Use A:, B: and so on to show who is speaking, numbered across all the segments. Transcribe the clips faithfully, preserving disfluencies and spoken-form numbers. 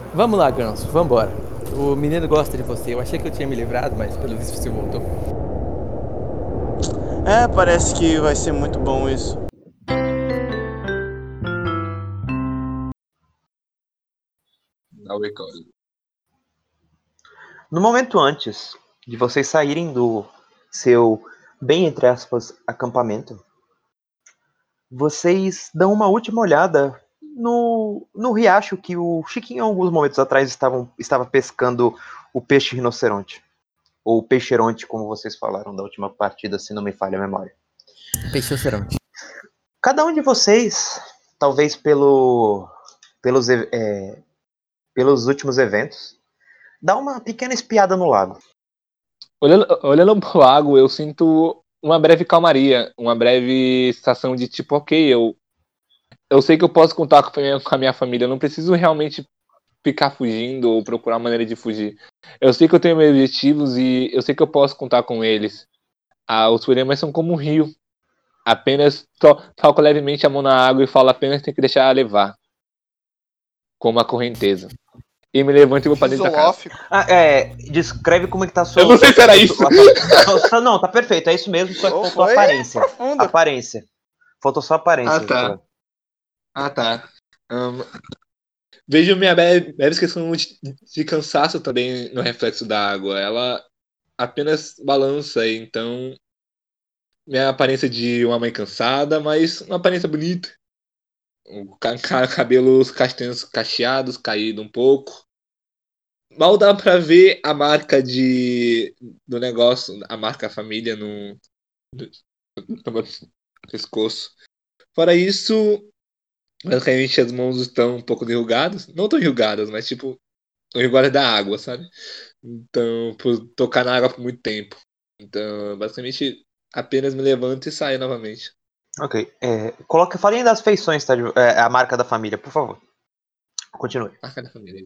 A: Vamos lá, Ganso, vambora. O menino gosta de você. Eu achei que eu tinha me livrado, mas pelo visto você voltou.
B: É, parece que vai ser muito bom isso.
C: Não recordo.
D: No momento antes de vocês saírem do seu, bem entre aspas, acampamento, vocês dão uma última olhada no, no riacho que o Chiquinho, alguns momentos atrás, estavam, estava pescando o peixe rinoceronte. Ou peixeronte, como vocês falaram da última partida, se não me falha a memória.
A: Peixoceronte.
D: Cada um de vocês, talvez pelo, pelos, é, pelos últimos eventos, dá uma pequena espiada no lago.
C: Olhando, olhando pro lago, eu sinto uma breve calmaria, uma breve sensação de tipo, ok, eu, eu sei que eu posso contar com a minha, com a minha família, eu não preciso realmente ficar fugindo ou procurar maneira de fugir. Eu sei que eu tenho meus objetivos e eu sei que eu posso contar com eles. Ah, os problemas são como um rio. Apenas to, toco levemente a mão na água e falo apenas tem que deixar ela levar. Como a correnteza. E me levanto e vou pra dentro da casa.
B: Filosófico.
D: Ah, é, descreve como é que tá a sua...
C: Eu não sei se era isso.
D: Sua, sua, não, tá perfeito, é isso mesmo, só que
B: Oh,
D: faltou
B: foi
D: aparência.
B: profundo.
D: Aparência. Faltou só aparência.
C: Ah, tá.
D: Vitor.
C: Ah, tá. Um, vejo minha breve, breve questão de, de cansaço também no reflexo da água. Ela apenas balança, então minha aparência de uma mãe cansada, mas uma aparência bonita. O ca- ca- cabelos castanhos cacheados, caído um pouco. Mal dá pra ver a marca de do negócio, a marca família no, no meu pescoço. Fora isso, basicamente as mãos estão um pouco enrugadas. Não tão enrugadas, mas tipo, enrugadas da água, sabe? Então, por tocar na água por muito tempo. Então, basicamente, apenas me levanto e saio novamente.
D: Ok. É, coloca, falem das feições, tá? de- é, a marca da família, por favor. Continue.
C: Marca da família.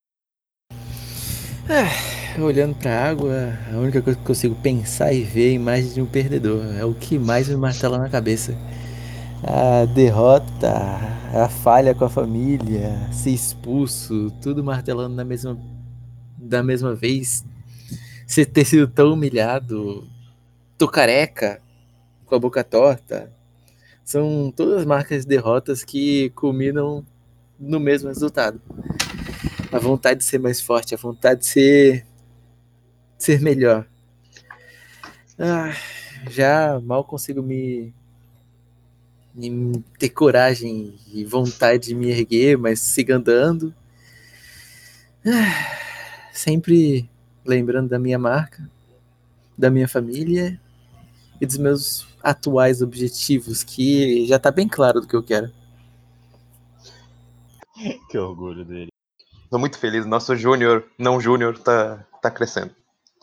A: Ah, olhando pra água, a única coisa que eu consigo pensar e ver é a imagem de um perdedor. É o que mais me martela na cabeça. A derrota, a falha com a família, ser expulso, tudo martelando na mesma, da mesma vez. Você ter sido tão humilhado, tô careca, com a boca torta. São todas marcas de derrotas que culminam no mesmo resultado. A vontade de ser mais forte, a vontade de ser, ser melhor. Ah, já mal consigo me, me ter coragem e vontade de me erguer, mas siga andando. Ah, sempre lembrando da minha marca, da minha família e dos meus atuais objetivos, que já tá bem claro do que eu quero.
E: Que orgulho dele.
D: Tô muito feliz, nosso júnior, não júnior, tá, tá crescendo.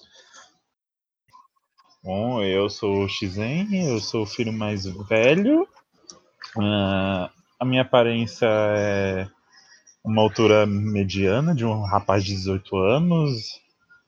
E: Bom, eu sou o Shizen, eu sou o filho mais velho. Ah, a minha aparência é uma altura mediana de um rapaz de dezoito anos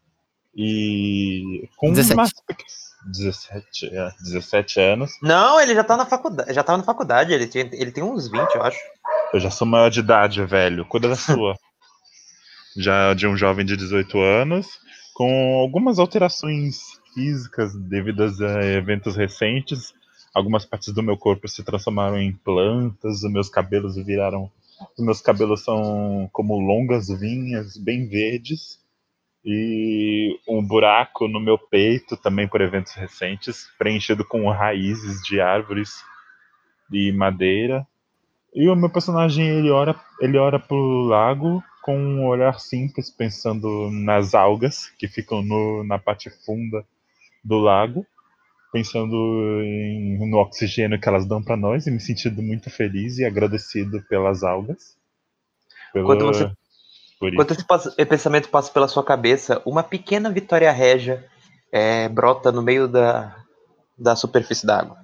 E: e com
A: dezessete.
E: umas dezessete, é, dezessete anos.
D: Não, ele já tá na faculdade, já tava na faculdade, ele, tinha, ele tem uns vinte, eu acho.
E: Eu já sou maior de idade, velho. Cuida da sua. Já de um jovem de dezoito anos, com algumas alterações físicas devidas a eventos recentes. Algumas partes do meu corpo se transformaram em plantas, os meus cabelos viraram. Os meus cabelos são como longas vinhas, bem verdes. E um buraco no meu peito, também por eventos recentes, preenchido com raízes de árvores e madeira. E o meu personagem, ele ora, ele ora pro lago com um olhar simples, pensando nas algas que ficam no, na parte funda do lago, pensando em, no oxigênio que elas dão para nós e me sentindo muito feliz e agradecido pelas algas.
D: Quando você,
E: Pelo, por
D: quando
E: isso.
D: esse, passa- esse pensamento passa pela sua cabeça, uma pequena Vitória Régia é, brota no meio da, da superfície da água.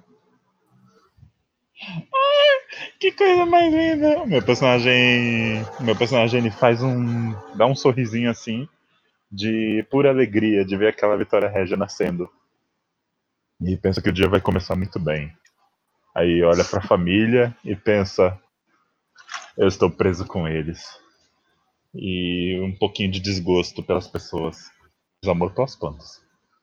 E: Que coisa mais linda! Meu personagem. Meu personagem ele faz um. Dá um sorrisinho assim, de pura alegria de ver aquela Vitória Régia nascendo. E pensa que o dia vai começar muito bem. Aí olha pra família e pensa: eu estou preso com eles. e um pouquinho de desgosto pelas pessoas. Desamor pelas plantas.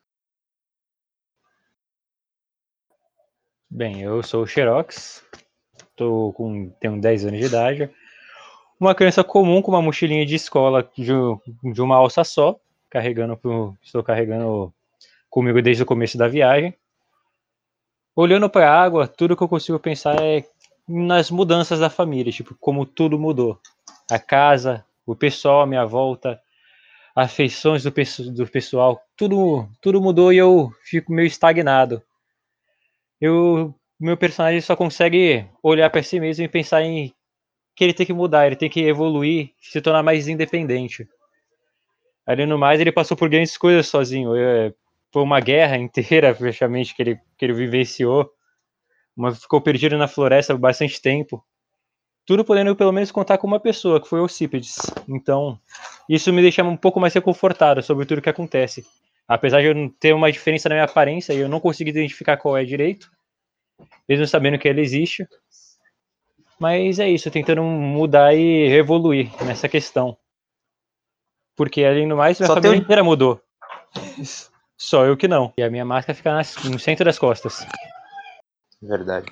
F: Bem, eu sou o Xerox, tô com, tenho dez anos de idade. Uma criança comum com uma mochilinha de escola de, de uma alça só, carregando pro, estou carregando comigo desde o começo da viagem. Olhando para a água, tudo que eu consigo pensar é nas mudanças da família, tipo, como tudo mudou. A casa, o pessoal à minha volta, as afeições do, do pessoal, tudo, tudo mudou e eu fico meio estagnado. Eu, meu personagem só consegue olhar para si mesmo e pensar em que ele tem que mudar, ele tem que evoluir, se tornar mais independente. Além do mais, ele passou por grandes coisas sozinho. É, foi uma guerra inteira, praticamente, que ele, que ele vivenciou. Uma, ficou perdido na floresta por bastante tempo. Tudo podendo pelo menos contar com uma pessoa, que foi o Alcípedes. Então, isso me deixa um pouco mais reconfortado sobre tudo que acontece. Apesar de eu não ter uma diferença na minha aparência e eu não consigo identificar qual é direito, mesmo sabendo que ela existe. Mas é isso, tentando mudar e evoluir nessa questão. Porque, além do mais, minha
D: Só
F: família
D: tem-
F: inteira mudou. Só eu que não. E a minha máscara fica nas- no centro das costas.
D: Verdade.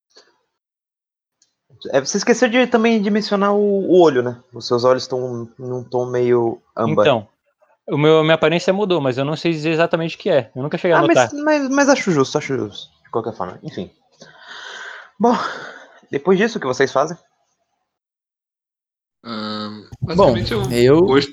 D: É, você esqueceu de também de mencionar o, o olho, né? Os seus olhos estão num tom meio âmbar.
F: Então, o meu, minha aparência mudou, mas eu não sei dizer exatamente o que é. Eu nunca cheguei a
D: Ah,
F: notar.
D: mas, mas, mas acho justo, acho justo. De qualquer forma, enfim. Bom, depois disso, o que vocês fazem?
C: Ahn,
A: Bom,
C: basicamente eu
A: eu.
C: gosto.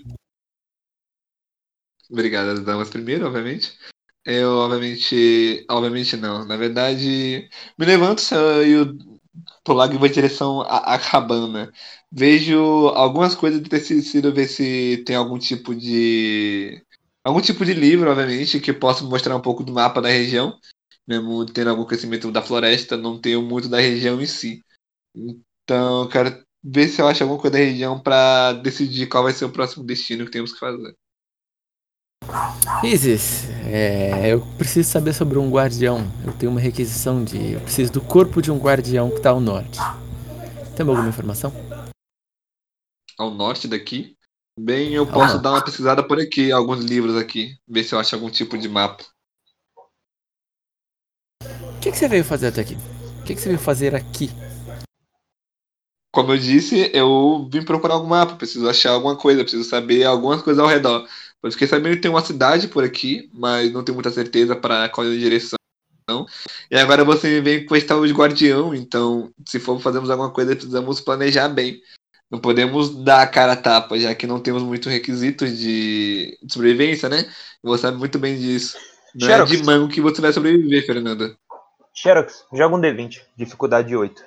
C: Obrigado às damas primeiro, obviamente. Eu, obviamente. Obviamente não. Na verdade, me levanto, saio pro lado e vou em direção à, à cabana. Vejo algumas coisas de tecido, ver se tem algum tipo de. Algum tipo de livro, obviamente, que possa mostrar um pouco do mapa da região. Mesmo tendo algum conhecimento da floresta, não tenho muito da região em si. Então, eu quero ver se eu acho alguma coisa da região para decidir qual vai ser o próximo destino que temos que fazer.
A: Isis, é, eu preciso saber sobre um guardião. Eu tenho uma requisição de. Eu preciso do corpo de um guardião que tá ao norte. Tem alguma informação?
C: Ao norte daqui. Bem, eu
A: Ao
C: posso
A: norte.
C: dar uma pesquisada por aqui, alguns livros aqui, ver se eu acho algum tipo de mapa.
A: O que, que você veio fazer até aqui? O que, que você veio fazer aqui?
C: Como eu disse, eu vim procurar algum mapa, preciso achar alguma coisa, preciso saber algumas coisas ao redor. Eu fiquei sabendo que tem uma cidade por aqui, mas não tenho muita certeza para qual é a direção. E agora você me vem com esse tal de guardião, então se for fazermos alguma coisa, precisamos planejar bem. Não podemos dar a cara a tapa, já que não temos muitos requisitos de sobrevivência, né? Você sabe muito bem disso. Não é
D: Xerox.
C: de mango que você vai sobreviver, Fernanda.
D: Xerox, joga um D vinte, dificuldade oito.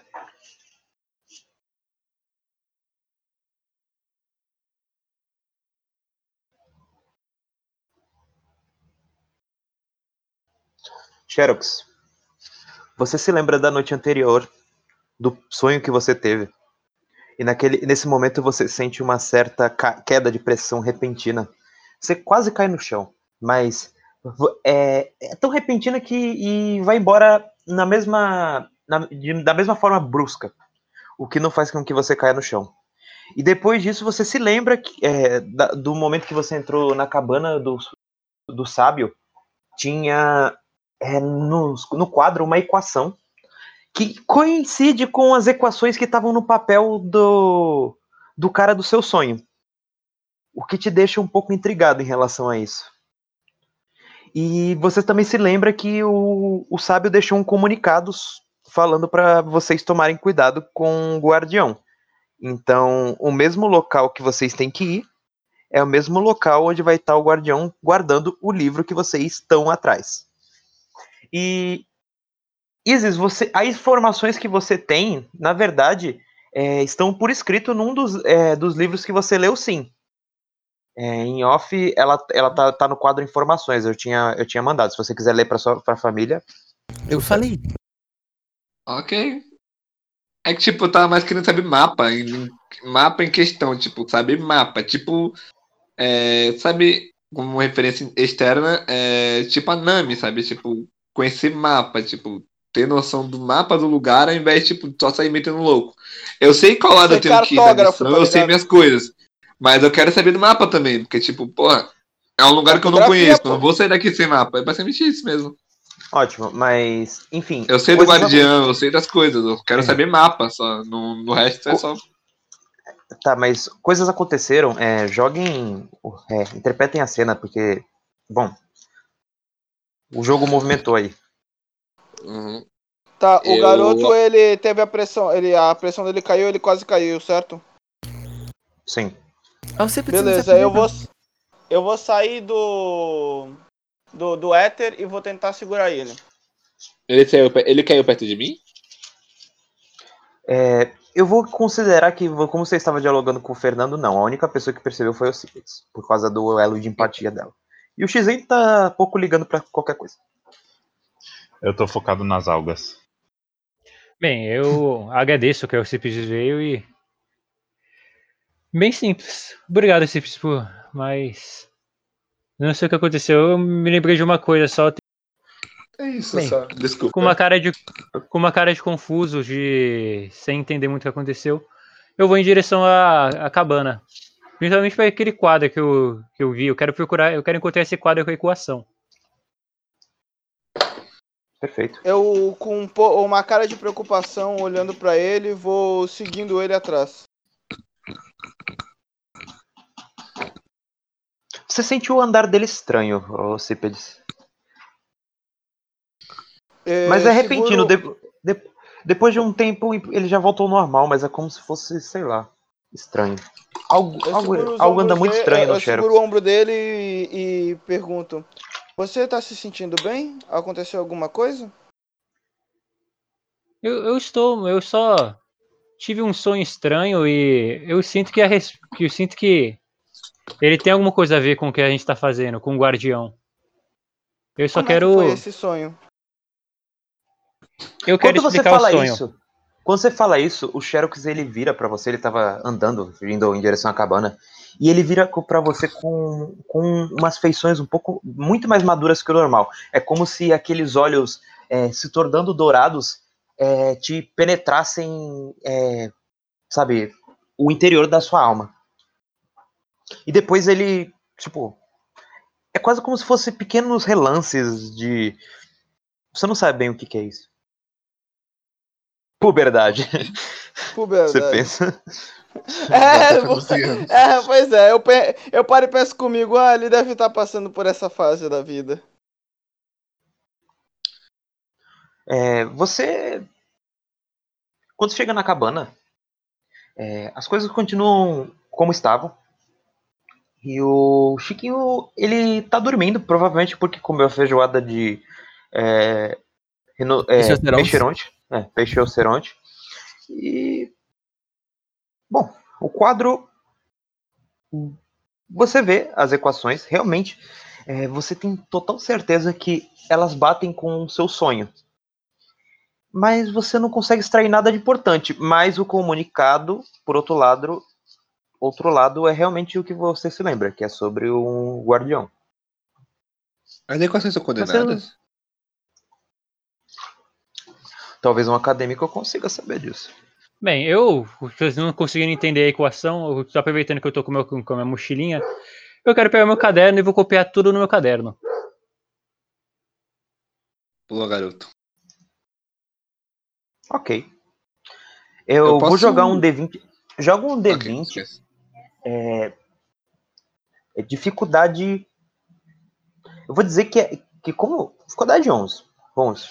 D: Xerox, você se lembra da noite anterior, do sonho que você teve? E naquele, nesse momento você sente uma certa ca- queda de pressão repentina. Você quase cai no chão, mas é, é tão repentina que e vai embora na mesma, na, de- da mesma forma brusca, o que não faz com que você caia no chão. E depois disso você se lembra que, é, da- do momento que você entrou na cabana do, do sábio, tinha é, no, no quadro uma equação que coincide com as equações que estavam no papel do, do cara do seu sonho. O que te deixa um pouco intrigado em relação a isso. E você também se lembra que o, o sábio deixou um comunicado falando para vocês tomarem cuidado com o guardião. Então, o mesmo local que vocês têm que ir é o mesmo local onde vai estar o guardião guardando o livro que vocês estão atrás. E Isis, você, as informações que você tem, na verdade, é, estão por escrito num dos, é, dos livros que você leu, sim. É, em off, ela, ela tá, tá no quadro Informações, eu tinha, eu tinha mandado. Se você quiser ler para sua pra família.
A: Eu falei.
C: Ok. É que, tipo, eu tava mais querendo saber mapa. Em, mapa em questão, tipo, saber mapa. Tipo, é, sabe, como referência externa, é, tipo a Nami, sabe? Tipo, conhecer mapa, tipo, ter noção do mapa do lugar ao invés de, tipo, só sair metendo louco. Eu sei qual lado
B: Ser
C: eu tenho que ir na
B: cartógrafo,
C: missão,
B: tá
C: eu sei
B: ligado?
C: minhas coisas. Mas eu quero saber do mapa também, porque, tipo, porra, é um lugar que eu não
B: Cartografia,
C: conheço.
B: pô.
C: Eu não vou sair daqui sem mapa. É basicamente isso mesmo.
D: Ótimo, mas, enfim.
C: Eu sei do
D: coisas
C: Guardião, eu sei das coisas. Eu quero
D: É.
C: saber mapa só. No, no resto é
D: Co-
C: só.
D: Tá, mas coisas aconteceram. É, joguem. É, interpretem a cena, porque. Bom. O jogo movimentou aí.
C: Uhum.
B: Tá, o
C: Eu.
B: garoto, ele teve a pressão, ele, a pressão dele caiu, ele quase caiu, certo?
D: Sim.
A: Ah, você precisa se
B: Beleza, eu vou,
A: apresentar.
B: eu vou sair do, do, do éter e vou tentar segurar ele.
C: Ele, saiu, pe- ele caiu perto de mim?
D: É, eu vou considerar que, como você estava dialogando com o Fernando, não. A única pessoa que percebeu foi o Cípedes, por causa do elo de empatia dela. E o X M tá pouco ligando pra qualquer coisa.
E: Eu tô focado nas algas.
F: Bem, eu agradeço que o Cipis veio e. Bem simples. Obrigado, Cipis, por. Mas. Não sei o que aconteceu. Eu me lembrei de uma coisa só.
C: É isso,
F: Bem,
C: só. Desculpa.
F: Com uma cara de. Com uma cara de confuso, de. Sem entender muito o que aconteceu. Eu vou em direção à, à cabana. Principalmente para aquele quadro que eu, que eu vi. Eu quero procurar. Eu quero encontrar esse quadro com a equação.
D: Perfeito.
B: Eu, com um po- uma cara de preocupação, olhando pra ele, vou seguindo ele atrás.
D: Você sentiu o andar dele estranho, ô Cípedes.
B: É,
D: Mas é repentino.
B: seguro-
D: de- de- depois de um tempo, ele já voltou ao normal, mas é como se fosse, sei lá, estranho. Algo,
B: Eu
D: algo,
B: seguro os
D: algo anda
B: ombros
D: muito
B: dele,
D: estranho
B: eu
D: no
B: eu
D: Xerox.
B: seguro o ombro dele e, e pergunto: Você tá se sentindo bem? Aconteceu alguma coisa?
F: Eu, eu estou. Eu só. Tive um sonho estranho e eu sinto que, a res... que eu sinto que ele tem alguma coisa a ver com o que a gente tá fazendo, com o Guardião. Eu só
B: Como é que foi
F: quero.
B: esse sonho?
F: Eu quero
D: Quando você
F: explicar o
D: fala
F: sonho.
D: isso, quando você fala isso, o Xerox ele vira pra você, ele tava andando, indo em direção à cabana, e ele vira co- pra você com, com umas feições um pouco, muito mais maduras que o normal. É como se aqueles olhos é, se tornando dourados é, te penetrassem, é, sabe, o interior da sua alma. E depois ele, tipo, é quase como se fosse pequenos relances de... Você não sabe bem o que, que é isso. Puberdade. Você
B: Puberdade.
D: pensa...
B: É,
C: Dá pra
B: vo-
C: doze anos.
B: é, pois é, eu, pe- eu paro e penso comigo, ah, ele deve estar passando por essa fase da vida.
D: É, você... Quando chega na cabana, é, as coisas continuam como estavam. E o Chiquinho, ele tá dormindo, provavelmente porque comeu a feijoada de é, rino- é,
A: Rinoceronte.
D: peixeronte. É, peixeronte. E, bom, o quadro... Você vê as equações, realmente, é, você tem total certeza que elas batem com o seu sonho. Mas você não consegue extrair nada de importante. Mas o comunicado, por outro lado, outro lado é realmente o que você se lembra, que é sobre um guardião.
C: As equações são
D: Você não-
C: condenadas?
D: Talvez um acadêmico consiga saber disso.
F: Bem, eu, vocês não conseguindo entender a equação, eu tô aproveitando que eu tô com, meu, com a minha mochilinha, eu quero pegar meu caderno e vou copiar tudo no meu caderno.
C: Boa, garoto.
D: Ok. Eu,
C: Eu
D: vou
C: posso-
D: jogar um D vinte. Joga um
C: Ok,
D: D vinte.
C: esquece.
D: É dificuldade. Eu vou dizer que é. Que como. Dificuldade onze. onze.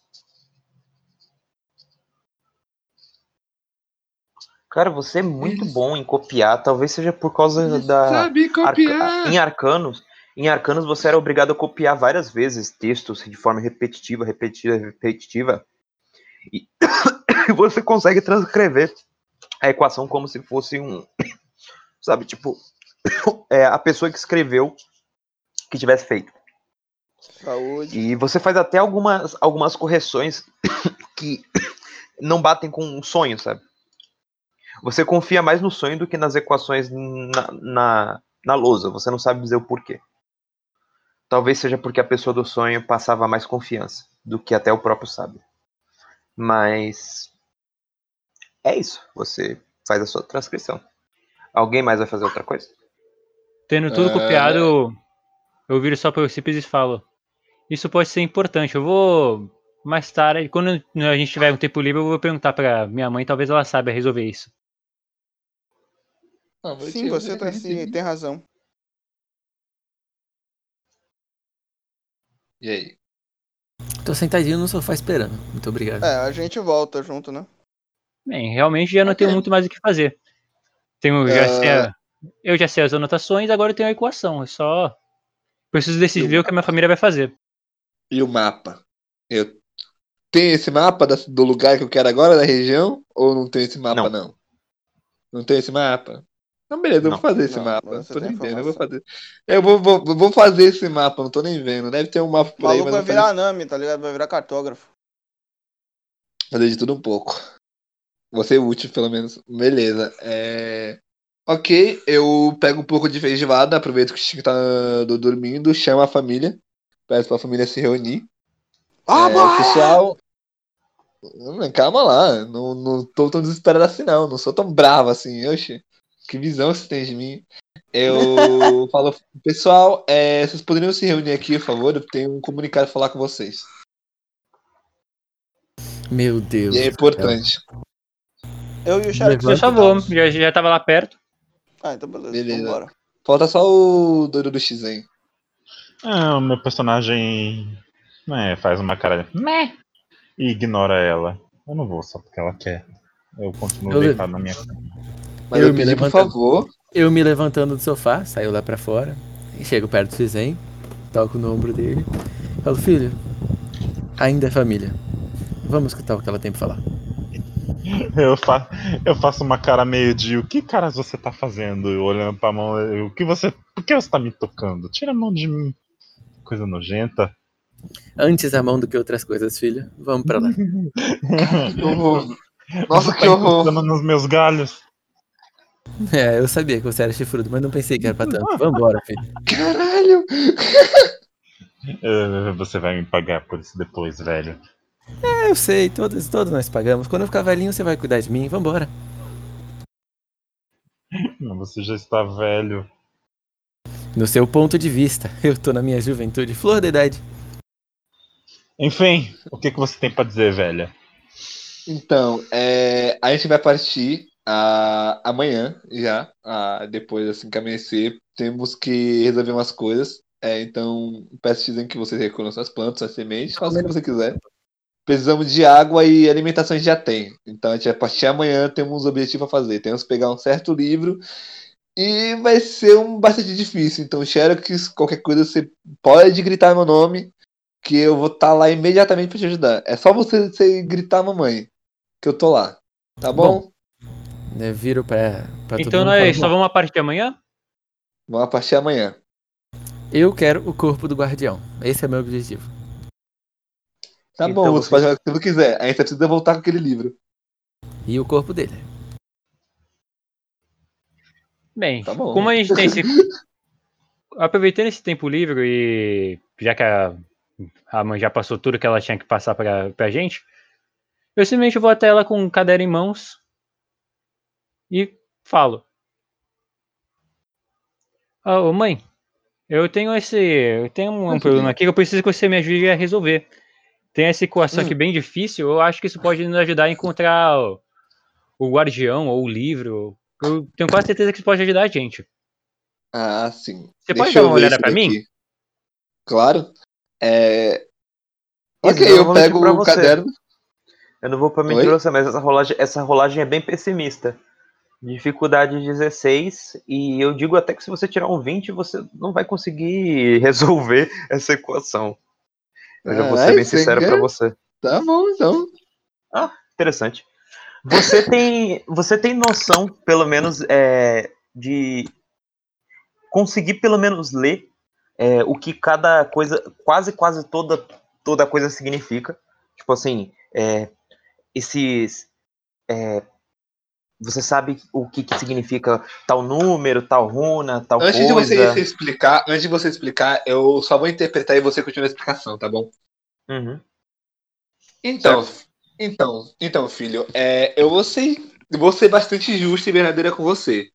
D: Cara, você é muito
C: Ele-
D: bom em copiar. Talvez seja por causa
C: Ele
D: da.
C: sabe copiar.
D: Arca- Em Arcanos. Em Arcanos você era obrigado a copiar várias vezes textos de forma repetitiva, repetitiva, repetitiva. E você consegue transcrever a equação como se fosse um. Sabe, tipo. É, a pessoa que escreveu que tivesse feito.
B: Saúde.
D: E você faz até algumas, algumas correções que não batem com um sonho, sabe? Você confia mais no sonho do que nas equações na, na, na lousa. Você não sabe dizer o porquê. Talvez seja porque a pessoa do sonho passava mais confiança do que até o próprio sábio. Mas é isso. Você faz a sua transcrição. Alguém mais vai fazer outra coisa?
F: Tendo tudo
C: Ah.
F: copiado, eu viro só para os simples e falo. Isso pode ser importante. Eu vou mais tarde, quando a gente tiver um tempo livre, eu vou perguntar pra minha mãe, talvez ela saiba resolver isso.
C: Não, mas
B: Sim,
C: eu-
B: você tá, sim, tem razão.
C: E aí?
A: Tô sentadinho no sofá esperando. Muito obrigado.
B: É, a gente volta junto, né?
F: Bem, realmente já não
C: Ok.
F: tenho muito mais o que fazer. Tenho, já sei
C: Ah.
F: a- eu já sei as anotações, agora eu tenho a equação. É só. Preciso decidir
C: Eu-
F: o que a minha família vai fazer.
C: E o mapa? Eu tenho esse mapa da- do lugar que eu quero agora, da região? Ou não tem esse mapa,
D: Não.
C: não? Não tem esse mapa? Não, beleza, eu
D: Não.
C: vou fazer esse
B: Não,
C: mapa.
B: você
C: Tô
B: tem
C: nem vendo, eu vou
B: informação.
C: fazer. Eu vou, vou, vou fazer esse mapa, não tô nem vendo. Deve ter um mapa
B: O
C: por aí,
B: maluco
C: mas
B: vai
C: não
B: virar
C: faz
B: Nami, tá ligado? Vai virar cartógrafo.
C: fazer de tudo um pouco. Vou ser útil, pelo menos. Beleza. É... Ok, eu pego um pouco de feijoada, aproveito que o Chico tá do- dormindo, chamo a família, peço pra família se reunir.
B: Ah,
C: É, pessoal, hum, calma lá, não, não tô tão desesperado assim não, não sou tão bravo assim, oxe, que visão você tem de mim. Eu falo, pessoal, é, vocês poderiam se reunir aqui, por favor, eu tenho um comunicado pra falar com vocês.
A: Meu Deus.
C: E é
A: do céu.
C: importante.
B: Eu e o Xerox
F: Por
A: Levanta.
F: favor, já, já tava lá perto.
B: Ah, então beleza,
C: Beleza.
B: vambora.
C: Falta só o doido do X, hein?
E: Ah, o meu personagem né, faz uma cara de meh e ignora ela. Eu não vou só porque ela quer. Eu continuo
A: Eu,
E: deitado na minha cama.
C: Mas
A: Eu
C: eu,
A: me
C: pedi, por
A: levantando.
C: favor.
A: eu me levantando do sofá, saio lá pra fora. E chego perto do Cizen, toco no ombro dele. Falo, filho, ainda é família. Vamos escutar o que ela tem pra falar.
E: Eu, fa eu faço uma cara meio de o que caras você tá fazendo? Eu olhando pra mão, eu, o que você. Por que você tá me tocando? Tira a mão de mim. Coisa nojenta.
A: Antes a mão do que outras coisas, filho. Vamos pra lá.
C: Que horror.
E: Você
C: Nossa,
E: tá
C: que horror.
E: encostando nos meus galhos.
A: É, eu sabia que você era chifrudo, mas não pensei que era pra tanto. Vambora, filho.
C: Caralho.
E: Eh, Você vai me pagar por isso depois, velho.
A: É, eu sei, todos, todos nós pagamos. Quando eu ficar velhinho, você vai cuidar de mim. Vambora.
E: Não, você já está velho.
A: No seu ponto de vista, eu tô na minha juventude, flor da idade.
E: Enfim, o que, que você tem pra dizer, velha?
C: Então, é, a gente vai partir ah, amanhã já, ah, depois assim que amanhecer, temos que resolver umas coisas. É, então, peço dizem que você reconheça as plantas, as sementes, faça o que você quiser. Precisamos de água e alimentação a gente já tem. Então, a gente vai partir amanhã, temos um objetivo a fazer. Temos que pegar um certo livro e vai ser um bastante difícil. Então, Xerox, qualquer coisa você pode gritar meu nome, que eu vou estar lá imediatamente para te ajudar. É só você, você gritar mamãe, que eu tô lá. Tá bom?
A: Eu viro pra, pra todo
F: Então
A: mundo e
F: nós
A: falo,
F: só vamos a partir de amanhã?
C: Vamos partir amanhã.
A: eu quero o corpo do guardião. Esse é meu objetivo.
C: Tá
D: Então
C: bom, você
D: você-
C: pode fazer o que você quiser. A gente só precisa voltar com aquele livro.
A: E o corpo dele.
F: Bem,
C: Tá bom.
F: como a gente tem esse. Aproveitando esse tempo livre e já que a, a mãe já passou tudo que ela tinha que passar pra, pra gente, eu simplesmente vou até ela com um caderno em mãos e falo. Ah, ô mãe, eu tenho esse. Eu tenho um, um problema aqui que eu preciso que você me ajude a resolver. Tem essa equação aqui
C: Hum.
F: bem difícil, eu acho que isso pode nos ajudar a encontrar o, o guardião ou o livro. Eu tenho quase certeza que isso pode ajudar a gente.
C: Ah, sim.
F: Você
C: Deixa
F: pode dar
C: eu
F: uma
C: ver
F: olhada
C: isso
F: pra mim?
C: daqui. Claro. É...
D: Isis,
C: Ok,
D: eu não
C: eu
D: vou mentir
C: pego
D: pra
C: o
D: você.
C: caderno.
D: Eu não vou pra mentir
C: Oi?
D: pra você, mas essa rolagem, essa rolagem é bem pessimista. Dificuldade dezesseis, e eu digo até que se você tirar um vinte, você não vai conseguir resolver essa equação. Eu já vou ser
C: Ai,
D: bem sincero pra
C: senhor.
D: você.
C: Tá bom, então.
D: Ah, interessante. Você tem, você tem noção, pelo menos, é, de conseguir pelo menos ler é, o que cada coisa, quase quase toda toda coisa significa. Tipo assim, é, esses é, você sabe o que, que significa tal número, tal runa, tal
C: Antes de você
D: coisa.
C: se explicar, antes de você explicar, eu só vou interpretar e você continua a explicação, tá bom?
D: Uhum.
C: Então, então, então, filho, é, eu vou ser, vou ser bastante justo e verdadeira com você.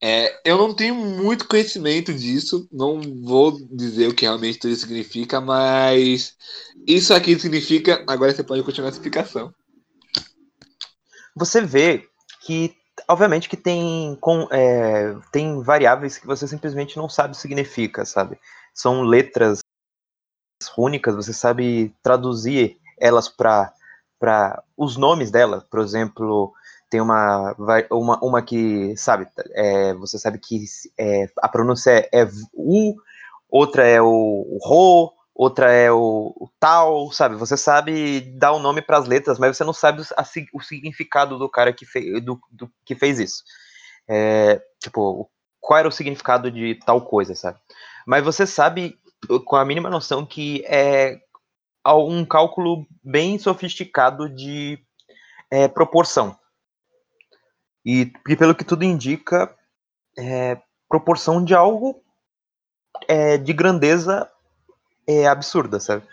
C: É, eu não tenho muito conhecimento disso, não vou dizer o que realmente tudo isso significa, mas isso aqui significa. Agora você pode continuar a explicação.
D: Você vê que, obviamente, que tem, com, é, tem variáveis que você simplesmente não sabe o que significa, sabe? São letras rúnicas, você sabe traduzir elas para os nomes dela. Por exemplo, tem uma, uma, uma que, sabe, é, você sabe que é, a pronúncia é, é U, outra é o, o Ro, outra é o, o tal, sabe? Você sabe dar o nome para as letras, mas você não sabe a, o significado do cara que, fei, do, do, que fez isso. É, tipo, qual era o significado de tal coisa, sabe? Mas você sabe, com a mínima noção, que é um cálculo bem sofisticado de é, proporção. E, e pelo que tudo indica, é, proporção de algo é, de grandeza é, absurda, sabe?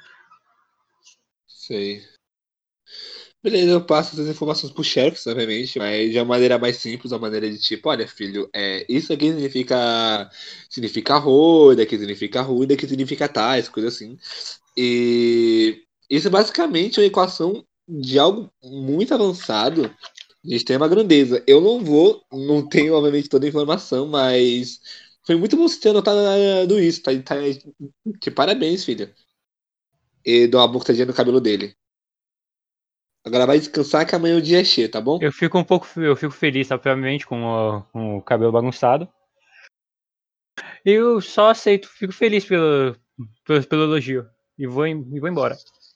C: Sei. Beleza, eu passo essas informações pro Sheriff, obviamente, mas de uma maneira mais simples, uma maneira de tipo, olha, filho, é, isso aqui significa significa ruda, aqui significa ruda, aqui significa tais, coisa assim. E isso basicamente é uma equação de algo muito avançado, de extrema grandeza. Eu não vou, não tenho, obviamente, toda a informação, mas foi muito bom você ter anotado isso, tá? tá de parabéns, filho. E dou uma bocadinha no cabelo dele. Agora vai descansar que amanhã o dia é cheio, tá bom?
F: Eu fico um pouco, eu fico feliz, obviamente, com o, com o cabelo bagunçado. Eu só aceito, fico feliz pelo, pelo, pelo elogio. E vou, e vou embora.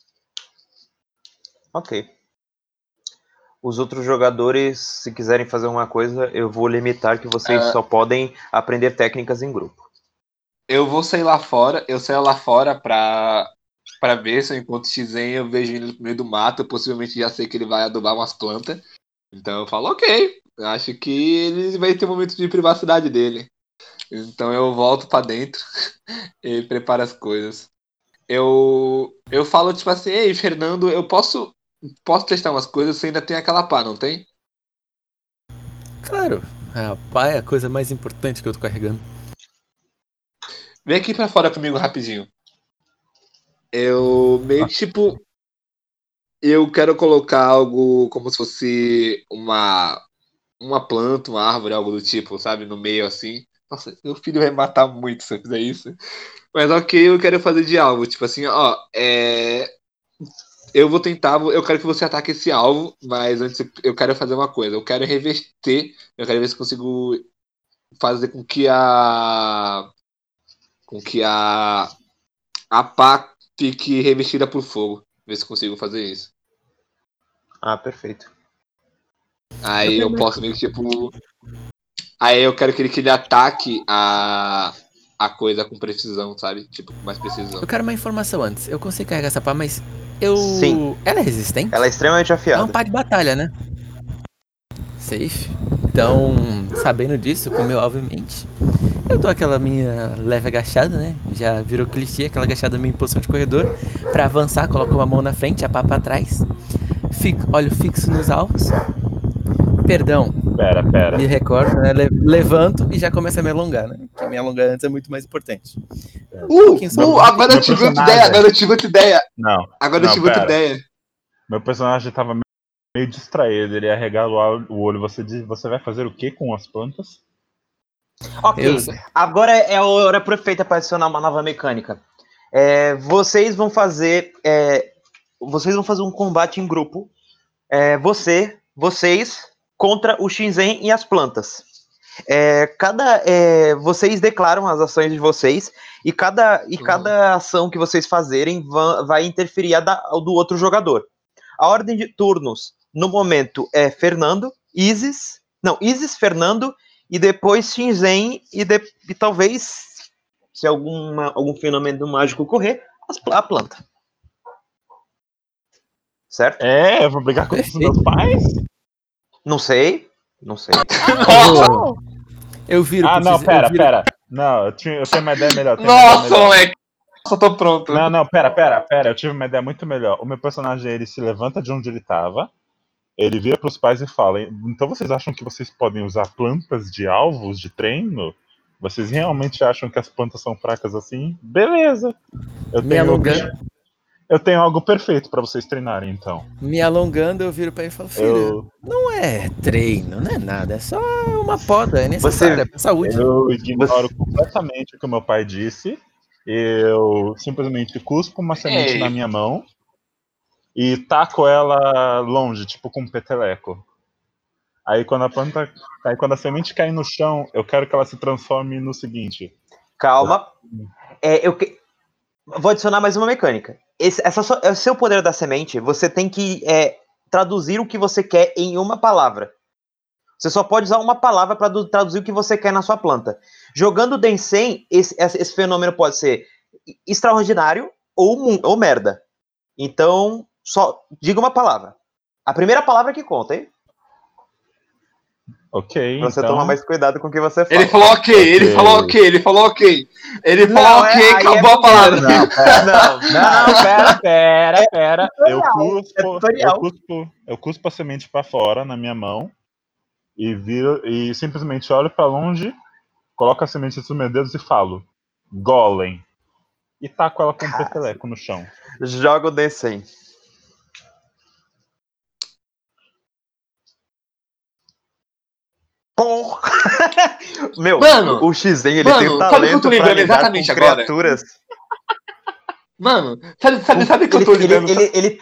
D: Ok. Os outros jogadores, se quiserem fazer uma coisa, eu vou limitar que vocês
C: Ah.
D: só podem aprender técnicas em grupo.
C: Eu vou sair lá fora, eu saio lá fora pra, pra ver se eu encontro o Xizen, eu vejo ele no meio do mato, eu possivelmente já sei que ele vai adubar umas plantas. Então eu falo, ok, acho que ele vai ter um momento de privacidade dele. Então eu volto pra dentro e preparo as coisas. Eu, eu falo tipo assim, ei, Fernando, eu posso, posso testar umas coisas, você ainda tem aquela pá, não tem?
A: Claro, a pá é a coisa mais importante que eu tô carregando.
C: Vem aqui pra fora comigo rapidinho. Eu meio que tipo. Eu quero colocar algo como se fosse uma, uma planta, uma árvore, algo do tipo, sabe? No meio assim. Nossa, meu filho vai me matar muito se eu fizer isso. Mas ok, eu quero fazer de alvo. Tipo assim, ó, é. Eu vou tentar, eu quero que você ataque esse alvo, mas antes eu quero fazer uma coisa. Eu quero revestir, eu quero ver se consigo fazer com que a. Com que a. A pá fique revestida por fogo. Ver se consigo fazer isso.
D: Ah, perfeito.
C: Aí eu posso meio que tipo. Aí eu quero que ele, que ele ataque a, a coisa com precisão, sabe? Tipo, com mais precisão.
A: Eu quero uma informação antes. Eu consigo carregar essa pá, mas eu.
D: Sim.
A: Ela é resistente?
D: Ela é extremamente
A: É
D: afiada.
A: uma pá de batalha, né? Safe. Então, sabendo disso, com o meu alvo em mente, eu dou aquela minha leve agachada, né? Já virou clichê, aquela agachada meio em posição de corredor. Pra avançar, coloco uma mão na frente, a pá pra trás. Fico, olho fixo nos alvos. Perdão,
E: Pera, pera.
A: me recordo, né? Le- levanto e já começo a me alongar, né? Porque me alongar antes é muito mais importante. Um
C: Uh,
A: pouquinho só.
C: uh, agora eu
E: Meu
C: tive outra
E: personagem.
C: ideia, agora eu tive outra ideia.
E: Não.
C: Agora eu
E: Não,
C: tive outra
E: pera.
C: ideia.
E: Meu personagem tava meio distraído, ele ia regalar o olho. Você diz, você vai fazer o que com as plantas?
D: Ok,
A: Eu sei.
D: agora é a hora perfeita para adicionar uma nova mecânica. É, vocês vão fazer. É, vocês vão fazer um combate em grupo. É, você, vocês, contra o Shinzen e as plantas. É, cada, é, vocês declaram as ações de vocês e cada, e
C: Uhum.
D: cada ação que vocês fazerem va- vai interferir a da, ao do outro jogador. A ordem de turnos no momento é Fernando, Isis, não, Isis, Fernando e depois Shinzen e, de, e talvez, se alguma, algum fenômeno mágico ocorrer, as, a planta. Certo?
E: É, eu vou brigar contra os meus pais?
D: Não sei, não sei.
A: Eu, vou- eu viro
E: Ah,
A: pro
E: não,
A: X-
E: pera,
A: eu viro-
E: pera. Não, eu, tinha, eu tenho uma ideia melhor. eu tenho uma ideia
C: Nossa,
E: melhor.
C: moleque. Nossa, eu tô pronto.
E: Não, não, pera, pera, pera. Eu tive uma ideia muito melhor. O meu personagem, ele se levanta de onde ele tava. ele vira pros pais e fala: então vocês acham que vocês podem usar plantas de alvos de treino? Vocês realmente acham que as plantas são fracas assim? Beleza. Eu
A: Me
E: tenho,
A: alongando,
E: eu tenho algo perfeito pra vocês treinarem, então.
A: me alongando, eu viro pra ele e falo, filho,
E: Eu,
A: não é treino, não é nada, é só uma poda, é necessária pra saúde.
E: eu ignoro completamente o que o meu pai disse. Eu simplesmente cuspo uma semente
C: Ei.
E: na minha mão e taco ela longe, tipo com um peteleco. Aí quando a planta. Aí quando a semente cai no chão, eu quero que ela se transforme no seguinte.
D: Calma. É, eu que- vou adicionar mais uma mecânica. Esse, essa só- é o seu poder da semente. Você tem que é, traduzir o que você quer em uma palavra. Você só pode usar uma palavra para traduzir o que você quer na sua planta. Jogando Densen, esse, esse esse fenômeno pode ser extraordinário ou, mu- ou merda. Então, só diga uma palavra. A primeira palavra que conta, hein?
E: Ok,
D: Pra você
E: então.
D: tomar mais cuidado com o que você fala.
C: Ele falou ok, ele
E: Ok.
C: falou ok, ele falou ok. Ele
D: Não,
C: falou
D: é-
C: ok,
D: aí
C: acabou
D: é
C: a palavra.
D: Não, pera, não,
F: Não, não, pera, pera, pera.
E: Eu cuspo,
D: é tutorial.
E: eu cuspo, eu cuspo a semente pra fora na minha mão e viro e simplesmente olho pra longe, coloco a semente entre os meus dedos e falo: Golem. E taco ela com um peteleco no chão.
D: Joga o D cem. Porra! Meu,
C: Mano,
D: o X ele
C: mano,
D: tem
C: sabe o que eu
D: talento
C: tô
D: pra
C: lembrando
D: lidar
C: exatamente
D: com
C: agora?
D: criaturas.
C: Mano, sabe, sabe, sabe o que eu
D: Ele,
C: tô
D: ele,
C: lembrando?
D: ele, ele...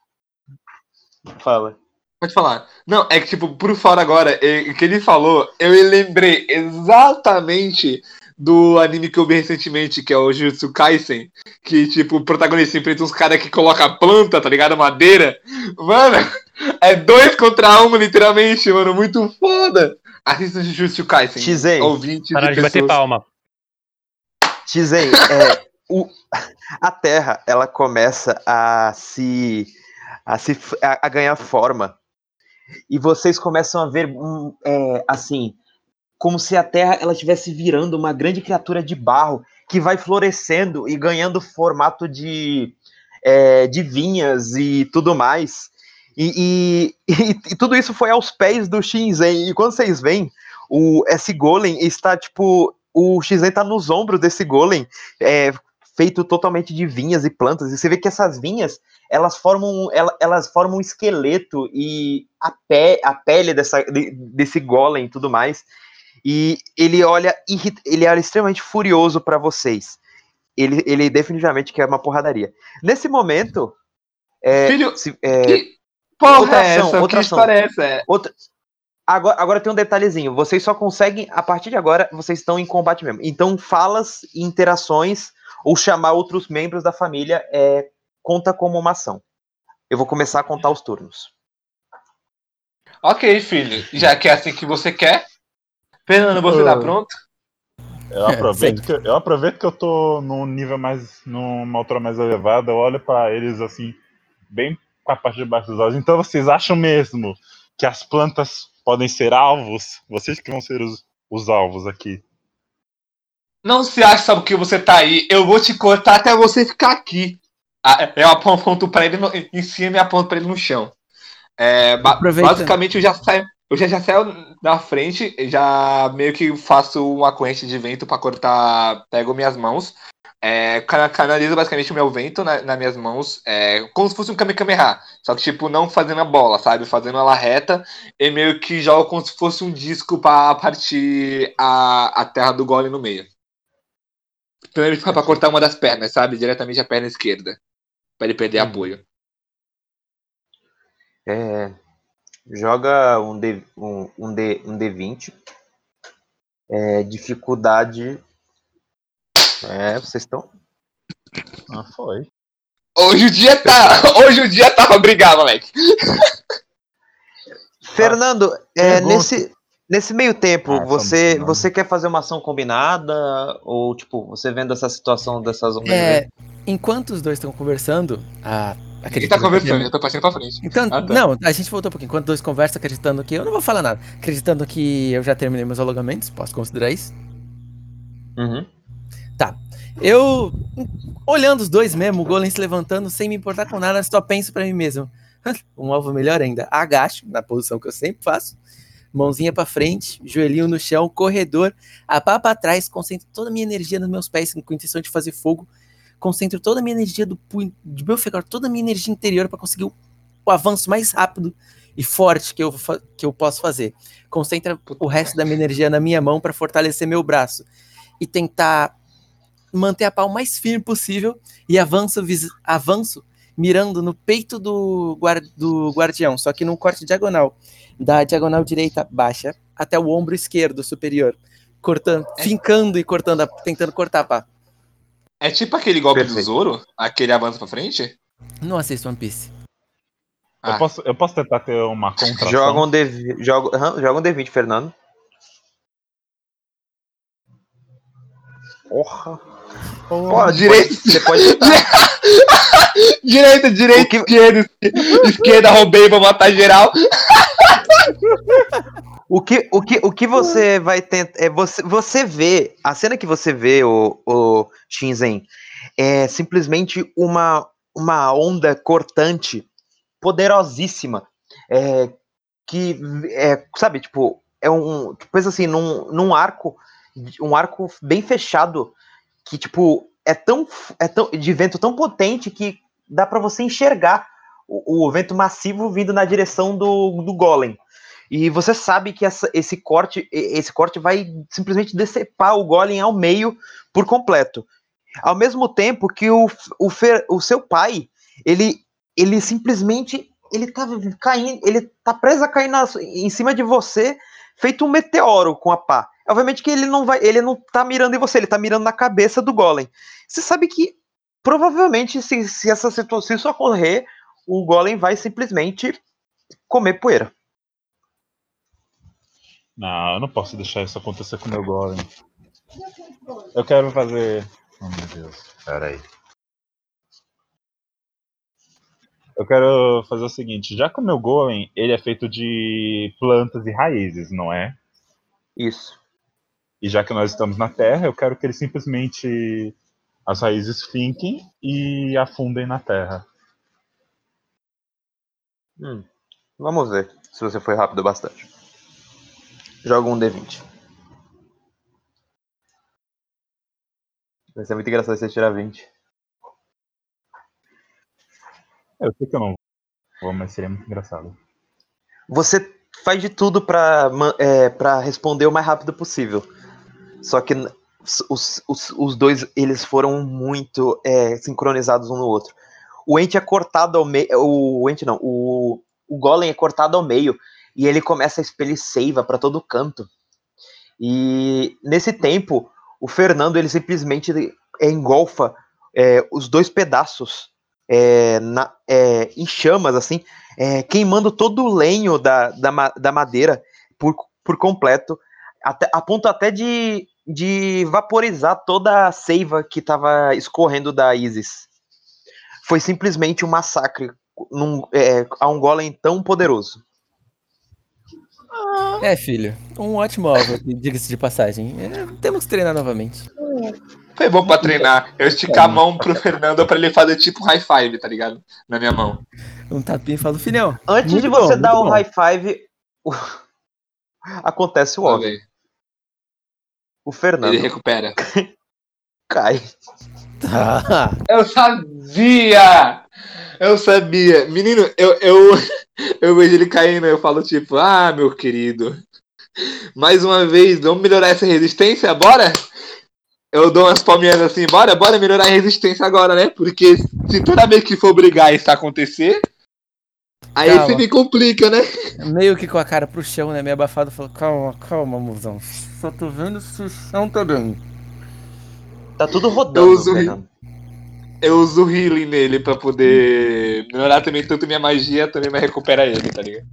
D: Fala.
C: Pode falar. Não, é que, tipo, por fora agora, é, o que ele falou, eu lembrei exatamente do anime que eu vi recentemente, que é o Jujutsu Kaisen, que, tipo, o protagonista enfrenta uns caras que colocam planta, tá ligado? Madeira. Mano, é dois contra um, literalmente, mano, muito foda. Assista Jujutsu Kaisen.
D: Xen.
C: Ouvintes
F: Parar
C: e
F: de bater
C: pessoas.
F: palma.
D: Tizen, é, o, a Terra ela começa a se, a, se a, a ganhar forma e vocês começam a ver um, é, assim como se a Terra ela estivesse virando uma grande criatura de barro que vai florescendo e ganhando formato de, é, de vinhas e tudo mais. E, e, e, e tudo isso foi aos pés do Shinzen. E quando vocês veem, o, esse golem está tipo. O Shinzen está nos ombros desse golem, é, feito totalmente de vinhas e plantas. E você vê que essas vinhas elas formam, elas, elas formam um esqueleto e a, pé, a pele dessa, de, desse golem e tudo mais. E ele olha, ele olha extremamente furioso para vocês. Ele, ele definitivamente quer uma porradaria. Nesse momento. É,
C: Filho,
D: se, é,
C: que porra
D: outra
C: é
D: ação,
C: essa?
D: outra
C: Que
D: ação.
C: história é essa?
D: Outra, agora, agora tem um detalhezinho. Vocês só conseguem, a partir de agora, vocês estão em combate mesmo. Então, falas e interações ou chamar outros membros da família é, conta como uma ação. Eu vou começar a contar os turnos.
C: Ok, filho. Já que é assim que você quer. Fernando, você tá
E: Oh.
C: pronto?
E: Eu aproveito, que, eu aproveito que eu tô num nível mais. numa altura mais elevada, eu olho pra eles assim, bem com a parte de baixo dos olhos. Então vocês acham mesmo que as plantas podem ser alvos? Vocês que vão ser os, os alvos aqui.
C: Não se acha, sabe, que você tá aí. Eu vou te cortar até você ficar aqui. Ah, eu aponto pra ele no, em cima e aponto pra ele no chão. É, ba-
A: Aproveitando.
C: basicamente, eu já saio. Eu já, já saio na frente, já meio que faço uma corrente de vento pra cortar. Pego minhas mãos. É, cana- canalizo basicamente o meu vento na, nas minhas mãos. É, como se fosse um Kamehameha. Só que, tipo, não fazendo a bola, sabe? Fazendo ela reta. E meio que jogo como se fosse um disco pra partir a, a terra do golem no meio. Então ele fica pra cortar uma das pernas, sabe? Diretamente a perna esquerda. Pra ele perder
D: Hum.
C: apoio.
D: É, joga um D, um, um D, um D vinte. É, dificuldade. É, vocês estão.
E: Ah, foi.
C: Hoje o dia tá. Hoje o dia tá pra brigar, moleque.
D: Fernando, é,
E: Pergunta.
D: nesse, nesse meio tempo,
E: Ah,
D: você,
E: só-
D: você quer fazer uma ação combinada? Ou, tipo, você vendo essa situação dessas ondas?
A: É, enquanto os dois estão conversando, a
C: Quem
A: acredito
C: tá
A: que-
C: conversando? Eu tô passando pra frente.
A: Então,
C: Ah, tá.
A: não, a gente voltou um pouquinho. Enquanto dois conversam, acreditando que eu não vou falar nada, acreditando que eu já terminei meus alongamentos, posso considerar isso?
D: Uhum.
A: Eu, olhando os dois mesmo, o Golem se levantando, sem me importar com nada, só penso pra mim mesmo. um alvo melhor ainda. Agacho, na posição que eu sempre faço. Mãozinha pra frente, joelhinho no chão, corredor, a pá pra trás, concentro toda a minha energia nos meus pés com a intenção de fazer fogo, concentro toda a minha energia do punho, do meu fegor, toda a minha energia interior para conseguir o, o avanço mais rápido e forte que eu, que eu posso fazer. Concentra o resto da minha energia na minha mão para fortalecer meu braço e tentar manter a pá o mais firme possível e avanço, vis, avanço mirando no peito do, guard, do guardião, só que num corte diagonal, da diagonal direita baixa até o ombro esquerdo superior, cortando, é. fincando e cortando, tentando cortar a pá.
C: É tipo aquele golpe
D: Perfeito.
C: do Zoro? Aquele avanço pra frente?
A: Não assisto One Piece.
E: Eu,
C: Ah.
E: posso, eu posso tentar ter uma contração?
D: Joga um, D, joga, uhum, joga um D vinte, Fernando. Porra.
C: Pô, direito.
D: Você pode.
C: direita, direita,
D: que...
C: esquerda, esquerda, roubei pra matar geral.
D: O que, o que, o que você vai tentar. É você, você vê. A cena que você vê, o, o Shinzen, é simplesmente uma, uma onda cortante poderosíssima. É, que, é, sabe, tipo, é um. Pensa assim, num, num arco. Um arco bem fechado. Que, tipo, é tão, é tão. De vento tão potente que dá pra você enxergar o, o vento massivo vindo na direção do, do Golem. E você sabe que essa, esse, corte, esse corte vai simplesmente decepar o Golem ao meio por completo. Ao mesmo tempo que o, o, Fer, o seu pai, ele, ele simplesmente ele tá caindo, ele tá preso a cair na, em cima de você, feito um meteoro com a pá. Obviamente que ele não vai, ele não tá mirando em você, ele tá mirando na cabeça do Golem. Você sabe que provavelmente se, se essa situação se isso ocorrer, o Golem vai simplesmente comer poeira.
E: Não, eu não posso deixar isso acontecer com o meu Golem. Eu quero fazer... Oh, meu Deus. Pera aí. Eu quero fazer o seguinte. Já que o meu Golem, ele é feito de plantas e raízes, não é?
D: Isso.
E: E já que nós estamos na Terra, eu quero que ele simplesmente... As raízes finquem e afundem na Terra.
D: Hum. Vamos ver se você foi rápido bastante. Joga um D vinte. Vai ser muito engraçado se você tirar vinte.
E: Eu sei que eu não vou, mas seria muito engraçado.
D: Você faz de tudo pra, é, pra responder o mais rápido possível. Só que os, os, os dois eles foram muito é, sincronizados um no outro. O ente é cortado ao meio. O ente não. O, o Golem é cortado ao meio. E ele começa a expelir seiva pra todo canto. E nesse tempo, o Fernando ele simplesmente engolfa é, os dois pedaços é, na, é, em chamas, assim, é, queimando todo o lenho da, da, da madeira por, por completo, até, a ponto até de, de vaporizar toda a seiva que estava escorrendo da Isis. Foi simplesmente um massacre num, é, a um Golem tão poderoso.
A: É, filho, um ótimo alvo, diga-se de passagem. É, temos que treinar novamente.
C: Foi bom pra treinar. Eu esticar a mão pro Fernando pra ele fazer tipo um high five, tá ligado? Na minha mão.
A: Um tapinha e falo, filhão.
D: Antes de você bom, dar o bom. high five, o... acontece o óbvio. O Fernando.
C: Ele recupera.
D: Cai.
A: Tá.
C: Eu sabia! Eu sabia. Menino, eu, eu, eu vejo ele caindo, eu falo tipo, ah, meu querido. Mais uma vez, vamos melhorar essa resistência, bora? Eu dou umas palminhas assim, bora, bora melhorar a resistência agora, né? Porque se toda vez que for brigar isso acontecer, aí
A: calma.
C: você me complica, né?
A: Meio que com a cara pro chão, né? Meio abafado, falou, calma, calma, mozão. Só tô vendo se o chão tá bem.
D: Tá tudo rodando,
C: eu uso,
D: Fernando.
C: Eu uso o healing nele pra poder melhorar também tanto minha magia, também vai recuperar ele, tá ligado?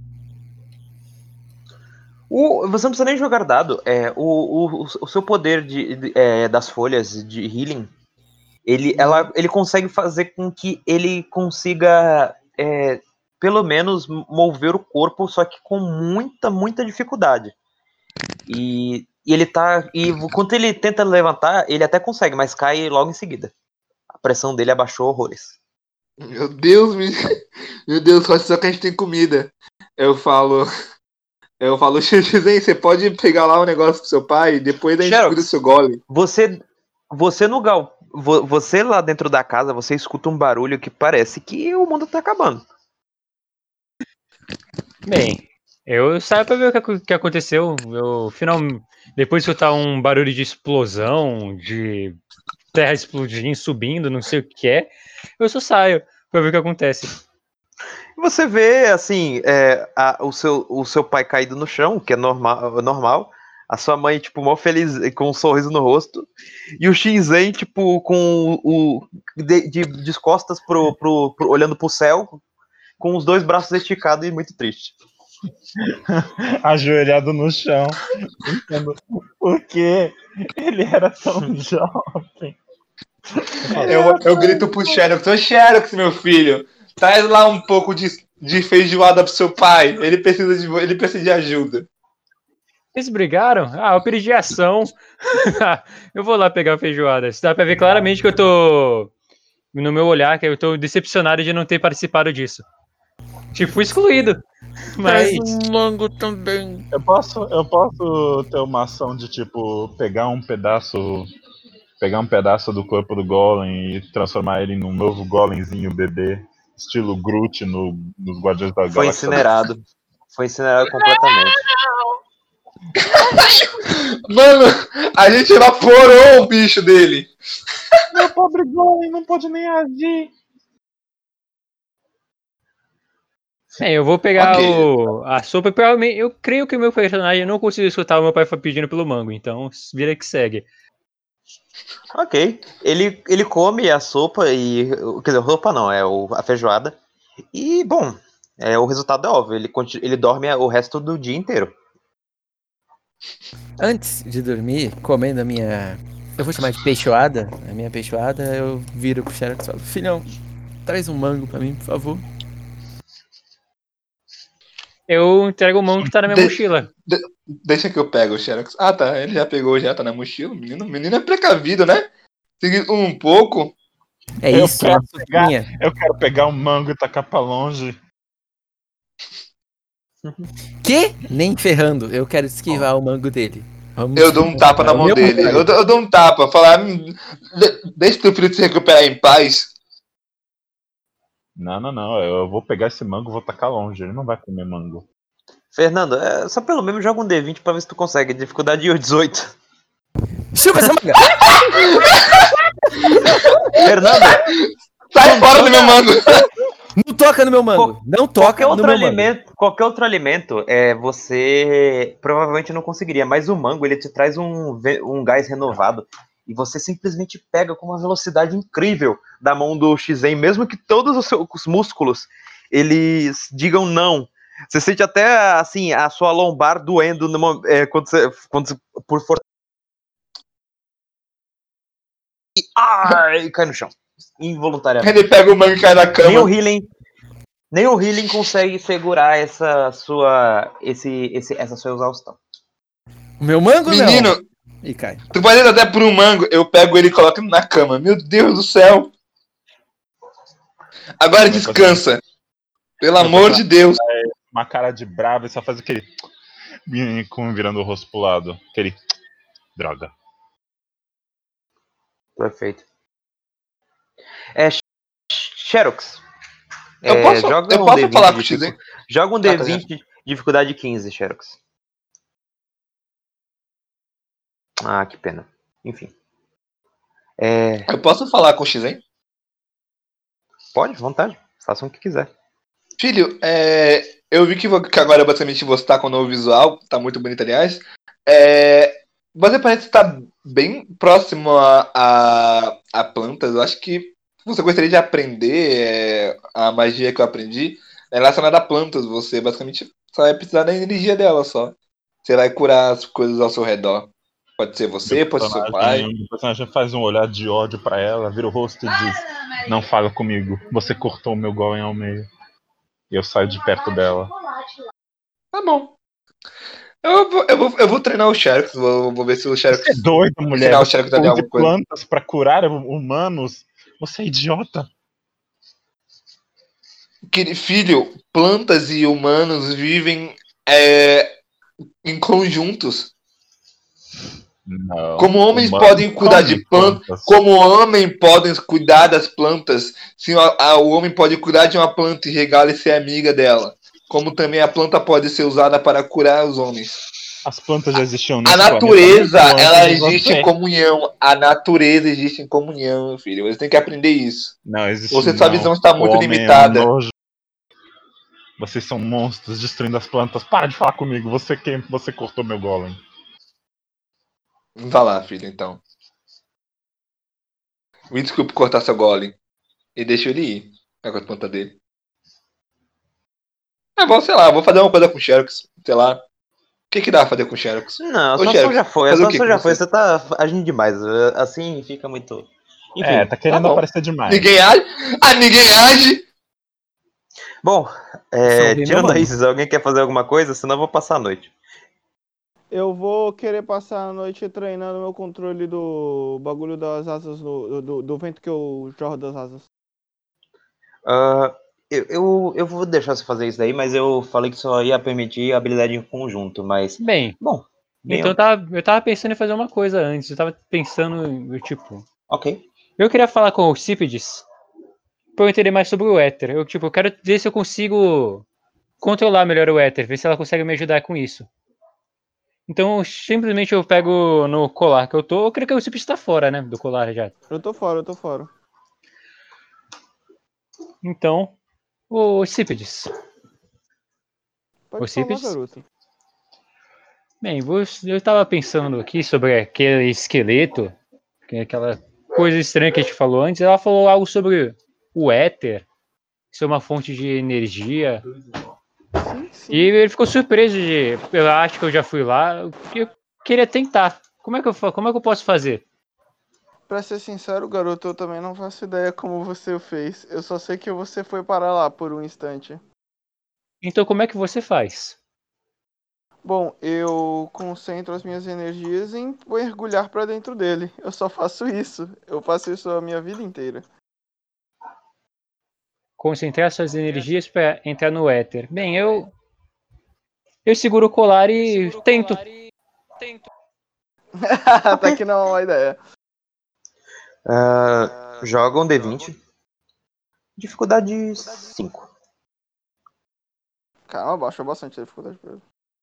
D: O, você não precisa nem jogar dado. É, o, o, o seu poder de, de, é, das folhas de healing, ele, ela, ele consegue fazer com que ele consiga, é, pelo menos, mover o corpo, só que com muita, muita dificuldade. E, e ele tá. E quando ele tenta levantar, ele até consegue, mas cai logo em seguida. A pressão dele abaixou horrores.
C: Meu Deus, me... meu Deus, só que a gente tem comida. Eu falo. Eu falo, Shizen, você pode pegar lá um negócio pro seu pai, depois a gente
D: Xerox,
C: cuida do seu golem.
D: Você, você no gal, vo- você lá dentro da casa, você escuta um barulho que parece que o mundo tá acabando.
F: Bem, eu saio pra ver o que, acon- que aconteceu. Eu final, depois de escutar um barulho de explosão, de terra explodindo, subindo, não sei o que é, eu só saio pra ver o que acontece.
D: Você vê, assim, é, a- o, seu, o seu pai caído no chão, que é normal, normal. A sua mãe, tipo, mó feliz, com um sorriso no rosto. E o Shinzen, tipo, com o. De, de, de costas pro, pro, pro- olhando pro céu, com os dois braços esticados e muito triste.
E: Ajoelhado no chão, pensando por que ele era tão jovem.
C: Eu, eu grito pro Xerox, ô Xerox, meu filho, traz lá um pouco de, de feijoada pro seu pai. Ele precisa de, ele precisa de ajuda.
F: Eles brigaram? Ah, eu perdi a ação. Eu vou lá pegar a feijoada. Dá pra ver claramente que eu tô. No meu olhar, que eu tô decepcionado de não ter participado disso. Tipo, fui excluído. Mas.
A: Traz um mango também.
E: Eu posso, eu posso ter uma ação de tipo pegar um pedaço, pegar um pedaço do corpo do Golem e transformar ele num novo Golemzinho bebê, estilo Groot no, nos Guardiões da
D: Foi
E: Galáxia.
D: incinerado. Foi incinerado completamente.
C: Mano, a gente evaporou o bicho dele.
E: Meu pobre Golem não pode nem agir.
F: É, eu vou pegar
C: Ok.
F: o, a sopa. Provavelmente, eu creio que o meu personagem não conseguiu escutar o meu pai pedindo pelo mango. Então, vira que segue.
D: Ok. Ele, ele come a sopa e. Quer dizer, a sopa não, é o, a feijoada. E, bom, é, o resultado é óbvio. Ele, continu, ele dorme o resto do dia inteiro.
A: Antes de dormir, comendo a minha. Eu vou chamar de peixoada. A minha peixoada, eu viro pro Xerox e falo: Filhão, traz um mango pra mim, por favor.
F: Eu entrego o mango que tá na minha
C: De-
F: mochila.
C: de- deixa que eu pego o Xerox. Ah, tá. Ele já pegou, já tá na mochila. Menino, menino é precavido, né? Seguir um pouco.
A: É
E: Eu
A: isso,
E: quero
A: uma
E: pegar-
A: sopinha.
E: Eu quero pegar um mango e tacar pra longe.
A: Que? Nem ferrando. Eu quero esquivar o mango dele. Vamos
C: Eu dou um tapa na
A: É o
C: mão
A: meu
C: dele.
A: mango.
C: Eu, dou- eu dou um tapa. Falar. "Hum, de- Deixa teu filho se recuperar em paz.
E: Não, não, não. Eu vou pegar esse mango e vou tacar longe. Ele não vai comer mango.
D: Fernando, é, só pelo menos joga um D vinte pra ver se tu consegue. Dificuldade de dezoito.
A: Chupa essa manga!
D: Fernando,
C: Sai fora do meu mango.
A: Não toca no meu mango. Não toca
D: qualquer
A: no
D: outro
A: meu mango.
D: alimento, qualquer outro alimento, é, você provavelmente não conseguiria. Mas o mango, ele te traz um, ve- um gás renovado. E você simplesmente pega com uma velocidade incrível da mão do Shizen, mesmo que todos os seus músculos eles digam não. Você sente até assim a sua lombar doendo no mo- é, quando você, quando você por força e ai, cai no chão involuntariamente.
C: Ele pega o mango e cai na
D: Nem o
C: cama.
D: healing, nem o healing consegue segurar essa sua esse, esse essa sua exaustão.
A: O meu mango
C: Menino,
A: não. E cai.
C: tu pode ir até por um mango. Eu pego ele e coloco ele na cama. Meu Deus do céu. Agora descansa. Pelo amor de Deus.
E: Uma cara de bravo e só faz aquele. Com virando o rosto pro lado. Aquele. Droga.
D: Perfeito. É Xerox.
C: Eu
D: É,
C: posso,
D: joga
C: eu
D: um
C: posso
D: D vinte
C: falar com o
D: de
C: X, hein?
D: dificu- Joga um
C: Ah, tá,
D: D vinte de dificuldade quinze, Xerox. Ah, que pena. Enfim. É,
C: Eu posso falar com o X, hein?
D: pode, vontade. Façam o que quiser.
C: Filho, é, eu vi que, vo- que agora basicamente você tá com o novo visual, tá muito bonito, aliás. É, você parece estar bem próximo a, a, a plantas. Eu acho que você gostaria de aprender é, a magia que eu aprendi é relacionada a plantas. Você basicamente só vai precisar da energia dela só. Você vai curar as coisas ao seu redor. Pode ser você, pode ser seu pai.
E: O personagem faz um olhar de ódio pra ela, vira o rosto e diz: Não fala comigo, você cortou o meu golem ao meio. E eu saio de perto dela.
C: Tá bom. Eu vou, eu vou, eu vou treinar o Xerox. Vou, vou ver se o Xerox.
E: Você é doido, mulher.
C: Ensinar o
E: Você
C: Xerox a fazer
E: usa
C: alguma coisa.
E: plantas pra curar humanos. Você é idiota.
C: que, filho, plantas e humanos vivem é, em conjuntos.
E: Não.
C: Como homens
E: Humanos
C: podem cuidar de
E: comem
C: plantas,
E: plantas.
C: como homem podem cuidar das plantas, se a- a- o homem pode cuidar de uma planta e regá-la e ser amiga dela. Como também a planta pode ser usada para curar os homens.
E: As plantas já existiam
C: A
E: nesse
C: natureza,
E: planeta muito
C: ela
E: antes de
C: existe em
E: você.
C: comunhão. A natureza existe em comunhão, meu filho. Você tem que aprender isso.
E: Não, existe
C: Você, sua
E: não.
C: visão está
E: O
C: muito
E: homem
C: limitada.
E: É um nojo. Vocês são monstros destruindo as plantas. Para de falar comigo. Você quem? Você cortou meu golem.
C: Vá lá, filho, então. Me desculpe cortar seu golem. E deixa ele ir. É com a planta dele. É bom, sei lá, vou fazer uma coisa com o Xerox. Sei lá. O que que dá pra fazer com o Xerox?
D: Não, a
C: Ô,
D: sua
C: Xerox,
D: ação já foi, a
C: fazer
D: sua
C: o que
D: ação
C: com
D: já foi,
C: você?
D: você tá agindo demais. Assim fica muito. Enfim.
E: É, tá querendo
C: Tá bom.
E: aparecer demais.
C: Ninguém age? Ah, ninguém age?
D: Bom, é,
A: Salvei meu
D: tirando
A: mano.
D: isso, alguém quer fazer alguma coisa? Senão eu vou passar a noite.
B: Eu vou querer passar a noite treinando meu controle do bagulho das asas, do, do, do vento que eu jorro das asas.
D: Ah, eu, eu, eu vou deixar você fazer isso daí, mas eu falei que só ia permitir a habilidade em conjunto, mas.
F: Bem,
D: Bom, bem,
F: então eu tava, eu tava pensando em fazer uma coisa antes. Eu tava pensando, em, tipo.
D: ok.
F: Eu queria falar com o Cípedes pra eu entender mais sobre o Éter. Eu, tipo, eu quero ver se eu consigo controlar melhor o Éter, ver se ela consegue me ajudar com isso. Então, simplesmente eu pego no colar que eu tô. Eu creio que o Cípedes tá fora, né? Do colar já.
B: Eu tô fora, eu tô fora.
F: Então, o Cípedes.
B: Pode
F: Ô,
B: falar,
F: Cípedes?
B: garoto.
F: Bem, você- eu tava pensando aqui sobre aquele esqueleto, que é aquela coisa estranha que a gente falou antes. Ela falou algo sobre o éter, ser uma fonte de energia.
B: Sim, sim.
F: E ele ficou surpreso de. Eu acho que eu já fui lá. Eu que- queria tentar. Como é que eu, fa- como é que eu posso fazer?
B: Pra ser sincero, garoto, eu também não faço ideia como você o fez. Eu só sei que você foi para lá por um instante.
F: Então, como é que você faz?
B: Bom, eu concentro as minhas energias em mergulhar pra dentro dele. Eu só faço isso. Eu faço isso a minha vida inteira.
F: Concentrar suas energias para entrar no éter. Bem, eu. Eu seguro o colar e tento.
B: Tá que não é uma ideia.
D: Ah, joga um D vinte. Dificuldade cinco.
B: Calma, baixou bastante a dificuldade pra ele.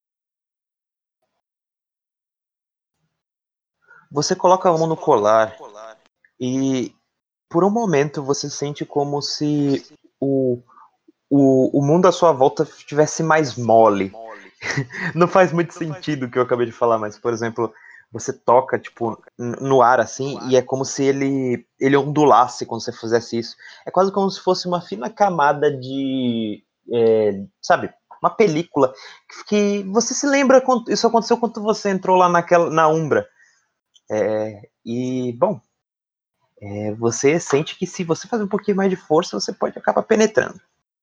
D: Você coloca a mão no colar e por um momento você sente como se o, o, o mundo à sua volta estivesse mais mole. Não faz muito sentido o que eu acabei de falar, mas, por exemplo, você toca tipo n- no ar assim e é como se ele, ele ondulasse quando você fizesse isso. É quase como se fosse uma fina camada de, é, sabe, uma película que você se lembra quando isso aconteceu quando você entrou lá naquela, na Umbra. É, e, bom, é, você sente que se você fazer um pouquinho mais de força, você pode acabar penetrando.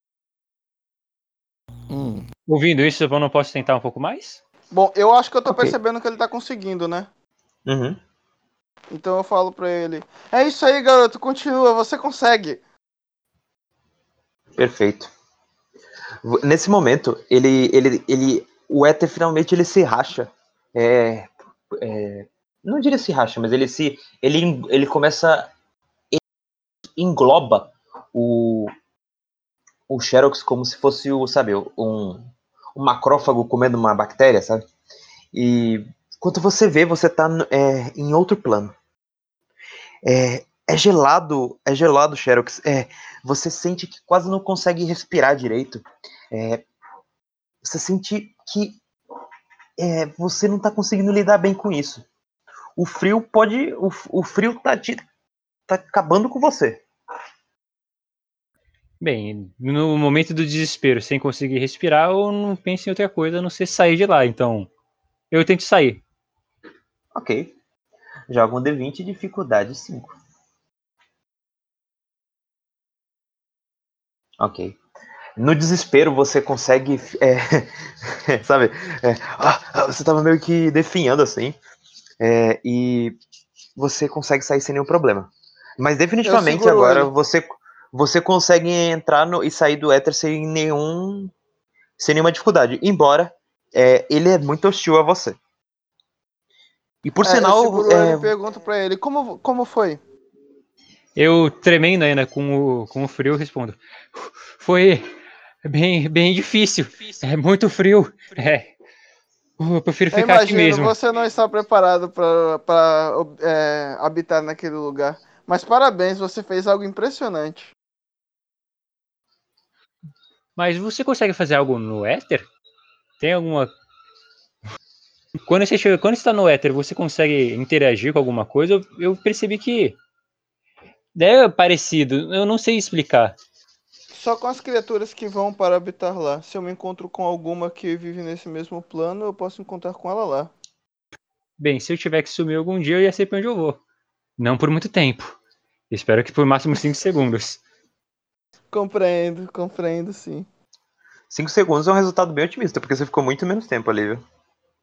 A: Hum,
F: Ouvindo isso, eu não posso tentar um pouco mais?
B: Bom, eu acho que eu tô
D: Ok.
B: percebendo que ele tá conseguindo, né?
D: Uhum.
B: Então eu falo pra ele: é isso aí, garoto, continua, você consegue.
D: Perfeito. V- Nesse momento, ele, ele, ele, o éter finalmente ele se racha. É, é, não diria se racha, mas ele se, ele, en- ele começa, ele engloba o, o Xerox como se fosse o, sabe, um, um macrófago comendo uma bactéria, sabe? E quando você vê, você tá no- é, em outro plano. É, é gelado, é gelado, Xerox. É, você sente que quase não consegue respirar direito. É, você sente que é, você não tá conseguindo lidar bem com isso. O frio pode. O, o frio tá, te, tá acabando com você.
F: Bem, no momento do desespero, sem conseguir respirar, eu não penso em outra coisa a não ser sair de lá. Então, eu tento sair.
D: Ok. Joga um D vinte, dificuldade cinco. Ok. No desespero você consegue. É, sabe? É, ah, ah, você tava meio que definhando assim. É, e você consegue sair sem nenhum problema. Mas
B: Eu
D: definitivamente
B: seguro
D: agora
B: ele.
D: você, você consegue entrar no, e sair do éter sem nenhum, sem nenhuma dificuldade. Embora é, ele é muito hostil a você. E por
B: É,
D: sinal,
B: eu seguro
D: é,
B: ele e pergunto pra ele, como, como foi?
F: Eu, tremendo ainda com o, com o frio, respondo. Foi bem, bem difícil. É muito frio. É, eu prefiro
B: Eu
F: ficar aqui
B: imagino,
F: mesmo.
B: você não está preparado pra, pra é, habitar naquele lugar. Mas parabéns, você fez algo impressionante.
F: Mas você consegue fazer algo no éter? Tem alguma. Quando você chega, quando você tá no éter, você consegue interagir com alguma coisa? Eu, eu percebi que é parecido. Eu não sei explicar.
B: Só com as criaturas que vão para habitar lá. Se eu me encontro com alguma que vive nesse mesmo plano, eu posso encontrar com ela lá.
F: Bem, se eu tiver que sumir algum dia, eu ia sei pra onde eu vou. Não por muito tempo. Espero que por máximo cinco segundos.
B: Compreendo, compreendo sim.
D: cinco segundos é um resultado bem otimista, porque você ficou muito menos tempo ali, viu?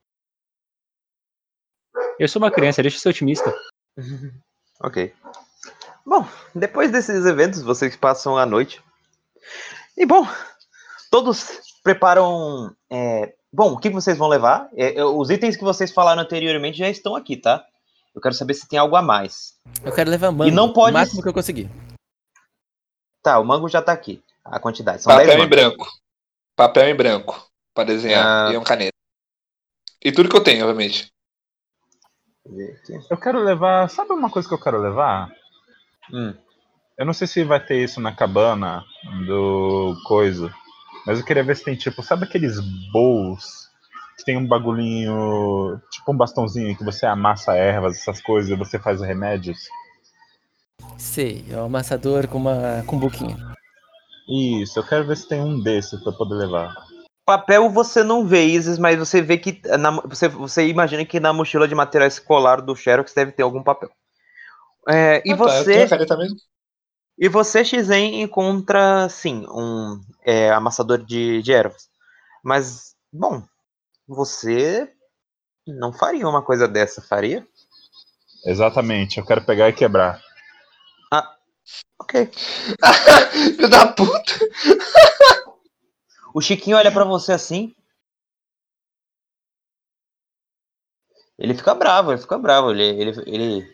F: Eu sou uma criança, deixa eu ser otimista.
D: Ok. Bom, depois desses eventos, vocês passam a noite. E bom, todos preparam. É, bom, o que vocês vão levar? É, é, os itens que vocês falaram anteriormente já estão aqui, tá? Eu quero saber se tem algo a mais.
A: Eu quero levar mango.
D: E não pode-
A: O máximo que eu conseguir.
D: Tá, o mango já tá aqui. A quantidade. São dez
C: Papel em
D: mangos.
C: branco. Papel em branco. Pra desenhar.
D: Ah.
C: E uma caneta. E tudo que eu tenho, obviamente.
D: Deixa eu ver aqui.
E: Eu quero levar. Sabe uma coisa que eu quero levar?
D: Hum.
E: Eu não sei se vai ter isso na cabana do coisa. Mas eu queria ver se tem tipo. Sabe aqueles bowls que tem um bagulhinho. Tipo um bastãozinho que você amassa ervas, essas coisas, e você faz remédios?
A: Sei, é um amassador com uma com boquinha.
E: Isso, eu quero ver se tem um desses pra eu poder levar.
D: Papel você não vê, Isis, mas você vê que. Na, você, você imagina que na mochila de material escolar do Xerox deve ter algum papel. É, e
C: Ah, tá, eu tenho
D: você.
C: a caneta mesmo.
D: E você, Xen, encontra, sim, um é, amassador de, de ervas. Mas, bom, você não faria uma coisa dessa, faria?
E: Exatamente, eu quero pegar e quebrar.
D: Ok.
C: Filho da puta.
D: O Chiquinho olha pra você assim. Ele fica bravo, ele fica bravo. Ele, ele, ele...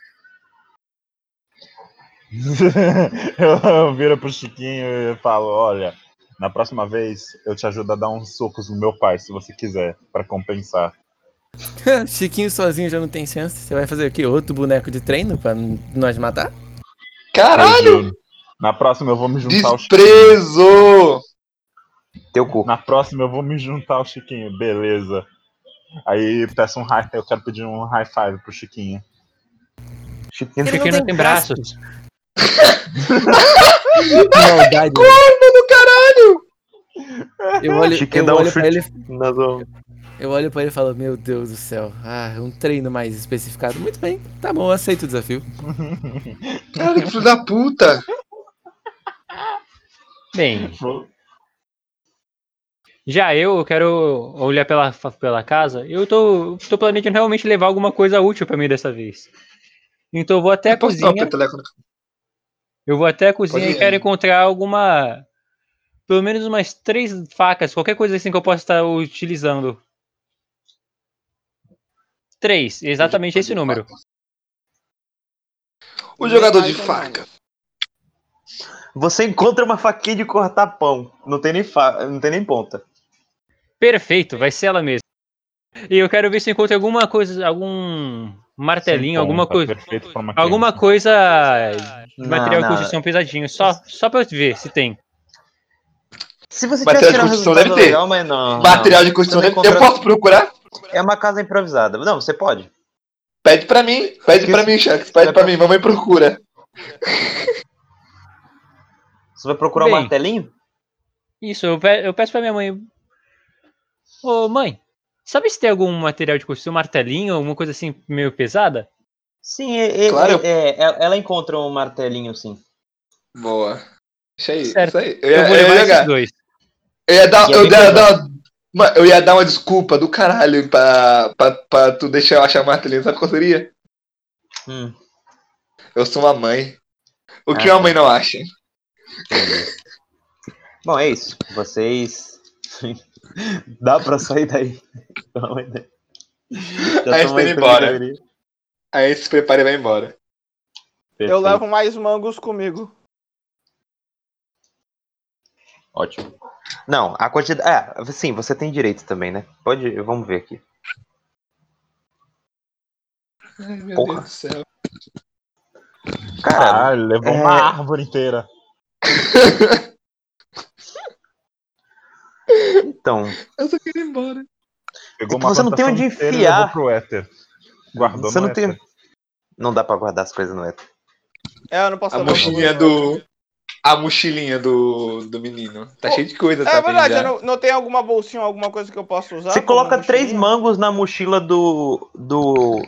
E: Eu viro pro Chiquinho e falo, olha, na próxima vez eu te ajudo a dar uns socos no meu pai, se você quiser, pra compensar.
A: Chiquinho sozinho já não tem chance. Você vai fazer o quê? Outro boneco de treino pra n- nós matar?
E: Eu
C: Caralho!
E: juro. Na próxima eu vou me juntar ao Chiquinho.
C: Desprezo!
D: Teu cu.
E: Na próxima eu vou me juntar ao Chiquinho, beleza. Aí peço um high, eu quero pedir um high five pro Chiquinho.
D: Chiquinho
A: Ele
F: Porque
A: não
F: não
A: tem
F: tem braços.
A: Que maldade.
C: Corno do caralho!
A: Eu olho,
D: Chiquinho
A: eu
D: dá um
A: olho pra
D: chute
A: ele,
D: na zona.
A: eu olho pra ele e falo, meu Deus do céu. Ah, um treino mais especificado. Muito bem, tá bom, eu aceito o desafio.
C: Cara, que filho da puta!
F: Bem, já eu quero olhar pela, pela casa. Eu tô, tô planejando realmente levar alguma coisa útil pra mim dessa vez. Então eu vou até a
C: Eu posso dar um
F: cozinha.
C: peteleco?
F: Eu vou até a cozinha
C: Pode
F: e
C: ir.
F: quero encontrar alguma. Pelo menos umas três facas, qualquer coisa assim que eu possa estar utilizando. Três, exatamente esse número.
C: O jogador de
B: Nem mais, nem
C: faca.
B: menos.
D: Você encontra uma faquinha de cortar pão. Não tem nem, fa... não tem nem ponta.
F: Perfeito, vai ser ela mesma. E eu quero ver se eu encontro alguma coisa, algum martelinho,
E: Sem
F: alguma
E: ponta,
F: coisa.
E: perfeito pra uma
F: Alguma
E: criança.
F: coisa de
D: Não,
F: material de
D: não.
F: construção pesadinho. Só, só pra eu ver se tem.
D: Se você
C: Material
D: tivesse
C: de
D: tirado um
C: construção
D: resultado
C: deve ter.
D: legal, mas não.
C: Material
D: não.
C: de construção
D: Você
C: deve
D: não
C: ter. Eu
D: encontra-
C: posso procurar?
D: É uma casa improvisada. Não, você pode.
C: Pede pra mim. Pede pra mim, Sharks. Pede pra mim. Mamãe procura.
D: Você vai procurar
F: Bem.
D: um martelinho?
F: Isso, eu, pe- eu peço pra minha mãe. Ô mãe, sabe se tem algum material de construção, martelinho, alguma coisa assim meio pesada?
D: Sim, é, é-
C: Claro.
D: é- é- ela encontra um martelinho, sim.
C: Boa. Isso aí.
F: Certo.
C: Isso aí. Eu ia,
F: Eu vou
C: eu ia
F: levar
C: jogar.
F: esses dois.
C: Eu ia dar,
D: E é
C: eu
D: bem
C: ia
D: pesado.
C: dar, uma, eu ia dar uma desculpa do caralho pra, pra, pra tu deixar eu achar o martelinho. Sabe qual seria?
D: Hum.
C: Eu sou uma mãe. O que
D: Ah,
C: uma mãe não acha?
D: Bom, é isso. Vocês. Dá pra sair daí. Pelo amor de Deus. Já
C: Aí
D: tô
C: você
D: mais
C: vai embora.
D: tranquilo ali.
C: Aí se prepara e vai embora.
B: Eu
D: Perfeito.
B: levo mais mangos comigo.
D: Ótimo. Não, a quantidade. Ah, sim, você tem direito também, né? Pode. Vamos ver aqui.
C: Ai, meu
D: Porra.
C: Deus do céu.
D: Cara,
E: Ah, ele levou
D: é-
E: uma árvore inteira.
D: então.
C: Eu só quero ir embora.
E: Pegou
D: É que
E: uma
D: você não tem
E: plantação
D: onde
E: inteira e levou
D: enfiar.
E: pro éter. Guardou
D: Você
E: no
D: não tem.
E: éter.
D: Não dá pra guardar as coisas no éter.
B: É, eu não posso
C: A
B: levar os
C: mochilinha
B: bagulhos.
C: do. A mochilinha do, do menino. Tá
B: Oh,
C: cheio de coisa
B: É
C: também
B: verdade,
C: já.
B: eu não, não tem alguma bolsinha, alguma coisa que eu possa usar?
D: Você
B: como
D: coloca três
B: mochilinha?
D: mangos na mochila do. do.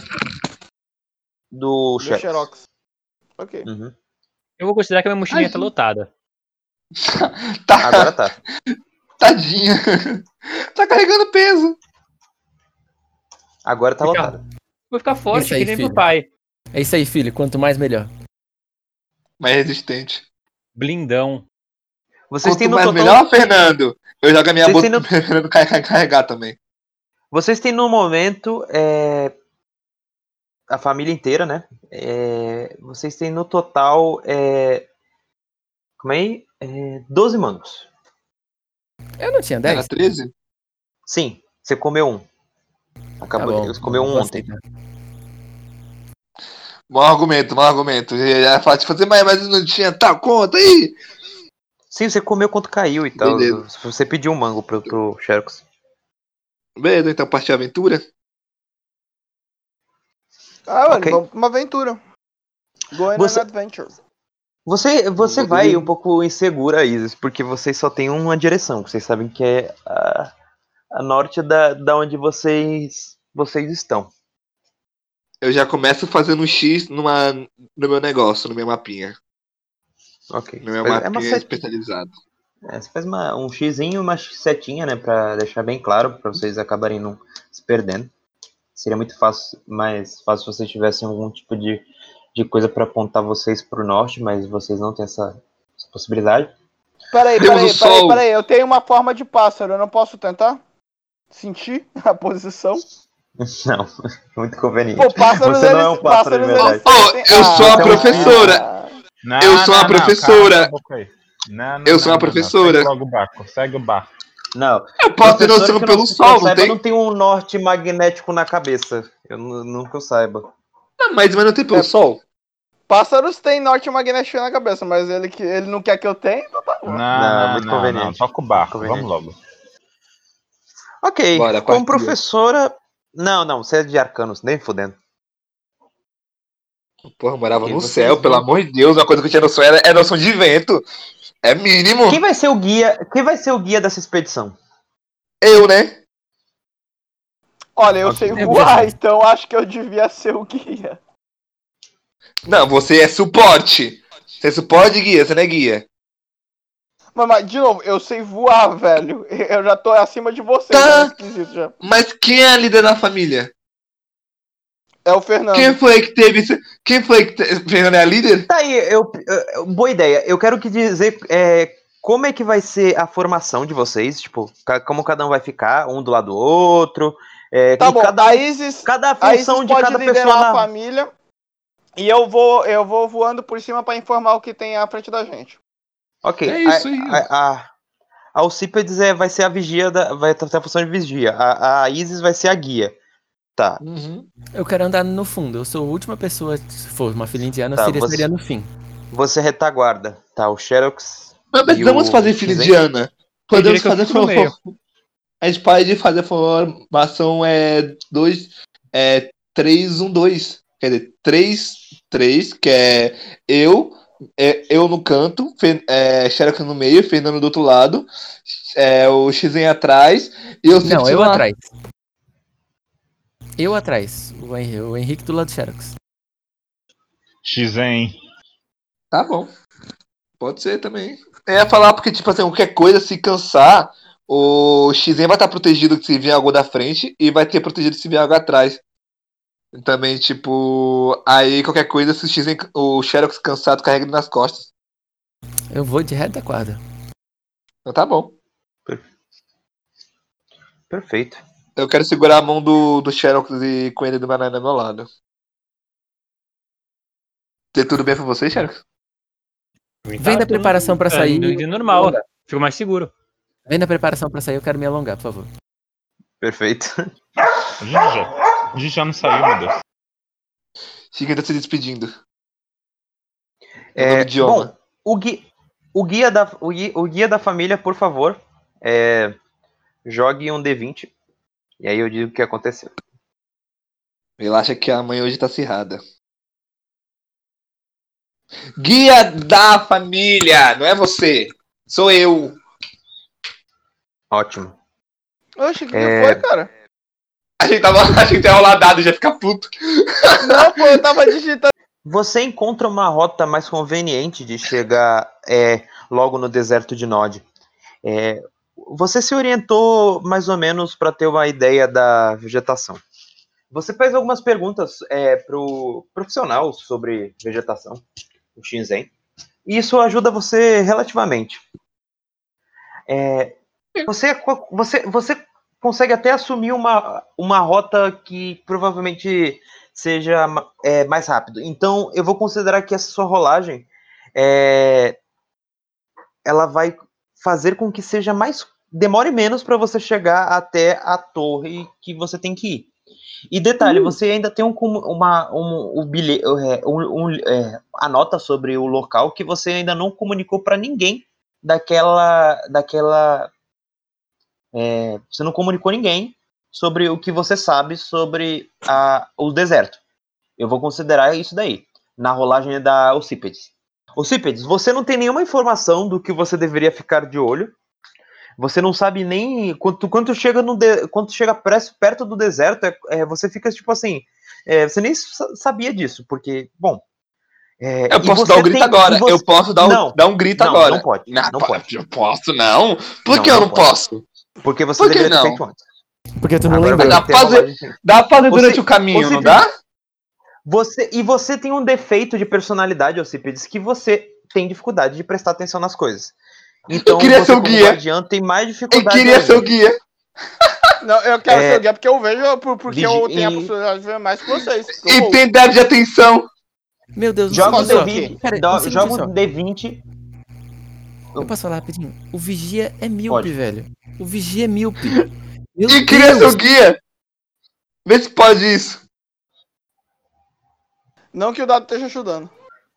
D: do
B: Do
D: Xerox.
B: Xerox. Ok.
D: Uhum.
F: Eu vou considerar que a minha mochilinha tá
C: Ai,
F: lotada.
C: Tá,
D: Agora tá.
C: tadinha. Tá carregando peso.
D: Agora tá
F: Fica-
D: lotada.
F: Vou ficar forte,
A: Isso aí,
F: que nem meu
A: filho.
F: pai.
A: É isso aí, filho. Quanto mais, melhor.
C: Mais resistente.
F: Blindão.
D: Vocês têm
C: Quanto
D: no
C: mais
D: total.
C: melhor, Fernando. Eu jogo a minha
D: Vocês
C: bota
D: têm no-
C: pro Fernando carregar, carregar também.
D: Vocês têm no momento. é, A família inteira, né? É, Vocês têm no total. É... Como é? É... doze mangos.
A: Eu não tinha
C: Era
A: dez?
C: treze?
D: Sim, você comeu um.
A: Tá
D: Acabou
A: bom.
D: de... Você comeu um
A: vou
D: ontem.
A: aceitar.
C: Bom argumento, bom argumento. Já fala de fazer, mas, mas não tinha tal conta aí.
D: Sim, você comeu quando caiu e tal.
C: Beleza.
D: Você pediu um mango pro, pro Xerox.
C: Beleza, então partir a aventura.
B: Ah, mano,
D: Ok.
B: vamos pra uma aventura. Going
D: Você-
B: on adventure.
D: Você, você
C: Vou
D: vai
C: beber.
D: um pouco insegura, Isis, porque vocês só tem uma direção. Vocês sabem que é a, a norte da, da onde vocês, vocês estão.
C: Eu já começo fazendo um X numa, no meu negócio, no meu mapinha.
D: Ok.
C: No meu
D: Você faz- é uma
C: mapinha
D: seta-
C: especializado.
D: é, você faz uma, um xizinho e uma setinha, né? Pra deixar bem claro, pra vocês acabarem não se perdendo. Seria muito fácil, mais fácil se vocês tivessem algum tipo de, de coisa pra apontar vocês pro norte, mas vocês não têm essa, essa possibilidade.
B: Peraí,
C: Temos
B: peraí,
C: o
B: peraí,
C: sol.
B: peraí. Eu tenho uma forma de pássaro, eu não posso tentar? Sentir a posição?
D: Não, muito conveniente.
B: Pô, pássaros,
D: Você não é
B: eles,
D: um pássaro de
B: pássaros,
D: verdade.
B: eles
C: Oh,
B: sentem-
C: eu sou a
B: Ah,
C: professora.
E: Não,
C: Eu sou
E: não,
C: a
E: não,
C: professora.
E: cala a boca aí. Não, não,
C: Eu
E: não,
C: sou a
E: não, não.
C: professora.
E: Segue logo o barco. Segue o barco.
D: Não.
C: Eu posso ter
D: Professora
C: noção
D: que eu
C: pelo
D: não- que eu
C: sol, não
D: saiba,
C: tem?
D: não tem um norte magnético na cabeça. Eu nu- nunca eu saiba.
C: Ah, mas, mas não tem pelo
B: É.
C: sol?
B: Pássaros têm norte magnético na cabeça, mas ele, que- ele não quer que eu tenha, então tá bom.
E: Não,
D: Não,
E: não,
D: muito
E: não, não.
D: conveniente.
E: Toca o barco.
D: Muito
E: Vamos logo.
D: Ok,
C: Bora,
D: como
C: partiu.
D: professora. Não, não, você é de arcanos, nem fudendo.
C: Porra, eu morava
D: Ok,
C: no
D: vocês
C: céu, pelo
D: vão-
C: amor de Deus. Uma coisa que eu tinha noção era, é noção de vento. É mínimo.
D: Quem vai ser o guia? Quem vai ser o guia dessa expedição?
C: Eu, né?
B: Olha, eu
E: Ok.
B: sei
A: É
B: voar,
A: verdade.
B: então acho que eu devia ser o guia.
C: Não, você é suporte. Você é suporte, guia, você não é guia.
B: Mas, mas, de novo, eu sei voar, velho. Eu já tô acima de vocês,
C: Tá.
B: é esquisito já.
C: Mas quem é a líder da família?
B: É o Fernando.
C: Quem foi que teve isso? Quem foi que te... Fernando é a líder?
D: Tá aí, eu, eu- boa ideia. Eu quero que dizer é, como é que vai ser a formação de vocês, tipo, ca- como cada um vai ficar, um do lado do outro. É,
B: Tá
D: e
B: bom,
D: cada,
B: a Isis,
D: cada
B: a Isis
D: função de
B: pode
D: cada
B: liderar
D: pessoa
B: a
D: na...
B: família e eu vou, eu vou voando por cima pra informar o que tem à frente da gente.
D: Ok,
C: É isso
D: a,
C: aí.
D: A, a, a Alcípedes é, vai ser a vigia, da, vai ter a função de vigia. A, a Isis vai ser a guia. Tá.
C: Uhum.
A: Eu quero andar no fundo. Eu sou a última pessoa. Se for uma filha indiana,
D: Tá,
A: eu seria,
D: você-
A: seria no fim.
D: Você é retaguarda. Tá, o Xerox.
C: Não precisamos
D: E o
C: fazer filha
D: Xizen?
C: indiana.
F: Eu
C: Podemos
F: diria que eu
C: fazer
F: fico no meio.
C: formação. A gente pode fazer formação é dois, é três, um, dois. Quer dizer, três, três, que é eu, é, eu no canto, Fe- é, Xerox no meio, Fernando do outro lado, é, o Xizen atrás e eu
A: Não,
C: sempre
A: eu
C: lá.
A: atrás. Eu atrás. O Henrique, o Henrique do lado do Xerox.
E: Xizen.
C: Tá bom. Pode ser também. Eu ia falar porque, tipo assim, qualquer coisa, se cansar, o Xizen vai estar protegido se vier algo da frente e vai ter protegido se vier algo atrás. E também, tipo, aí qualquer coisa, se o Xizen, o Xerox cansado, carrega ele nas costas.
A: Eu vou de retaguarda.
C: Então tá bom.
D: Perfeito.
C: Eu quero segurar a mão do, do Xerox e com ele do Banana do meu lado. Tá tudo bem pra você, Xerox?
A: Vem da preparação pra
F: Tá
A: sair.
F: indo indo normal, fico mais seguro.
A: Vem da preparação pra sair, eu quero me alongar, por favor.
D: Perfeito.
E: A gente já, a gente já não saiu, meu Deus.
C: Chica tá se despedindo.
D: É,
C: É, idioma.
D: bom, o, gui, o, guia da, o, guia, o guia da família, por favor, é, jogue um D vinte. E aí eu digo o que aconteceu.
C: Ele acha que a mãe hoje tá acirrada. Guia da família! Não é você! Sou eu!
D: Ótimo.
B: Oxe, o que,
D: É.
B: que foi, cara?
C: A gente tava a gente ia rolar dado e já fica puto.
B: Não, pô, eu tava digitando.
D: Você encontra uma rota mais conveniente de chegar é, logo no deserto de Nod. É, você se orientou mais ou menos para ter uma ideia da vegetação. Você fez algumas perguntas é, para o profissional sobre vegetação, o Shinzen, e isso ajuda você relativamente. É, você, você, você consegue até assumir uma, uma rota que provavelmente seja é, mais rápido. Então, eu vou considerar que essa sua rolagem é, ela vai fazer com que seja mais demore menos para você chegar até a torre que você tem que ir. E detalhe, uhum. Você ainda tem um, uma um, um bilhete, um, um, é, a nota sobre o local que você ainda não comunicou para ninguém daquela daquela é, você não comunicou ninguém sobre o que você sabe sobre a, o deserto. Eu vou considerar isso daí, na rolagem da Alcípedes. Alcípedes, você não tem nenhuma informação do que você deveria ficar de olho. Você não sabe nem... Quando, quando chega, no de, quando chega perto do deserto, é, é, você fica tipo assim... É, você nem sabia disso, porque, bom... É,
C: eu posso dar um grito tem, agora. Você, eu posso dar um,
D: não,
C: dar um grito
D: não,
C: agora.
D: Não pode.
C: Não,
D: não pode.
C: Eu posso, não. Por
D: não,
C: que
D: não
C: eu não
D: pode.
C: posso?
D: Porque você
C: Por que
D: deveria
C: não?
D: ter feito antes.
A: Porque tu não
D: Agora
A: lembrou.
C: Dá pra fazer, dá pra fazer durante você, o caminho, não dá?
D: Você, e você tem um defeito de personalidade, Alcípedes, que você tem dificuldade de prestar atenção nas coisas. Então,
C: eu queria
D: você,
C: ser o
D: como
C: guia.
D: guardião, tem mais dificuldade.
C: Eu queria ser o guia.
B: Não, eu quero
D: É,
B: ser o guia porque eu vejo, porque
D: vigi-
B: eu tenho a
D: e-
B: possibilidade de ver mais que vocês. que eu
C: E
B: vou.
C: tem déficit de atenção.
A: Meu Deus, um
D: Joga um
A: segundo só.
D: D vinte.
A: Pera,
D: dá-
A: um segundo
D: joga
A: só.
D: um D vinte.
A: Eu posso falar rapidinho? O Vigia é míope,
D: Pode.
A: velho. O Vigia é míope. Meu
C: E queria ser
A: Deus.
C: o guia. Vê se pode isso.
B: Não que o dado esteja ajudando.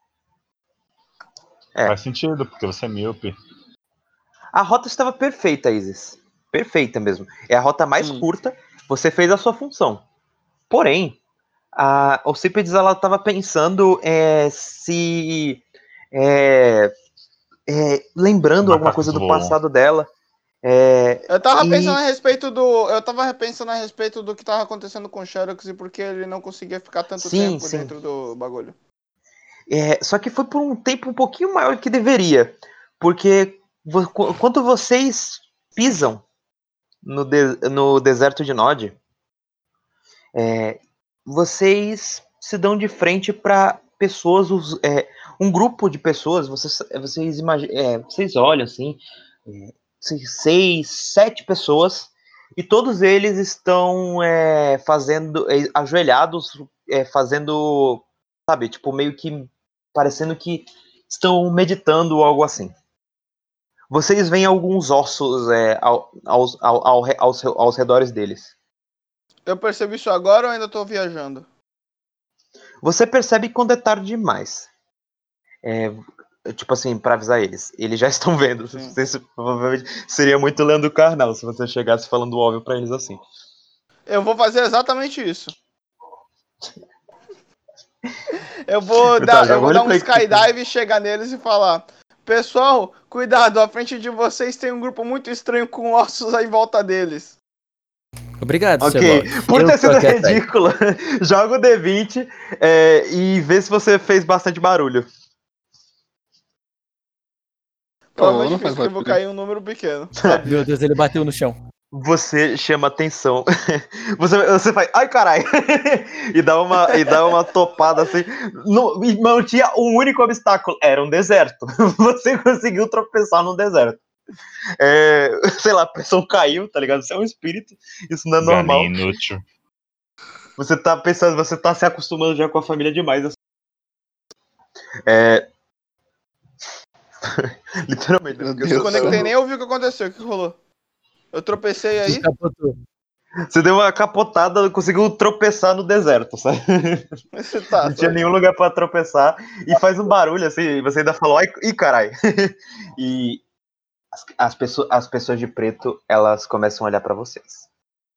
D: É.
E: Faz sentido, porque você é míope.
D: A rota estava perfeita, Isis. Perfeita mesmo. É a rota mais
B: Hum.
D: curta. Você fez a sua função. Porém, a Alcípedes ela estava pensando é, se é, é, lembrando alguma coisa do
E: voam.
D: passado dela. É,
B: Eu tava
D: e-
B: pensando a respeito do. Eu tava pensando a respeito do que tava acontecendo com o Xerox e porque ele não conseguia ficar tanto
D: Sim,
B: tempo
D: sim.
B: dentro do bagulho.
D: É, só que foi por um tempo um pouquinho maior que deveria. Porque vo- qu- quando vocês pisam no, de- no deserto de Nod, é, vocês se dão de frente para pessoas, os- é, um grupo de pessoas, vocês, vocês, imagi- é, vocês olham assim, é, seis, seis, sete pessoas, e todos eles estão é, fazendo, é, ajoelhados, é, fazendo, sabe, tipo, meio que parecendo que estão meditando ou algo assim. Vocês veem alguns ossos é, ao, aos, ao, ao, aos, aos redores deles.
B: Eu percebi isso agora ou ainda tô viajando?
D: Você percebe quando é tarde demais. É, tipo assim, pra avisar eles. Eles já estão vendo.
B: Sim.
D: Isso provavelmente seria muito Leandro Carnal se você chegasse falando óbvio pra eles assim.
B: Eu vou fazer exatamente isso. Eu vou
D: Tá,
B: dar,
D: já
B: eu vou
D: olha
B: dar um
D: pra
B: skydive, chegar neles e falar: Pessoal, cuidado, à frente de vocês tem um grupo muito estranho com ossos aí em volta deles.
A: Obrigado,
D: Ok,
A: Sherlock.
D: por
A: Eu
D: ter
A: tô
D: sido
A: aqui atrás.
D: ridícula, joga o D vinte é, e vê se você fez bastante barulho.
B: Provavelmente
C: não
B: fiz,
C: faz
B: porque eu vou
C: barulho.
B: cair um número pequeno.
A: Meu Deus, ele bateu no chão.
D: Você chama atenção. Você, você faz, ai caralho! e, dá uma, e dá uma topada assim. Não, e não tinha um único obstáculo, era um deserto. Você conseguiu tropeçar num deserto. É, sei lá, a pressão caiu, tá ligado? Você é um espírito, isso não é normal.
E: Galinha inútil.
D: Você tá pensando, você tá se acostumando já com a família demais. Assim. É. Literalmente.
C: Meu
D: porque
C: Deus
B: Eu
C: do
B: conectei
C: céu.
B: nem ouvi o que aconteceu. O que rolou? Eu tropecei aí.
A: Capotou.
D: Você deu uma capotada, conseguiu tropeçar no deserto, sabe?
B: Você tá.
D: Não tinha
B: sabe?
D: nenhum lugar pra tropeçar. E faz um barulho assim, e você ainda falou, ai, ih, carai. E as, as, pessoas, as pessoas de preto, elas começam a olhar pra vocês.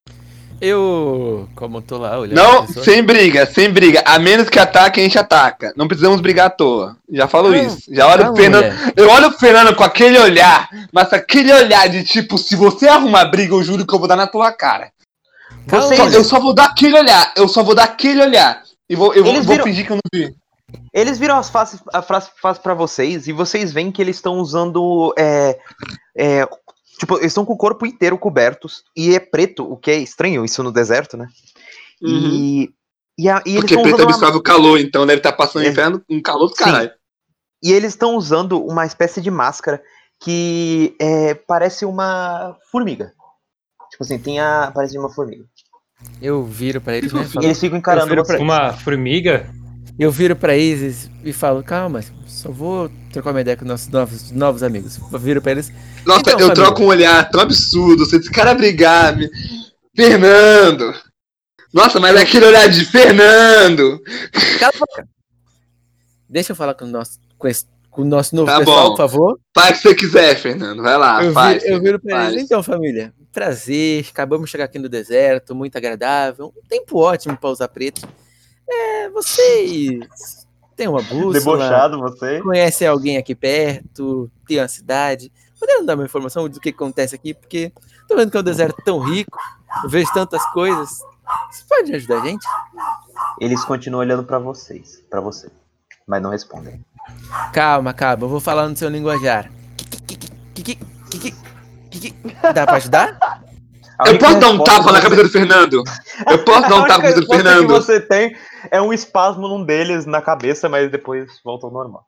A: Eu, como tô lá olhando
C: Não,
A: a pessoa,
C: sem briga, sem briga. A menos que ataque, a gente ataca. Não precisamos brigar à toa. Já falo
A: Calma,
C: isso. Já olho
A: calma,
C: o Fernando.
A: mulher.
C: Eu olho o Fernando com aquele olhar, mas aquele olhar de tipo, se você arrumar briga, eu juro que eu vou dar na tua cara.
A: Calma,
D: Vocês-
C: Só-
A: mulher.
C: eu só vou dar aquele olhar. Eu só vou dar aquele olhar. E vou, eu vou,
D: Eles
C: vou
D: viram-
C: fingir que eu não vi.
D: Eles viram as faces, a frase faz pra vocês e vocês veem que eles estão usando. É, é, tipo, eles estão com o corpo inteiro cobertos e é preto, o que é estranho isso no deserto, né? E, e, a- e eles
C: Porque
D: estão
C: preto
D: usando uma,
C: absorve o calor, então deve estar passando
D: É.
C: inferno um calor do
D: Sim.
C: caralho.
D: e eles estão usando uma espécie de máscara que é, parece uma formiga. Tipo assim, tem a. Parece uma formiga.
A: Eu viro pra eles, né?
D: E
A: Falo,
D: eles ficam encarando
A: viro pra-
D: vocês.
F: Uma formiga?
A: eu viro pra Isis e falo, calma, só vou trocar uma ideia com nossos novos, novos amigos. Eu viro pra eles.
C: Nossa,
A: Então,
C: eu
A: família.
C: troco um olhar tão absurdo. Se esse cara brigar, me... Fernando! Nossa, mas é aquele olhar de Fernando!
A: Cala a boca. Deixa eu falar com o nosso, com esse- com o nosso novo
C: Tá
A: pessoal,
C: bom.
A: por favor.
C: Faz o que você quiser, Fernando. Vai lá,
A: eu,
C: faz.
A: viro, eu viro pra
C: faz.
A: eles. Então, família, prazer. Acabamos de chegar aqui no deserto, muito agradável. Um tempo ótimo pra usar preto. É, vocês têm uma bússola,
D: Debochado você.
A: conhecem alguém aqui perto, tem uma cidade. Poderiam dar uma informação do que acontece aqui? Porque tô vendo que é um deserto tão rico, eu vejo tantas coisas. Você pode ajudar a gente?
D: Eles continuam olhando pra vocês. Pra você. Mas não respondem.
A: Calma, calma, eu vou falar no seu linguajar. Kiki, kiki, kiki. Dá pra ajudar?
D: A
C: Eu
D: única
C: posso dar um
D: resposta
C: tapa na
D: que
C: cabeça do Fernando? Eu posso dar
D: A
C: um tapa na
D: única
C: cabeça do
D: resposta que
C: Fernando?
D: você tem é um espasmo num deles na cabeça, mas depois volta ao normal.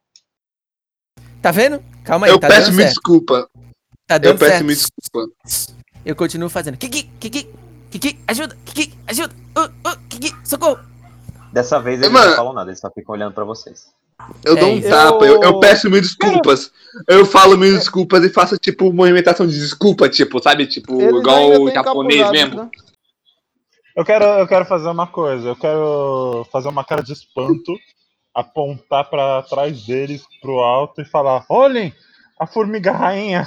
A: Tá vendo? Calma aí,
C: Eu
A: tá
C: peço
A: dando
C: mil
A: certo.
C: desculpa.
A: Tá
C: Eu
A: dando
C: peço
A: certo.
C: mil desculpa.
A: Eu continuo fazendo. Kiki, kiki, kiki, ajuda, kiki, ajuda, uh, uh, kiki, socorro.
D: Dessa vez eles
C: Mano.
D: não falam nada, eles só ficam olhando pra vocês.
C: Eu dou
A: É
C: um
A: isso.
C: tapa, eu, eu
B: Eu-
C: peço mil desculpas. Eu falo mil desculpas e faço, tipo, movimentação de desculpa, tipo, sabe? Tipo,
B: Eles
C: igual
B: ainda
C: o
B: têm
C: japonês
B: encapuzados,
C: mesmo.
B: né?
E: Eu quero, eu quero fazer uma coisa. Eu quero fazer uma cara de espanto, apontar pra trás deles, pro alto e falar: olhem, a formiga rainha.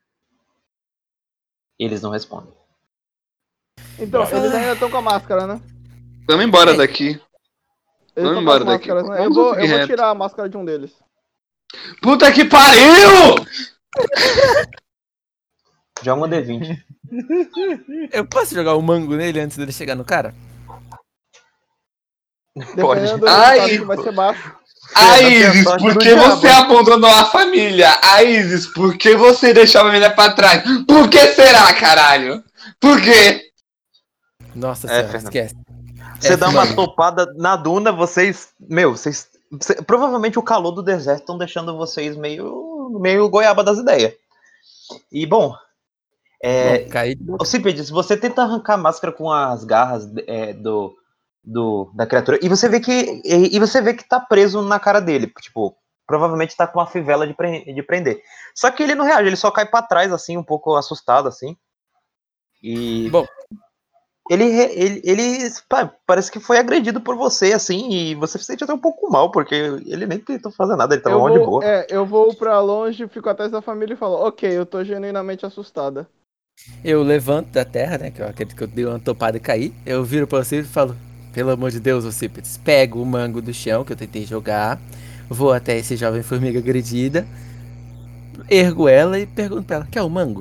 D: E eles não respondem.
B: Então,
A: Vai.
B: eles ainda estão com a máscara, né?
C: Vamos embora
A: É.
C: daqui.
B: Eles
C: Vamos
B: estão com as
C: embora daqui.
B: máscaras, né? Eu
C: Vamos
B: vou,
C: seguir
B: eu vou
C: reto.
B: tirar a máscara de um deles.
C: Puta que pariu!
D: Joga um D vinte.
A: Eu posso jogar o mango nele antes dele chegar no cara?
D: Pode.
B: Dependendo do
C: Ai.
B: resultado que vai ser baixo.
C: A
D: Fernando tem a
C: Isis,
D: sorte
C: por
D: do
C: que
D: diabo.
C: você abandonou a família? A Isis, por que você deixou a família pra trás? Por que será, caralho? Por quê?
A: Nossa
D: É,
A: senhora,
D: Fernando.
A: esquece.
D: Você
A: É,
D: dá uma
A: mano.
D: topada na duna, vocês. Meu, vocês. cê- provavelmente o calor do deserto estão deixando vocês meio. meio goiaba das ideias. E bom. É,
A: Bom, caí de boca.
D: Ô, Cípedes, você tenta arrancar a máscara com as garras é, do, do, da criatura e você vê que e, e você vê que tá preso na cara dele, tipo, provavelmente tá com uma fivela de, pre, de prender. Só que ele não reage, ele só cai pra trás assim, um pouco assustado assim. E
A: Bom,
D: ele re- ele, ele pá, parece que foi agredido por você assim e você se sente até um pouco mal porque ele nem tentou fazer nada, ele tava
B: Eu
D: mal de
B: vou,
D: boa.
B: é, eu vou pra longe, fico atrás da família e falo, ok, eu tô genuinamente assustada.
A: eu levanto da terra, né? Que eu acredito que eu dei uma topada e caí. Eu viro pra você e falo: pelo amor de Deus, Ocípedes, pego o mango do chão que eu tentei jogar, vou até esse jovem formiga agredida, ergo ela e pergunto pra ela: quer o mango?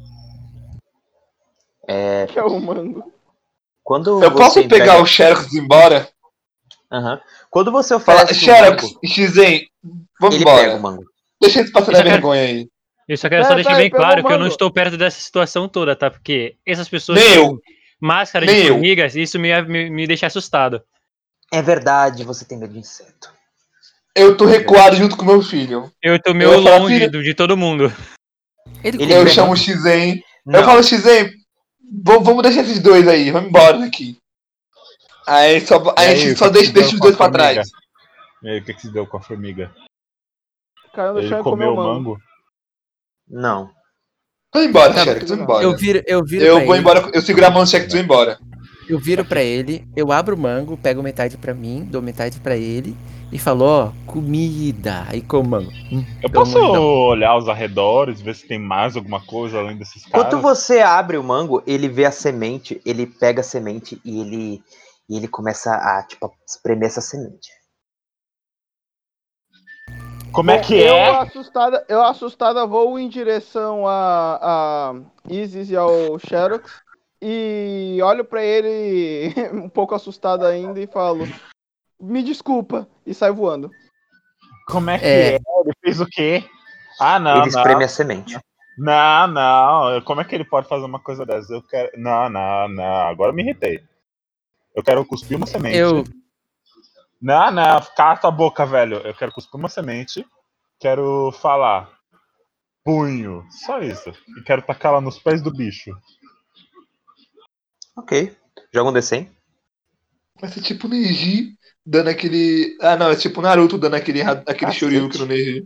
D: É,
B: Que é o mango.
D: quando
C: Eu
D: você
C: posso
D: entrega-
C: pegar o Xerox e ir embora?
D: Aham. Quando você
C: Fala,
D: oferece o
C: Xerox
D: mango,
C: e Xen, vamos
D: ele pega o
C: embora.
D: mango.
C: Deixa eles passar
D: Eu
C: a
D: só quero-
C: vergonha aí.
F: Eu só quero
B: É,
F: só deixar
B: tá,
F: bem
B: ele pegou
F: claro
B: o
F: que eu não
B: mango.
F: estou perto dessa situação toda, tá? Porque essas pessoas
C: Nem
F: têm
C: eu.
F: máscara
C: Nem
F: de
C: eu.
F: formigas e isso me, me, me deixa assustado.
D: É verdade, você tem medo de inseto.
C: Eu tô recuado junto com meu filho.
F: Eu tô
C: Eu
F: meio
C: vou falar,
F: longe
C: filho,
F: do- de todo mundo.
A: Ele
D: Ele
C: eu
A: comeu o
D: pega-
C: chamo o
A: mango?
C: Xizen. Eu
D: Não,
C: falo, Xizen, v- vamos deixar esses dois aí, vamos embora daqui. Aí só,
E: E
C: a
E: aí,
C: gente
E: o
C: só
E: que
C: deixa,
E: que deu
C: deixa os
E: com a
C: dois pra
E: formiga?
C: trás.
E: E aí, o que, que se deu com a formiga?
B: Caiu no
E: Ele
B: chão e comeu
E: comeu
B: o
E: o
B: mango.
E: mango?
D: não.
C: Vamos embora,
A: Tá,
C: Sherlock, vamos
B: Filho da
A: Eu
C: embora.
A: viro, eu viro
C: Eu
A: pra
C: vou
A: ele.
C: embora, eu seguro a mão do Sherlock e vou embora.
A: Eu viro pra ele, eu abro o mango, pego metade pra mim, dou metade pra ele e falo, ó, comida. Aí como mango. Hum,
E: Eu
A: pelo
E: posso
A: amor de Deus.
E: olhar os arredores, ver se tem mais alguma coisa além desses
D: Quando
E: caras?
D: você abre o mango, ele vê a semente, ele pega a semente e ele, e ele começa a, tipo, espremer essa semente.
E: Como é
B: Bom,
E: que
B: eu
E: é?
B: assustada, eu assustada vou em direção a, a Isis e ao Xerox e olho pra ele um pouco assustado ainda e falo: "Me desculpa" e saio voando.
E: Como é que
A: É.
E: é? Ele fez o quê? Ah, não,
D: Ele espreme
E: não.
D: a semente.
E: Não, não. Como é que ele pode fazer uma coisa dessa? Eu quero. Não, não, não. Agora eu me irritei. Eu quero cuspir uma semente.
A: Eu,
E: Não, não. Cala tua boca, velho. Eu quero cuspir uma semente. Quero falar. Punho. Só isso. E quero tacar ela nos pés do bicho.
D: Ok. Joga um D cem.
C: Vai ser tipo o Neji dando aquele. Ah, não, é tipo o Naruto dando aquele, aquele
D: Cacete.
C: Shoryuken no Neji.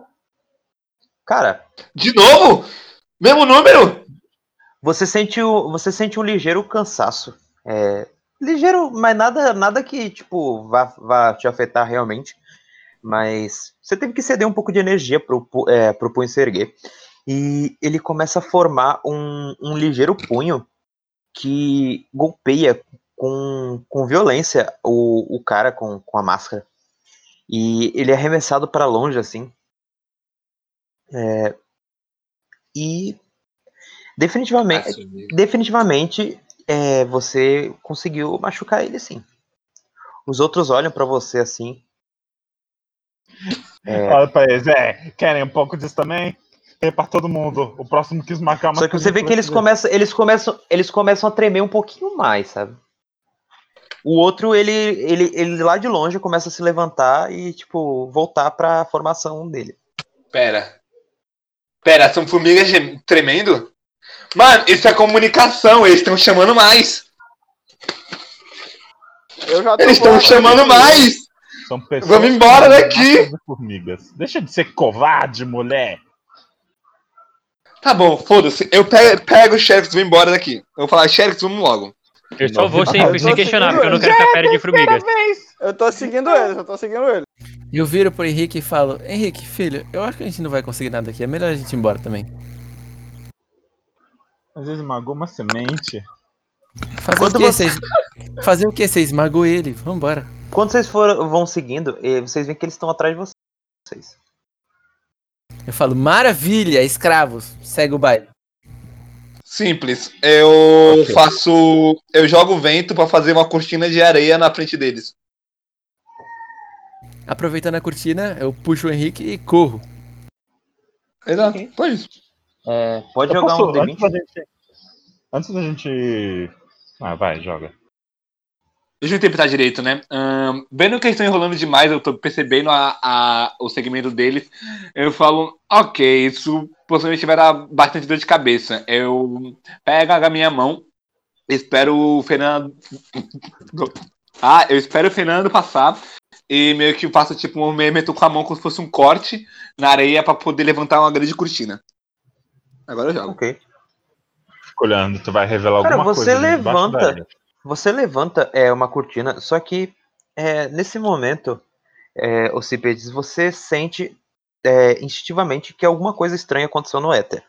D: Cara,
C: De novo? Mesmo número?
D: você sente, o, você sente um ligeiro cansaço. É, ligeiro, mas nada, nada que, tipo, vá, vá te afetar realmente. Mas você teve que ceder um pouco de energia pro, pu- é, pro punho se erguer. E ele começa a formar um, um ligeiro punho que golpeia com, com violência o, o cara com, com a máscara. E ele é arremessado para longe, assim. É, e definitivamente, definitivamente é, você conseguiu machucar ele, sim. Os outros olham para você assim. É,
E: Olha pra eles. É, querem um pouco disso também? É pra todo mundo. O próximo quis marcar uma
D: só que você vê que eles começam, eles começam, eles começam a tremer um pouquinho mais, sabe? O outro, ele, ele, ele lá de longe começa a se levantar e, tipo, voltar pra formação dele.
C: Pera. Pera, são formigas gem- tremendo? Mano, isso é comunicação, eles estão chamando mais.
B: Eu já tô
C: Eles estão
B: voando
C: chamando
B: aqui.
C: mais.
E: São pessoas
C: Vamos embora
E: com
C: daqui.
E: máscaras de formigas. Deixa de ser covarde, mulher.
C: Tá bom, foda-se. Eu pego, pego o Xerox e vou embora daqui. Eu vou falar, Xerox, vamos logo.
F: Eu só vou sem,
E: Novidade.
F: sem questionar,
B: seguindo
F: porque eu não
B: ele.
F: quero ficar perto de formigas.
B: Eu tô seguindo ele, eu tô seguindo ele.
A: eu viro pro Henrique e falo, Henrique, filho, eu acho que a gente não vai conseguir nada aqui. É melhor a gente ir embora também.
E: Às vezes esmagou uma semente.
A: Fazer
D: Quando
A: o quê?
D: você-
A: Vocês... Fazer o quê? Você esmagou ele. Vambora.
D: Quando vocês for, vão seguindo, eh, vocês veem que eles estão atrás de vocês.
A: Eu falo, maravilha, escravos. Segue o baile.
C: Simples. Eu
E: Ok.
C: faço. Eu jogo vento pra fazer uma cortina de areia na frente deles.
A: Aproveitando a cortina, eu puxo o Henrique e corro.
C: Exato. Foi isso.
D: É, pode
E: Eu
D: jogar
E: posso,
D: um D
E: antes da
D: vinte.
E: gente. Antes da gente. Ah, vai, joga.
C: Deixa eu interpretar direito, né? Ahn, vendo que eles estão enrolando demais, eu tô percebendo a, a- o segmento deles. Eu falo, ok, isso possivelmente vai dar bastante dor de cabeça. Eu pego a minha mão, espero o Fernando. Ah, eu espero o Fernando passar e meio que faço tipo um movimento com a mão como se fosse um corte na areia pra poder levantar uma grande cortina. Agora eu jogo.
D: Ok.
E: Olhando, tu vai revelar
D: Cara,
E: alguma
D: você
E: coisa ali debaixo da
D: levanta.
E: areia.
D: Você levanta é, uma cortina, só que é, nesse momento, é, Ocípedes, você sente é, instintivamente que alguma coisa estranha aconteceu no éter.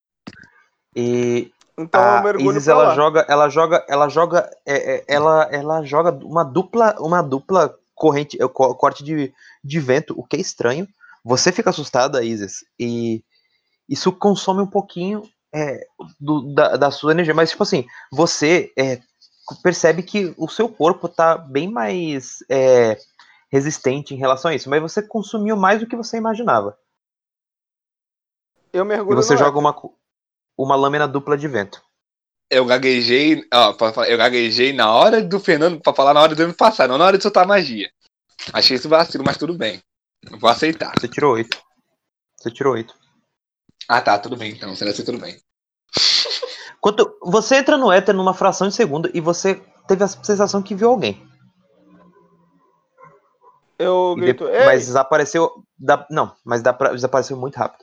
D: E
B: Então eu
D: a
B: mergulho
D: Isis
B: pra
D: ela
B: lá.
D: joga, ela joga, ela joga, é, é, ela, ela joga uma dupla, uma dupla corrente, é, co- corte de, de vento, o que é estranho. Você fica assustada, Isis, e isso consome um pouquinho é, do- da, da sua energia, mas tipo assim, você é, percebe que o seu corpo tá bem mais é, resistente em relação a isso, mas você consumiu mais do que você imaginava.
B: Eu
D: E
B: mergulho
D: você
B: no
D: joga
B: éter.
D: uma, cu- uma lâmina dupla de vento.
C: Eu gaguejei, ó, pra falar, eu gaguejei na hora do Fernando, pra falar na hora do ano passar, não na hora de soltar magia. Achei esse vacilo, mas tudo bem. Eu vou aceitar.
D: Você tirou oito. Você tirou oito.
C: Ah, tá, tudo bem então. Será que tudo bem?
D: Quando você entra no éter numa fração de segundo e você teve a sensação que viu alguém.
B: Eu
D: E
B: grito,
D: de-
B: ei!
D: Mas desapareceu. Da, não, mas dá pra- desapareceu muito rápido.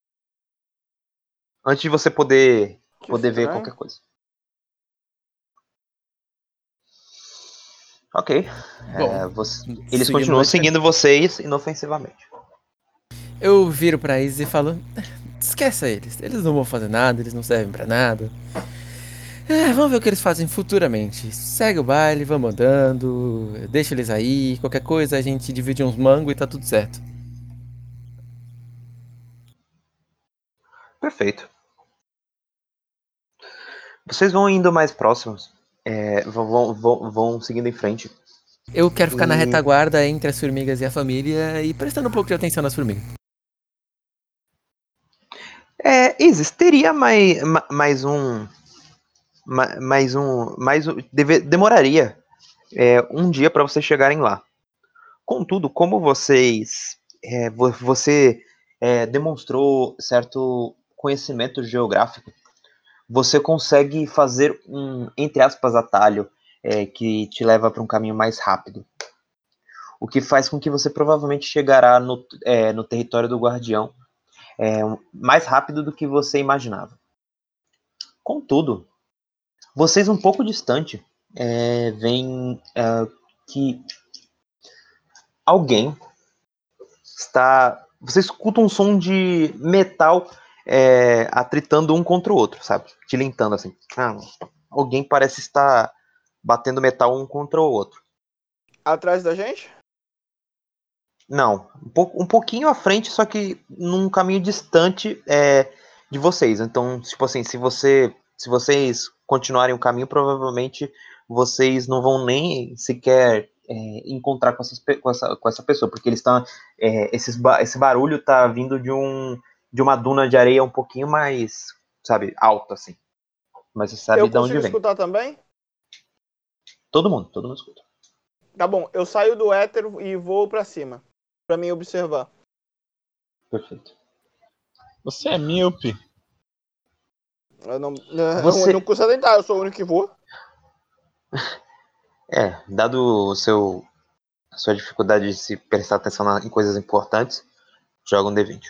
D: Antes de você poder,
B: Que
D: poder ver
B: estranho.
D: qualquer coisa. Ok.
A: Bom,
D: É, você- eles
A: seguindo
D: continuam
A: mais-
D: seguindo vocês inofensivamente.
A: Eu viro pra Isis e falo: esqueça eles, eles não vão fazer nada, eles não servem pra nada. É, vamos ver o que eles fazem futuramente. Segue o baile, vamos andando, deixa eles aí, qualquer coisa a gente divide uns mangos e tá tudo certo.
D: Perfeito. Vocês vão indo mais próximos. É, vão, vão, vão, vão seguindo em frente.
A: Eu quero ficar na
D: E-
A: retaguarda entre as formigas e a família e prestando um pouco de atenção nas formigas.
D: É, Isis, teria mais, ma- mais um. ma- Mais um. Mais um deve- demoraria é, um dia para vocês chegarem lá. Contudo, como vocês. é, vo- você é, demonstrou certo conhecimento geográfico, você consegue fazer um, entre aspas, atalho é, que te leva para um caminho mais rápido. O que faz com que você provavelmente chegará no, é, no território do Guardião é, mais rápido do que você imaginava. Contudo, vocês um pouco distante é, veem é, que alguém está... Você escuta um som de metal é, atritando um contra o outro, sabe? Tilintando assim. Ah, alguém parece estar batendo metal um contra o outro.
B: Atrás da gente?
D: Não, um, pouco, um pouquinho à frente, só que num caminho distante é, de vocês. Então, tipo assim, se você, se vocês continuarem o caminho, provavelmente vocês não vão nem sequer é, encontrar com, essas, com, essa, com essa pessoa, porque eles estão, é, esses, esse barulho tá vindo de um de uma duna de areia um pouquinho mais, sabe, alta assim. Mas você sabe
B: Eu
D: de onde
B: consigo
D: vem.
B: escutar também?
D: Todo mundo, todo mundo escuta.
B: Tá bom, eu saio do éter e vou pra cima. Pra mim observar.
D: Perfeito.
E: Você é míope.
B: Eu não, não,
D: Você-
B: não custa tentar, eu sou o único que vou.
D: É, dado o seu, a sua dificuldade de se prestar atenção na- em coisas importantes, joga um D vinte.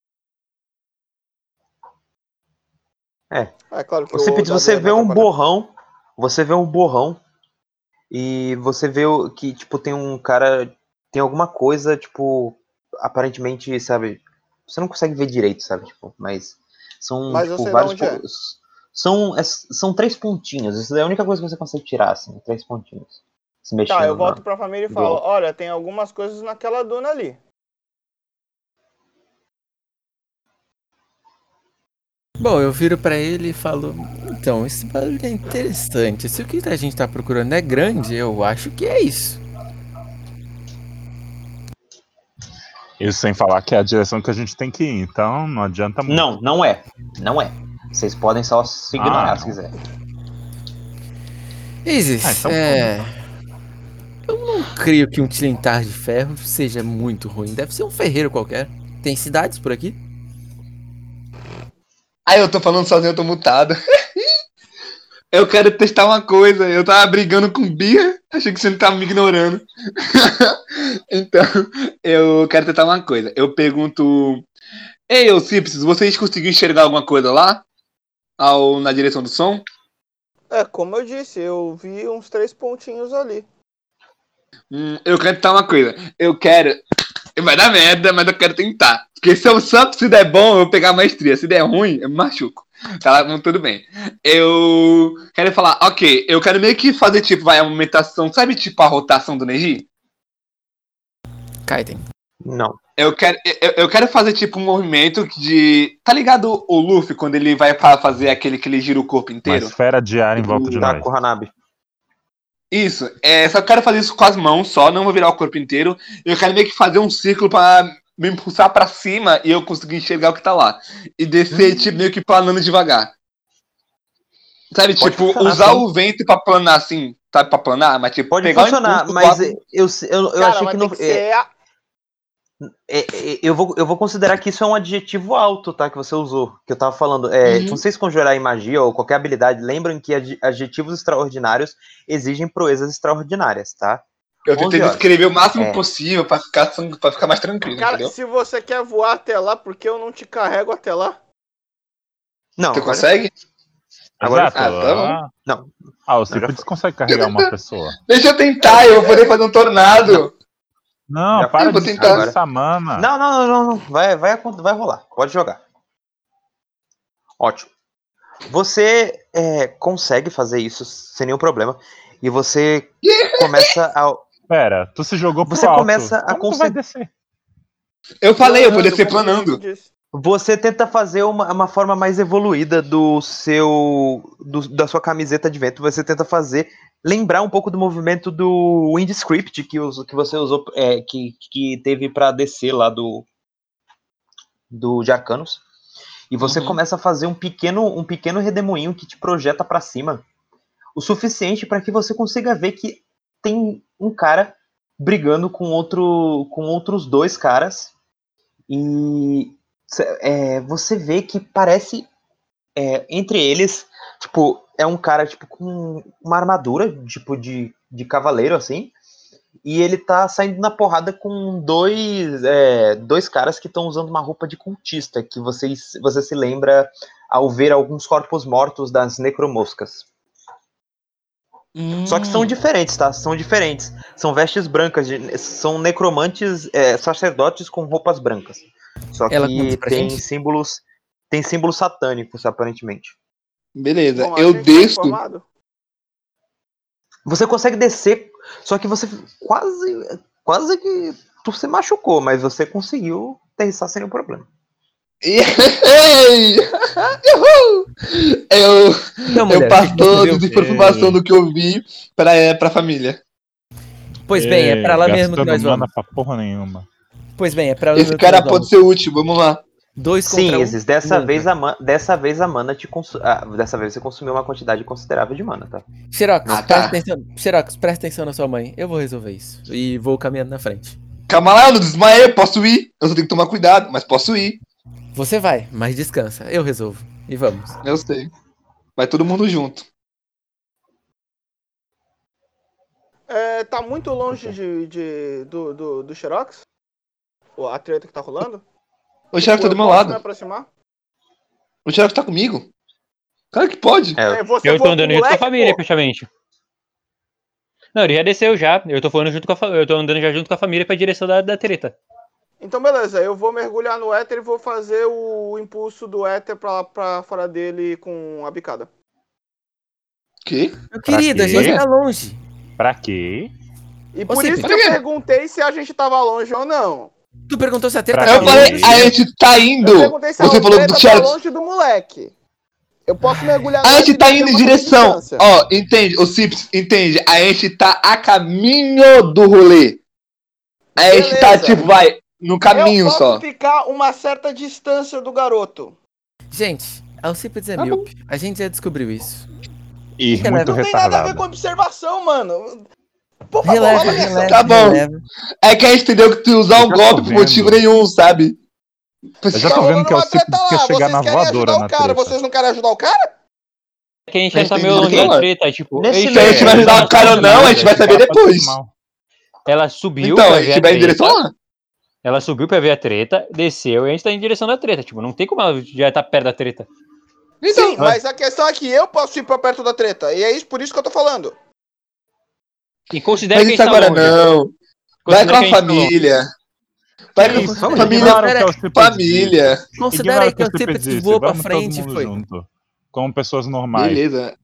D: É,
B: É claro que
D: você,
B: o dado
D: você
B: é
D: vê um
B: atrapalhar.
D: borrão, você vê um borrão e você vê o- que, tipo, tem um cara, tem alguma coisa, tipo, aparentemente, sabe, você não consegue ver direito, sabe, tipo, mas são,
B: Mas eu
D: tipo,
B: sei
D: vários
B: de onde é.
D: po- são, é- são três pontinhos, isso é a única coisa que você consegue tirar, assim, três pontinhos, se mexendo.
B: Tá, eu
D: na-
B: volto pra família e
D: do
B: falo,
D: alto.
B: olha, tem algumas coisas naquela duna ali.
A: Bom, eu viro pra ele e falo: então, esse barulho é interessante. Se o que a gente tá procurando é grande, eu acho que é isso.
E: Isso sem falar que é a direção que a gente tem que ir, então não adianta muito.
D: Não, não é, não é. Vocês podem só se ignorar
E: Ah,
D: se
E: não.
D: quiser.
A: Isis,
E: Ah, então
A: é. Eu não creio que um tilintar de ferro seja muito ruim. Deve ser um ferreiro qualquer. Tem cidades por aqui?
C: Ah, eu tô falando sozinho, eu tô mutado. Eu quero testar uma coisa. Eu tava brigando com o Bia, achei que você não tava me ignorando. Então, eu quero tentar uma coisa. Eu pergunto: ei, ô Cipsis, vocês conseguiram enxergar alguma coisa lá? Ao, na direção do som?
B: É, como eu disse, eu vi uns três pontinhos ali.
C: Hum, eu quero tentar uma coisa. Eu quero. Vai dar merda, mas eu quero tentar. Porque se eu só se der bom, eu vou pegar a maestria. Se der ruim, eu me machuco. Tá, mas tudo bem. Eu quero falar, ok, eu quero meio que fazer tipo, vai, a movimentação, sabe tipo a rotação do Neji?
A: Kaiten.
D: Não.
C: Eu quero, eu, eu quero fazer tipo um movimento de. Tá ligado o Luffy quando ele vai pra fazer aquele que ele gira o corpo
E: Uma
C: inteiro?
E: esfera de ar em volta de
D: Tá
E: nós.
D: com o Hanabi.
C: Isso, é, só quero fazer isso com as mãos só, não vou virar o corpo inteiro. Eu quero meio que fazer um círculo pra me impulsar pra cima e eu conseguir enxergar o que tá lá. E descer, tipo, meio que planando devagar. Sabe,
D: Pode
C: tipo,
D: funcionar,
C: usar
D: sim.
C: o vento pra planar assim, sabe, pra planar, mas tipo,
D: Pode
C: pegar
D: funcionar,
C: o impulso
D: mas
C: do
D: eu, eu, eu, eu
B: Cara,
D: achei
B: mas
D: que
B: tem
D: não.
B: que ser a-
D: É, é, eu, vou, eu vou considerar que isso é um adjetivo alto, tá? Que você usou. Que eu tava falando. É,
C: Uhum.
D: Quando vocês conjurarem magia ou qualquer habilidade, lembrem que ad- adjetivos extraordinários exigem proezas extraordinárias, tá?
C: Eu tentei
D: onze horas.
C: descrever o máximo
D: É.
C: possível pra ficar, pra ficar mais tranquilo,
B: Cara,
C: entendeu?
B: se você quer voar até lá, por que eu não te carrego até lá?
D: Não,
C: Você
D: agora-
C: consegue?
D: Agora
E: Exato.
C: Ah, tá bom.
E: Ah,
D: Não.
E: ah, o
D: Não, já
E: Cípedes
D: foi.
E: consegue carregar uma pessoa.
C: Deixa eu tentar, eu vou poder fazer um tornado.
E: Não,
D: Já
E: para
C: foi, vou
E: de
C: tentar.
E: desperdiçar mana.
D: Não, não, não, não, não. Vai, vai, acon- vai rolar. Pode jogar. Ótimo. Você é, consegue fazer isso sem nenhum problema. E você começa a.
E: Pera, tu se jogou pro
D: Você
E: alto.
D: começa a
E: Como tu vai
D: conce-
E: descer?
C: Eu falei, eu vou
B: Planando,
C: descer
B: como o
C: planando.
B: Felipe disse.
D: Você tenta fazer uma, uma forma mais evoluída do seu. do- da sua camiseta de vento. Você tenta fazer. Lembrar um pouco do movimento do Wind Script que, us- que você usou. é, que, que teve pra descer lá do. do Jacanos. E você
C: Uhum.
D: começa a fazer um pequeno, um pequeno redemoinho que te projeta pra cima. O suficiente para que você consiga ver que tem um cara brigando com outro com outros dois caras. E cê- é, você vê que parece é, entre eles, tipo, é um cara tipo com uma armadura tipo de, de cavaleiro assim. E ele tá saindo na porrada com dois, é, dois caras que estão usando uma roupa de cultista, que vocês, você se lembra ao ver alguns corpos mortos das necromoscas. Só que são
C: Hum.
D: diferentes, tá? São diferentes. São vestes brancas, de- são necromantes, é, sacerdotes com roupas brancas. Só
A: Ela conta
D: que
A: pra
D: tem
A: gente?
D: símbolos, tem símbolos satânicos, aparentemente.
C: Beleza,
B: Bom, a
C: eu
B: gente tá
C: desço.
B: informado?
D: Você consegue descer, só que você quase, quase que tu se machucou, mas você conseguiu aterrissar sem nenhum problema.
C: Ei! Uhul! Eu,
A: Então,
C: eu
A: mulher, o que
C: passo
A: que você
C: toda a
A: viu?
C: desinformação do que eu vi pra, é, pra família.
A: Pois bem, é pra lá mesmo que
E: Gastando
A: nós
E: mana
A: vamos.
E: pra porra nenhuma.
A: Pois bem, é pra lá
C: Esse
A: mesmo que
C: cara
A: nós
C: pode
A: vamos.
C: ser útil, vamos lá.
A: Dois
D: Sim,
A: contra um.
D: Isis, dessa
A: nunca.
D: vez, a man- dessa vez a mana te consu... ah, dessa vez você consumiu uma quantidade considerável de mana, tá?
A: Xerox,
C: Ah,
A: presta
C: tá.
A: atenção. Xerox, presta atenção na sua mãe. Eu vou resolver isso. E vou caminhando na frente.
C: Calma lá, eu não desmaiei, eu posso ir. Eu só tenho que tomar cuidado, mas posso ir.
A: Você vai, mas descansa. Eu resolvo. E vamos.
C: Eu sei. Vai todo mundo junto.
B: É, tá muito longe de, de- do, do, do Xerox? Ou a treta que tá rolando?
C: O Xerox tá
B: Eu
C: do meu
B: posso
C: lado.
B: me aproximar?
C: O Xerox tá comigo. Claro que pode.
D: É,
B: É, você
F: Eu tô
B: voa
F: andando
B: com o
F: junto com a
B: moleque,
F: família,
B: pô?
F: praticamente. Não, ele já desceu já. Eu tô falando junto com a fa... Eu tô andando já junto com a família pra direção da, da treta.
B: Então beleza, eu vou mergulhar no éter e vou fazer o impulso do éter pra, pra fora dele com a bicada.
C: Que?
A: Meu
E: Pra
A: querido, a
E: quê?
A: gente tá longe.
E: Pra quê?
B: E por
A: Cip,
B: isso que
C: pra
B: eu
C: quê?
B: perguntei se a gente tava longe ou não.
A: Tu perguntou se a treta
E: Pra
C: Eu
A: tá
E: quê?
C: falei,
A: longe.
C: a gente tá indo.
B: Eu perguntei se
C: Você
B: a
C: falou
B: treta
C: do
B: tá
C: Xerox.
B: longe do moleque. Eu posso mergulhar no
C: A gente
B: éter
C: tá
B: e
C: indo em
B: manter uma certa
C: direção.
B: distância.
C: Ó, entende? O Cips, entende? A gente tá a caminho do rolê. A gente tá,
B: Beleza.
C: tipo, vai, no caminho
B: eu posso
C: só.
B: ficar uma certa distância do garoto.
A: Gente, Alcibiades é
C: Tá bom.
A: míope. A gente já descobriu isso.
E: E
A: Releva.
E: muito
B: Não tem nada a ver
E: retardado.
B: com observação, mano. Por favor,
A: Releva,
B: rola minha ação.
A: releva,
C: Tá bom.
A: releva.
C: É que a gente entendeu que tu ia usar
E: Eu
C: um
E: já
C: golpe
E: tô
C: por
E: vendo.
C: motivo nenhum, sabe?
E: Eu já
B: Tá
E: tô vendo
B: rolando
E: que é o
B: uma treta
E: Cipedes
B: lá.
E: quer chegar
B: Vocês
E: na
B: querem ajudar
E: voadora
B: o
E: na
B: cara,
E: treta.
B: vocês não querem ajudar o cara?
F: É que a gente
C: A
F: já
C: gente
F: tá
C: tem
F: meio
C: que
F: longe
C: falar.
F: da treta, tipo...
D: Nesse
F: gente-
C: Se a gente vai ajudar o cara ou não, a gente vai saber
E: Ela pode
C: depois.
E: ser mal.
F: Ela subiu
C: Então,
F: pra
C: a
F: ver
C: gente
F: a
C: vai em
F: treta.
C: direção lá.
F: Ela subiu pra ver a treta, desceu e a gente tá em direção da treta. Tipo, não tem como ela já tá perto da treta.
C: Então,
B: Sim, mas a questão é que eu posso ir pra perto da treta. E é isso, por isso que eu tô falando.
F: E considera
C: mas
F: que a
C: isso
F: gente tá
C: agora
F: longe.
C: não. Vai
F: Considera
C: com a
F: que gente tá longe.
C: família. Vai com
A: Isso,
C: a
A: vamos,
C: família.
E: Ignora o que é o Cipedes
C: Família.
E: disse.
A: Considera
E: Ignora
A: aí
E: o
A: que
E: o
A: o Cipedes
E: Cipedes disse.
A: voou pra
E: Vamos todo
A: frente e
E: mundo
A: foi.
E: junto. Como pessoas normais.
C: Beleza.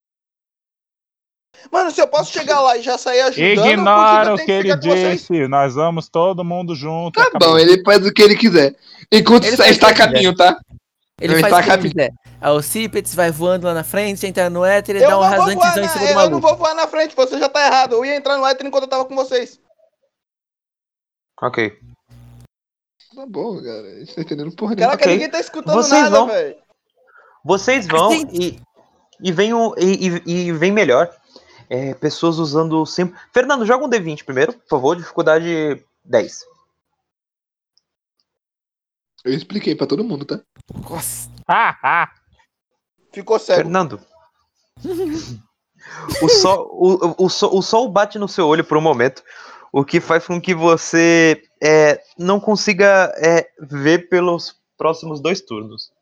B: Mano, se eu posso chegar lá e já sair ajudando, por que
E: Ignora
B: eu
E: o
B: tenho
E: que
B: que
E: ele
B: ficar com vocês?
E: disse. Nós vamos todo mundo junto.
C: Tá
E: acabou.
C: bom, ele faz o que ele quiser. Enquanto
A: Ele
C: a
A: faz
C: gente tá
A: o
C: a
A: que ele
C: caminho, tá?
A: Ele
C: Ele
A: faz
C: tá
A: o que ele
C: caminho.
A: quiser. A Alcibiades vai voando lá na frente, entra no éter e
B: Eu
A: dá um
B: não, vou voar
A: rasantezão em
B: na,
A: cima do
B: eu não
A: maluco.
B: vou voar na frente, você já tá errado. Eu ia entrar no éter enquanto eu tava com vocês.
D: Ok.
C: Tá bom, cara. A gente tá entendendo porra nenhuma.
B: Caraca,
D: Ok.
B: ninguém tá escutando
D: Vocês
B: nada,
D: vão.
B: velho.
D: Vocês vão
A: Sim.
D: e, e, vem um, e, e- e vem melhor. É, pessoas usando sim. Fernando, joga um D vinte primeiro, por favor, dificuldade dez.
C: Eu expliquei pra todo mundo, tá?
A: Nossa.
F: Ah, ah.
B: Ficou cego.
D: Fernando. o, sol, o, o, sol, o sol bate no seu olho por um momento, o que faz com que você é, não consiga é, ver pelos próximos dois turnos.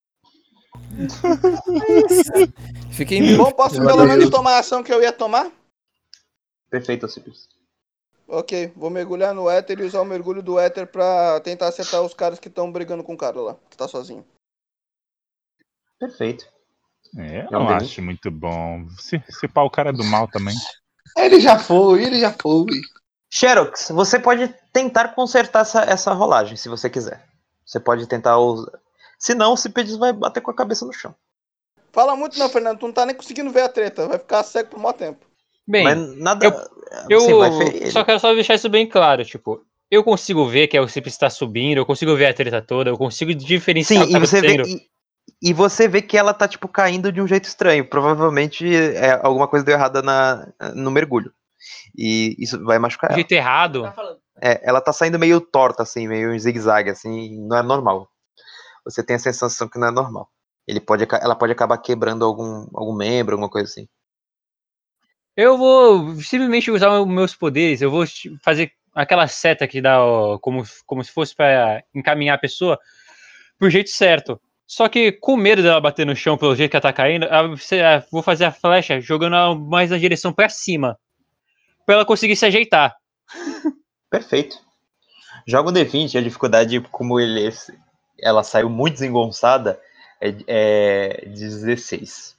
A: Fiquei meio.
B: Bom, posso
C: Meu
B: pelo menos
C: Deus.
B: tomar a ação que eu ia tomar?
D: Perfeito, Alcibiades.
B: Ok, vou mergulhar no éter e usar o mergulho do éter pra tentar acertar os caras que estão brigando com o cara lá, que tá sozinho.
D: Perfeito.
E: É, eu
D: É um
E: não
D: D
E: acho muito bom. Se, se pá, o cara é do mal também.
C: Ele já foi, ele já foi.
D: Xerox, você pode tentar consertar essa, essa rolagem, se você quiser. Você pode tentar usar. Se não, o Alcibiades vai bater com a cabeça no chão.
B: Fala muito não, Fernando, tu não tá nem conseguindo ver a treta, vai ficar cego por maior tempo.
F: Bem,
D: Mas nada.
F: eu
D: Você vai ferir ele.
F: só quero só deixar isso bem claro, tipo, eu consigo ver que o Cip está subindo, eu consigo ver a treta toda, eu consigo diferenciar
D: Sim,
F: o que
D: e
F: tá
D: você vê.
F: acontecendo.
D: E, e você vê que ela tá, tipo, caindo de um jeito estranho. Provavelmente é, alguma coisa deu errada na, no mergulho. E isso vai machucar
F: Do
D: ela.
F: jeito errado.
D: É, ela tá saindo meio torta, assim, meio em zigue-zague, assim, não é normal. Você tem a sensação que não é normal. Ele pode, aca- ela pode acabar quebrando algum, algum membro, alguma coisa assim.
F: Eu vou simplesmente usar os meus poderes, eu vou ti- fazer aquela seta que dá ó, como, como se fosse pra encaminhar a pessoa pro jeito certo. Só que com medo dela bater no chão pelo jeito que ela tá caindo, eu você- eu vou fazer a flecha jogando ela mais na direção pra cima. Pra ela conseguir se ajeitar.
D: Perfeito. Joga o D vinte, a dificuldade, como ele, ela saiu muito desengonçada, é, é dezesseis.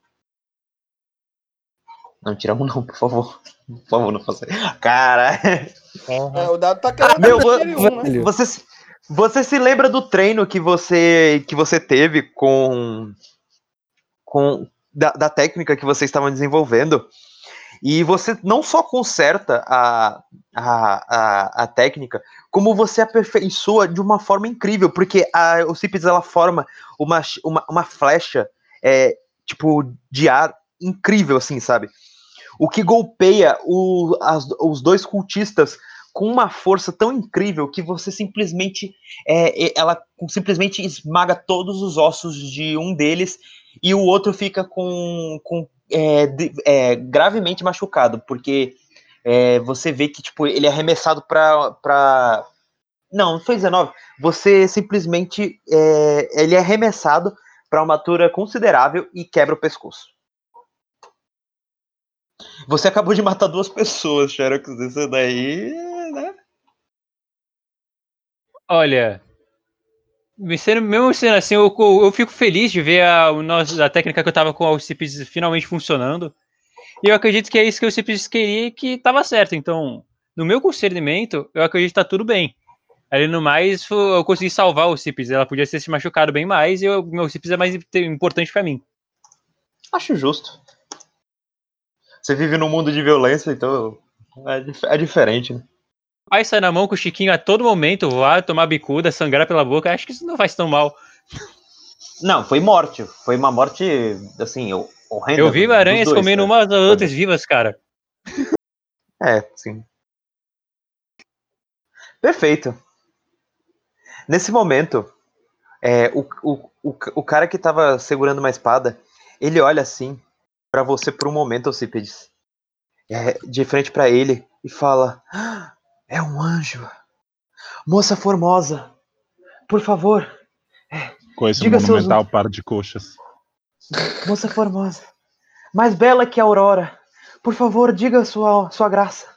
D: Não tira um não, por favor. Por favor, não faça. Cara,
B: É, o dado tá querendo
D: meu,
B: que eu tire um, né?
A: velho.
D: você, se- você se lembra do treino que você que você teve com com da, da técnica que vocês estavam desenvolvendo? E você não só conserta a, a, a, a técnica, como você aperfeiçoa de uma forma incrível, porque a Alcibiades, ela forma uma, uma, uma flecha é, tipo de ar incrível, assim, sabe? O que golpeia o, as, os dois cultistas com uma força tão incrível que você simplesmente é, ela simplesmente esmaga todos os ossos de um deles e o outro fica com, com é, de, é, gravemente machucado, porque é, você vê que tipo, ele é arremessado pra, pra... Não, não foi dezenove. Você simplesmente é, ele é arremessado para uma altura considerável e quebra o pescoço. Você acabou de matar duas pessoas, Xerox. Isso daí, né?
F: Olha, me sendo- mesmo sendo assim, eu, eu- eu fico feliz de ver a, o nosso- a técnica que eu tava com o Alcibiades finalmente funcionando. E eu acredito que é isso que o Alcibiades queria e que tava certo. Então, no meu discernimento, eu acredito que tá tudo bem. Ali no mais, fo- eu consegui salvar o Alcibiades. Ela podia ter se machucado bem mais e o meu Alcibiades é mais im- importante pra mim.
D: Acho justo. Você vive num mundo de violência, então é, dif- é diferente, né?
F: Vai sair na mão com o Chiquinho a todo momento, voar, tomar bicuda, sangrar pela boca. Acho que isso não faz tão mal.
D: Não, foi morte. Foi uma morte, assim, horrenda.
F: Eu vi
D: dos
F: aranhas
D: dois,
F: comendo
D: né?
F: umas das outras vivas, cara.
D: É, sim. Perfeito. Nesse momento, é, o, o, o, o cara que tava segurando uma espada, ele olha assim pra você por um momento, Alcibiades, é, de frente pra ele e fala: "Ah, é um anjo. Moça formosa, por favor,
E: Com esse
D: Diga seus-
E: monumental par de coxas.
D: moça formosa, mais bela que a aurora, por favor, diga sua, sua graça."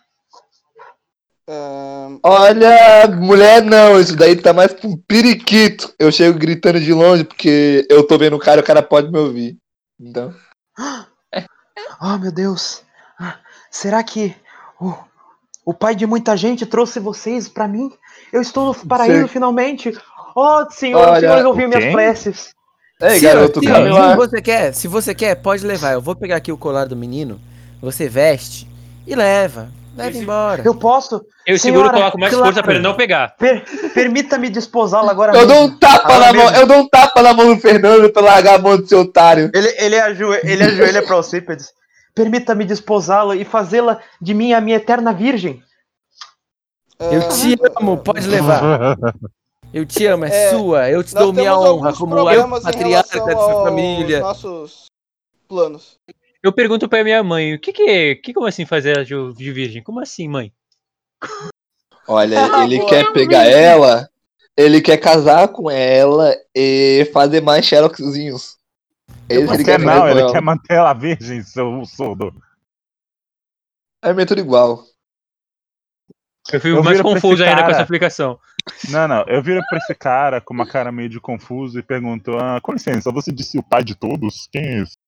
B: Ahn,
C: Olha, mulher não, isso daí tá mais pra um periquito. Eu chego gritando de longe porque eu tô vendo o cara e o cara pode me ouvir. Então.
D: Oh, meu Deus. Ah, será que o, o pai de muita gente trouxe vocês pra mim? Eu estou no paraíso
C: Sei.
D: finalmente. Oh, Senhor,
C: Olha,
D: o Senhor ouviu
E: o
D: minhas
E: quê?
D: preces.
C: Ei,
A: Senhor,
C: garoto,
A: senhor,
C: cabe lá.
A: se você quer, se você quer, pode levar. Eu vou pegar aqui o colar do menino, você veste e leva. Leva embora.
D: Eu posso?
F: Eu seguro e
D: Senhora,
F: coloco mais
D: claro.
F: força pra ele não pegar.
D: Per- Permita-me desposá-lo agora
C: Eu
D: mesmo.
C: dou um tapa
D: Agora
C: na mão,
D: mesmo.
C: eu dou um tapa na mão do Fernando pra largar a mão do seu otário.
D: Ele, ele, ajoelha, ele ajoelha pra Alcípedes. Permita-me desposá-la e fazê-la de mim a minha eterna virgem.
A: Eu te amo, pode levar. Eu te amo, é,
B: É,
A: sua. Eu te
B: Nós
A: dou minha
B: temos
A: honra
B: alguns
A: como eu,
B: problemas em
A: patriarca
B: relação
A: dessa
B: aos
A: família.
B: nossos planos.
F: Eu pergunto pra minha mãe, o que que é? Que, como assim fazer ela de, de virgem? Como assim, mãe?
C: Olha,
B: Ah,
C: ele
B: boa.
C: quer pegar ela, ele quer casar com ela e fazer mais Sherlockzinhos. É
A: Eu
C: isso que ele
E: Quer
C: quer
E: não,
C: fazer com
E: ele
C: ela.
E: quer manter ela virgem, seu surdo.
C: É meio tudo igual.
F: Eu fico
E: Eu
F: mais
E: viro pra esse
F: confuso ainda com
E: cara.
F: essa explicação.
E: Não, não, eu viro pra esse cara com uma cara meio de confuso e pergunto: ah, com licença, você disse o pai de todos? Quem é esse?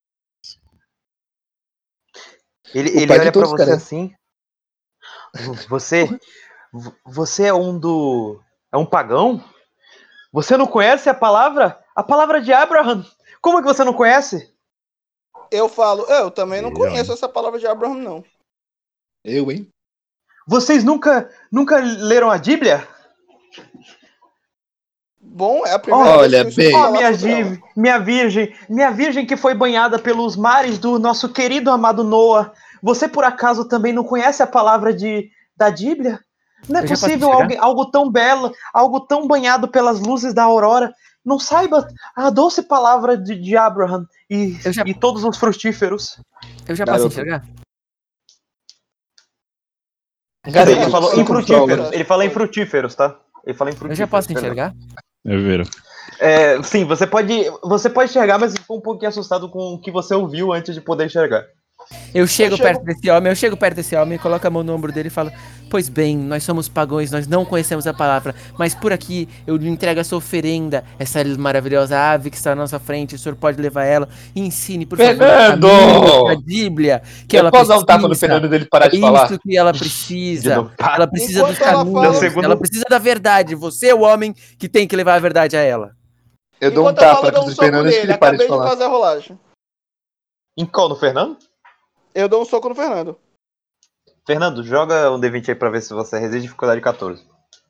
D: Ele,
C: O
D: ele
C: pai de
D: olha pra
C: todos,
D: você
C: cara.
D: assim. Você. vo- Você é um do. É um pagão? Você não conhece a palavra? A palavra de Abraham? Como é que você não conhece?
B: Eu falo, eu também não
E: Eu,
B: conheço
E: hein?
B: essa palavra de Abraham, não.
C: Eu, hein?
D: Vocês nunca, nunca leram a Bíblia?
B: Bom, é a primeira
C: Olha,
B: vez que eu escuto
C: bem.
D: Oh,
B: falar
D: minha,
B: sobre ela.
D: div, minha virgem, minha virgem que foi banhada pelos mares do nosso querido amado Noah. Você por acaso também não conhece a palavra de, da Bíblia? Não é
A: Eu já posso
D: possível
A: chegar?
D: algo, algo tão belo, algo tão banhado pelas luzes da aurora, não saiba a doce palavra de, de Abraham e,
A: Eu já-
D: e todos os frutíferos.
A: Eu já posso
C: Garoto.
A: enxergar?
C: Garoto,
D: Ele falou
C: você
D: em
C: controla.
D: frutíferos, ele fala em frutíferos, tá? Ele fala em
A: Eu
D: frutíferos.
A: já posso
D: perdão.
A: enxergar?
E: Eu viro.
D: É, sim, você pode, você pode enxergar, mas ficou um pouquinho assustado com o que você ouviu antes de poder enxergar.
A: Eu chego
B: Eu chego-
A: perto desse homem, eu chego perto desse homem, coloco a mão no ombro dele e falo: Pois bem, nós somos pagãos, nós não conhecemos a palavra, mas por aqui eu lhe entrego essa oferenda, essa maravilhosa ave que está na nossa frente, o senhor pode levar ela e ensine, por favor, a
C: Fernando!
A: família, a Bíblia, que
C: Eu
A: ela
C: posso
A: precisa.
C: dar um tapa no Fernando dele parar de
A: é
C: falar?
A: isso que ela
D: De
A: precisa.
D: novo, pá.
A: Ela precisa
B: Enquanto
A: dos
B: ela
A: caminhos,
B: fala-
D: segundo-
A: ela precisa da verdade. Você é o homem que tem que levar a verdade a ela.
C: Eu dou um
B: Enquanto eu
C: tapa
B: falo,
C: na
B: eu dou um
C: cabeça do
B: soco
C: Fernando antes que
B: nele.
C: ele pare de
B: Acabei de
C: falar.
B: fazer a rolagem.
D: Em qual, no Fernando?
B: Eu dou um soco no Fernando.
D: Fernando, joga um D vinte aí pra ver se você resiste dificuldade quatorze.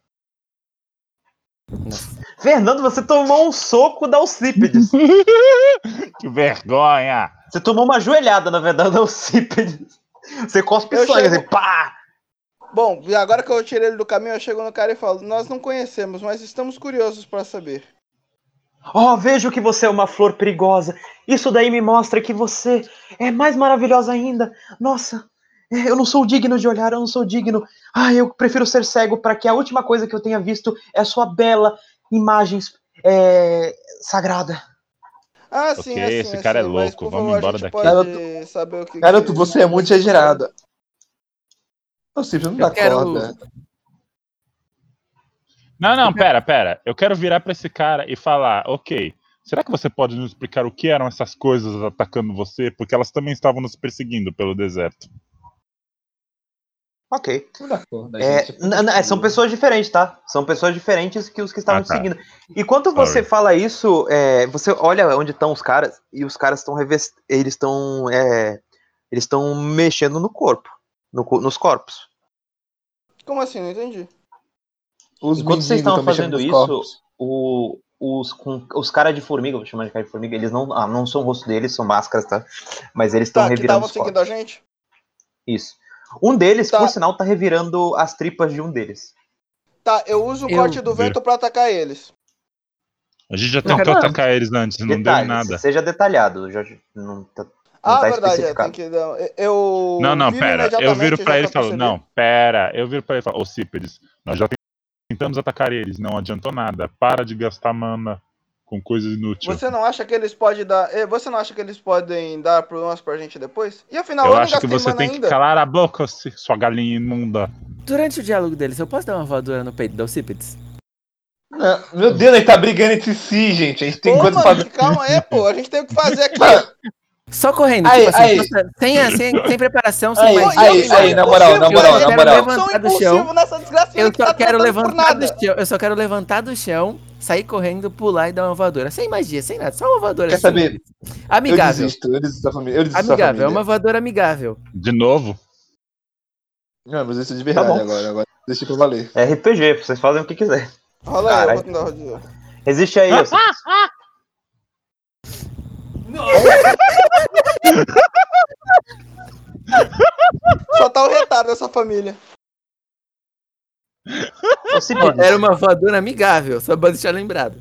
D: Fernando, você tomou um soco da Alcípedes.
E: Que vergonha!
D: Você tomou uma joelhada, na verdade, da Alcípedes. Você cospe
B: Eu
D: sangue,
B: chego-
D: assim, pá!
B: Bom, e agora que eu tirei ele do caminho, eu chego no cara e falo: Nós não conhecemos, mas estamos curiosos para saber.
D: Oh, vejo que você é uma flor perigosa. Isso daí me mostra que você é mais maravilhosa ainda. Nossa, é, eu não sou digno de olhar, eu não sou digno. Ah, eu prefiro ser cego para que a última coisa que eu tenha visto é a sua bela imagem é, sagrada.
B: Ah, sim,
E: Ok,
B: assim,
E: esse cara é
B: assim, mas,
E: louco,
B: por
E: vamos
B: favor,
E: embora
B: a gente
E: daqui.
B: pode
C: Garoto-
B: saber o que
C: Garoto,
B: que-
C: você é muito exagerado. Não, Cícero, não
A: Eu
C: dá
A: quero-
C: corda.
E: Não, não, pera, pera. Eu quero virar pra esse cara e falar, ok, será que você pode nos explicar o que eram essas coisas atacando você? Porque elas também estavam nos perseguindo pelo deserto.
D: Ok.
C: Não dá corda,
D: É,
C: gente.
D: n- n- são pessoas diferentes, tá? São pessoas diferentes que os que estavam
E: Ah,
D: te
E: tá.
D: seguindo. E quando você
E: Sorry.
D: fala isso, é, você olha onde estão os caras e os caras estão revest... eles estão é, eles estão mexendo no corpo, no co- nos corpos.
B: Como assim? Não entendi.
C: Os
D: Enquanto vocês
C: mendigos
D: estavam
C: estão mexendo
D: fazendo
C: nos
D: isso,
C: corpos.
D: o- os, com- os caras de formiga, vou chamar de cara de formiga, eles não, ah, não são o rosto deles, são máscaras, tá? Mas eles estão
B: Tá, que
D: revirando
B: estavam
D: os
B: seguindo
D: corpos.
B: a gente?
D: Isso. Um deles,
B: Tá.
D: por sinal, tá revirando as tripas de um deles.
B: Tá, eu uso o
A: Eu-
B: corte do vento pra atacar eles.
E: A gente já
A: Não,
E: tentou
D: cara,
E: atacar eles antes, não deu em
D: Detalhe,
E: nada.
D: seja detalhado, já não tá, não
B: Ah,
D: tá
B: verdade, é,
D: especificado.
B: tem que dar. Eu
E: Não, não,
B: viro
E: pera. Eu
B: imediatamente,
E: viro
B: já
E: pra
B: que
E: ele e
B: eu
E: falo,
B: percebi.
E: não, pera. Eu viro pra ele e falo, ô Cípedes, nós já tentamos atacar eles, não adiantou nada. Para de gastar mana com coisas inúteis.
B: Você não acha que eles podem dar. eh, Você não acha que eles podem dar problemas pra gente depois? E afinal, eu,
E: Eu
B: não
E: acho que
B: gastei
E: você
B: mana
E: tem que
B: ainda.
E: calar a boca, se- sua galinha imunda.
A: Durante o diálogo deles, eu posso dar uma voadora no peito da Alcípedes?
C: Não, meu Deus, ele tá brigando entre si, gente. A gente tem
B: Pô,
C: coisa
B: mano,
C: pra...
B: que calma aí, pô. A gente tem o que fazer aqui.
C: Mano,
A: Só correndo,
C: Aí,
A: tipo assim,
C: aí.
A: nossa, sem, a- sem, sem preparação, sem
C: Aí,
A: magia,
C: aí,
A: sem
C: aí,
A: nada.
C: na moral, na
A: Eu
C: moral,
A: só
C: na
A: quero
C: moral.
A: levantar do chão.
B: nessa desgraça
A: Eu
B: que
A: só
B: tá
A: quero
B: tratando por
A: levantar do
B: nada.
A: chão. Eu só quero levantar do chão, sair correndo, pular e dar uma voadora. Sem magia, sem nada. Só uma voadora.
C: Quer saber?
A: simples.
C: Eu
A: Amigável.
C: desisto, eu desisto da família. Eu desisto da
A: Amigável, é
C: família.
A: uma voadora amigável.
E: De novo?
C: Não, mas isso é de verdade
D: bom.
C: agora. Agora deixa pra valer.
D: É R P G, vocês fazem o que quiser.
B: Rola aí, eu
D: Caralho.
B: vou tentar rodar.
D: Existe aí, eu sei.
B: Só tá o retardo dessa família.
D: Ô, se
A: Ó,
D: pedir.
A: era uma voadora amigável, só pra deixar lembrado.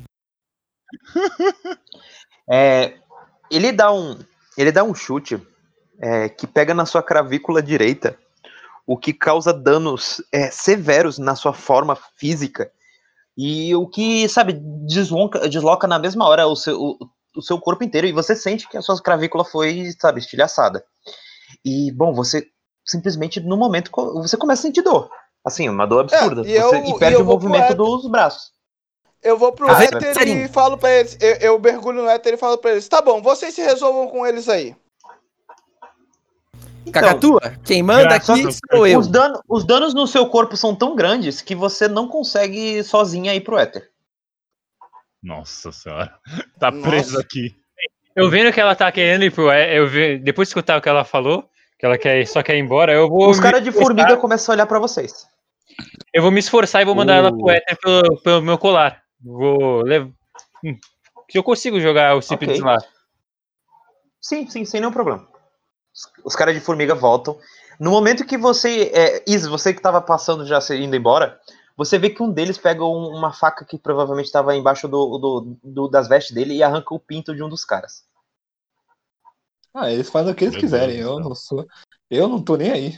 D: É, ele dá um, ele dá um chute é, que pega na sua cravícula direita, o que causa danos é, severos na sua forma física e o que, sabe, desloca, desloca na mesma hora o seu, o, o seu corpo inteiro e você sente que a sua cravícula foi, sabe, estilhaçada. E, bom, você simplesmente, no momento, você começa a sentir dor. Assim, uma dor absurda.
B: É, e
D: Você-
B: eu-
D: e perde
B: e eu
D: o
B: vou pro
D: movimento
B: Éter.
D: dos braços.
B: Eu vou pro
D: Ah,
B: Éter
A: sério?
B: e falo pra eles. Eu, eu mergulho no Éter e falo pra eles: tá bom, vocês se resolvam com eles aí.
D: Então,
A: Cacatua, quem manda
E: Graças
A: aqui
E: a Deus.
A: sou eu.
D: Os, dano, os danos no seu corpo são tão grandes que você não consegue sozinha ir pro éter.
E: Nossa senhora. Tá
B: Nossa.
E: preso aqui.
F: Eu vendo que ela tá querendo ir pro. é, Eu vi, depois de escutar o que ela falou, que ela quer, só quer ir embora, eu vou.
D: Os
F: me
D: caras de
F: esforçar-
D: formiga começam a olhar pra vocês.
F: Eu vou me esforçar e vou mandar ela pro
D: O-
F: éter pelo, pelo meu colar. Vou levar. Se eu consigo jogar o Cípedes
D: Ok.
F: lá.
D: Sim, sim, sem nenhum problema. Os, os caras de formiga voltam. No momento que você. É, Is, você que tava passando já se- indo embora, você vê que um deles pega um- uma faca que provavelmente estava embaixo do, do- do- das vestes dele e arranca o pinto de um dos caras.
C: Ah, eles fazem o que eles
E: Meu
C: quiserem.
E: Deus do
C: Eu
E: céu.
C: não sou. Eu não tô nem aí.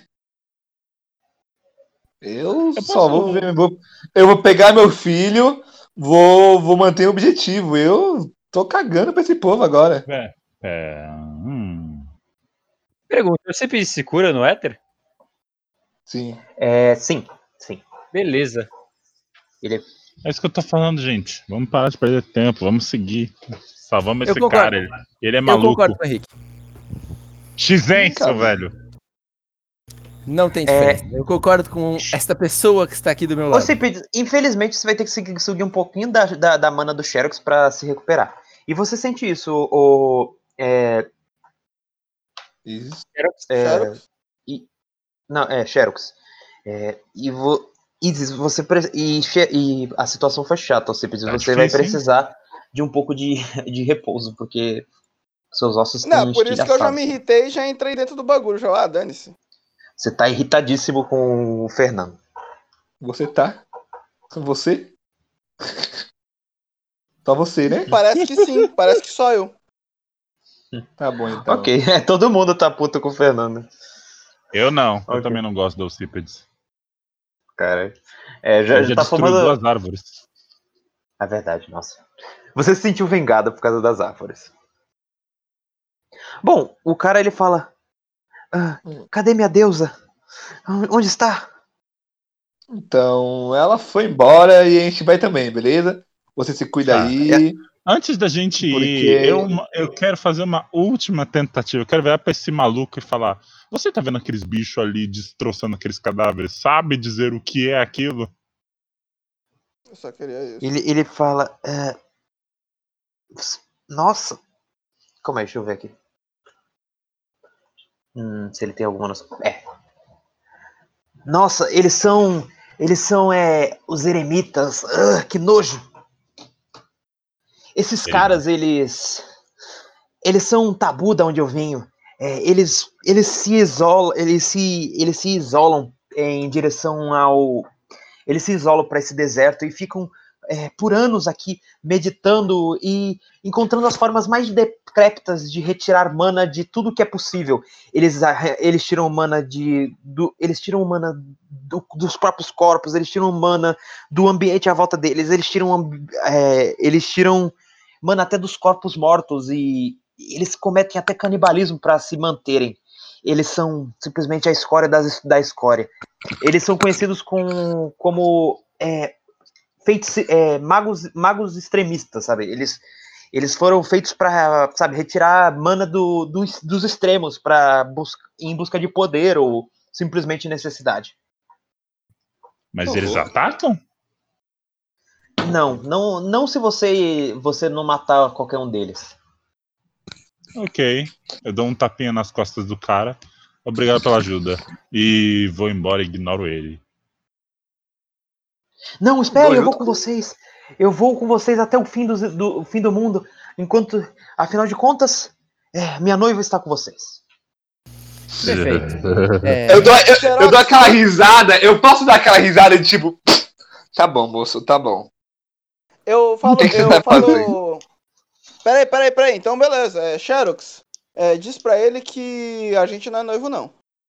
C: Eu,
E: Eu
C: só
E: posso-
C: vou, ver- vou. Eu vou pegar meu filho, vou, vou manter o objetivo. Eu tô cagando pra esse povo agora.
E: É. é, hum.
F: Pergunta: o Cípedes se cura no éter?
C: Sim.
D: É, sim, sim.
F: Beleza.
D: Ele
E: É isso que eu tô falando, gente. Vamos parar de perder tempo. Vamos seguir. Salvamos
A: Eu
E: esse
A: concordo.
E: cara. Ele, ele é
A: Eu
E: maluco.
A: concordo com o Henrique.
E: X-Enso,
C: Cara.
E: velho.
A: Não tem
D: É.
A: diferença. Eu concordo com esta pessoa que está aqui do meu
D: Ô,
A: lado.
D: Cipid, infelizmente você vai ter que seguir, seguir um pouquinho da, da, da mana do Xerox pra se recuperar. E você sente isso, o. É,
C: Isso.
D: é,
B: Xerox?
D: e, não, é, Xerox. É, e, vo, Isis, você pre- e, Xe- e a situação foi chata, Cipid.
E: Tá
D: Você vai
E: difícil, hein?
D: precisar de um pouco de, de repouso, porque seus ossos estão
B: Não, por isso que eu já me
D: estilhaçados.
B: irritei e já entrei dentro do bagulho. Já, ah, dane-se.
D: Você tá irritadíssimo com o Fernando.
C: Você tá? Com você? Só você, né?
B: Parece que sim, parece que só eu.
C: Tá bom, então.
D: Ok, é, todo mundo tá puto com o Fernando.
E: Eu não. Eu
D: Ok.
E: também não gosto do Cípedes.
D: Cara, é, já,
E: Ele
D: já
E: já
D: tá
E: destruiu
D: formando.
E: duas árvores.
D: É verdade, nossa. Você se sentiu vengado por causa das árvores. Bom, o cara ele fala: "Ah, cadê minha deusa? Onde está?"
C: Então, ela foi embora e a gente vai também, beleza? Você se cuida
E: Tá.
C: aí.
E: Antes da gente
C: Porque-
E: ir, eu, eu quero fazer uma última tentativa. Eu quero virar pra esse maluco e falar: você tá vendo aqueles bichos ali destroçando aqueles cadáveres? Sabe dizer o que é aquilo?
B: Eu só queria isso.
D: Ele, ele fala: "É, nossa, calma aí, deixa eu ver aqui. Hum, se ele tem alguma noção. É. Nossa, eles são. Eles são é, os eremitas. Ah, que nojo. Esses
E: Ele-
D: caras, eles. Eles são um tabu da onde eu venho. É, eles, eles se isolam. Eles se, eles se isolam em direção ao. Eles se isolam para esse deserto e ficam é, por anos aqui meditando e encontrando as formas mais decrépitas de retirar mana de tudo que é possível. Eles, eles tiram mana de. Do, eles tiram mana do, dos próprios corpos, eles tiram mana do ambiente à volta deles, eles tiram. É, eles tiram mana até dos corpos mortos e eles cometem até canibalismo para se manterem. Eles são simplesmente a escória das, da escória. Eles são conhecidos com, como é, feitos, é, magos, magos extremistas, sabe? Eles, eles foram feitos para, sabe, retirar mana do, do, dos extremos para busca, em busca de poder ou simplesmente necessidade.
E: Mas
C: Por
E: eles
C: favor.
E: atacam?
D: Não, não, não se você, você não matar qualquer um deles.
E: Ok. Eu dou um tapinha nas costas do cara. Obrigado pela ajuda. E vou embora e ignoro ele.
D: Não, espere,
C: Bom,
D: eu
C: eu-
D: vou com vocês. Eu vou com vocês até o fim do, do- o fim do mundo. Enquanto, afinal de contas, é, minha noiva está com vocês.
A: Perfeito. É,
C: Eu dou, eu, eu
B: Xerox,
C: dou aquela risada, eu posso dar aquela risada de tipo. Tá bom, moço, tá bom.
B: Eu falo,
C: que que você
B: eu
C: vai
B: falo. Peraí, peraí, peraí. Então, beleza. É, Xerox, é, diz pra ele que a gente não é noivo, não.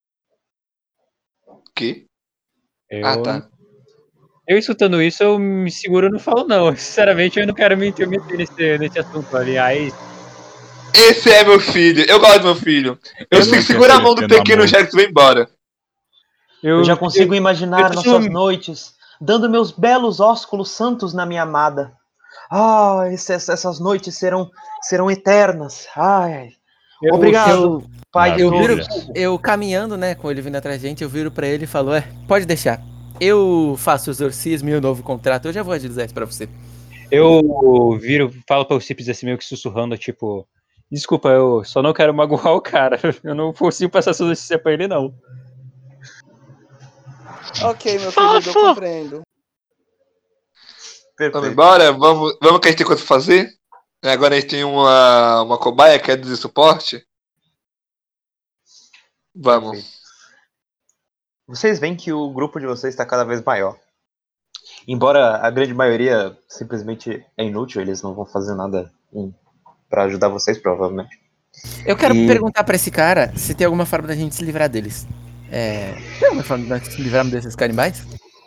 C: O quê?
F: Eu,
C: Ah, tá.
F: eu escutando isso, eu me seguro e não falo não. Sinceramente, eu não quero me meter nesse, nesse assunto. Aliás,
C: Esse é meu filho, eu gosto do meu filho. Eu,
E: Eu
C: sei
E: não
C: segura a mão do
E: oferecendo
C: pequeno
E: amor.
C: Jax e vai embora.
F: eu,
D: Eu já consigo
F: eu,
D: imaginar
F: eu
D: nossas
F: sou-
D: noites, dando meus belos ósculos santos na minha amada. Ah, essas, essas noites serão, serão eternas. Ai,
F: eu-
D: obrigado,
A: eu,
D: Pai de
A: eu viro,
D: todos.
A: eu caminhando, né, com ele vindo atrás da gente, eu viro pra ele e falo, é, pode deixar. Eu faço o exorcismo e o novo contrato, eu já vou agilizar isso pra você.
F: Eu viro, falo para o Cips assim, meio que sussurrando, tipo, desculpa, eu só não quero magoar o cara. Eu não consigo passar essa notícia pra ele, não.
B: Ok, meu querido, eu compreendo.
C: Vamos
D: Perfeito.
C: embora? Vamos, vamos que a gente tem coisa pra fazer? Agora a gente tem uma, uma cobaia que é de suporte. Vamos.
D: Perfeito. Vocês veem que o grupo de vocês está cada vez maior. Embora a grande maioria simplesmente é inútil, eles não vão fazer nada hum, para ajudar vocês, provavelmente.
A: Eu quero
D: E-
A: perguntar pra esse cara se tem alguma forma da gente se livrar deles. É, tem alguma forma de nós se livrarmos desses canibais?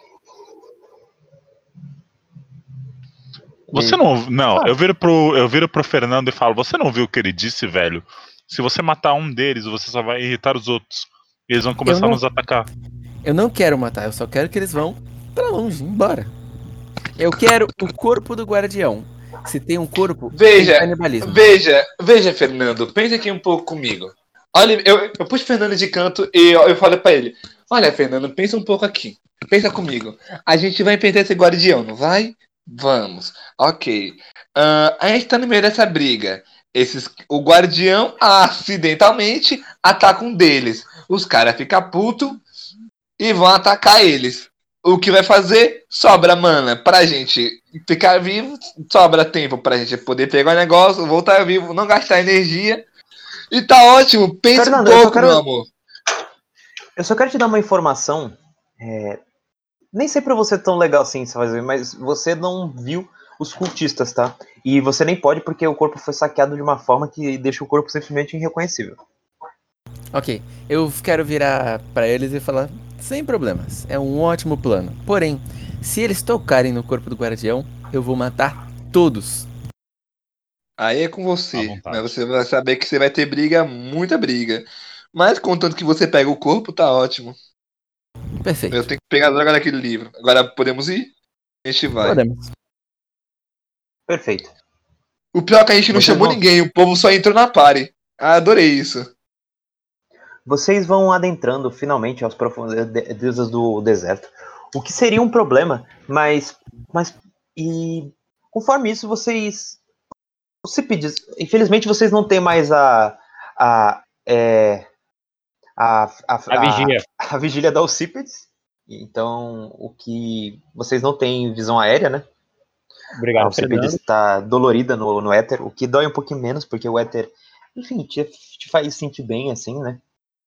E: Você não. Não, eu viro, pro, eu viro pro Fernando e falo: Você não viu o que ele disse, velho? Se você matar um deles, você só vai irritar os outros. E eles vão começar
A: não-
E: a nos atacar.
A: Eu não quero matar, eu só quero que eles vão pra longe, embora. Eu quero o corpo do guardião. Se tem um corpo,
C: Veja,
A: tem canibalismo.
C: Veja, veja, Fernando, pensa aqui um pouco comigo. Olha, eu, eu puxo o Fernando de canto e eu, eu falo pra ele: Olha, Fernando, pensa um pouco aqui. Pensa comigo. A gente vai enfrentar esse guardião, não vai? Vamos. Ok. Ah, a gente tá no meio dessa briga. Esses, o guardião acidentalmente ataca um deles. Os caras ficam putos e vão atacar eles. O que vai fazer? Sobra mana pra gente ficar vivo, sobra tempo pra gente poder pegar o negócio, voltar vivo, não gastar energia. E tá ótimo, pensa
D: Fernando,
C: um
D: eu só
C: pouco,
D: quero-
C: meu amor.
D: Eu só quero te dar uma informação. é, Nem sempre você é tão legal assim, fazer, mas você não viu os cultistas, tá? E você nem pode porque o corpo foi saqueado de uma forma que deixa o corpo simplesmente irreconhecível.
A: Ok, eu quero virar pra eles e falar, sem problemas, é um ótimo plano. Porém, se eles tocarem no corpo do guardião, eu vou matar todos.
C: Aí é com
E: À
C: você,
E: vontade.
C: né? Você vai saber que você vai ter briga, muita briga. Mas contanto que você pega o corpo, tá ótimo.
A: Perfeito.
C: Eu tenho que pegar a droga daquele livro. Agora podemos ir? A gente vai.
A: Podemos.
D: Perfeito.
C: O pior é que a gente não
D: Vocês
C: chamou
D: vão-
C: ninguém, o povo só entrou na party. Ah, adorei isso.
D: Vocês vão adentrando finalmente aos profundezas do deserto. O que seria um problema, mas. mas e conforme isso, vocês. Os Cípedes, infelizmente vocês não têm mais a. a. é, a, a,
F: A vigia.
D: a vigília da Alcípedes. Então, o que. Vocês não têm visão aérea, né? A
F: Obrigado,
D: Alcípedes
F: Fernando.
D: está dolorida no, no éter, o que dói um pouquinho menos, porque o éter, enfim, te, te faz sentir bem, assim, né?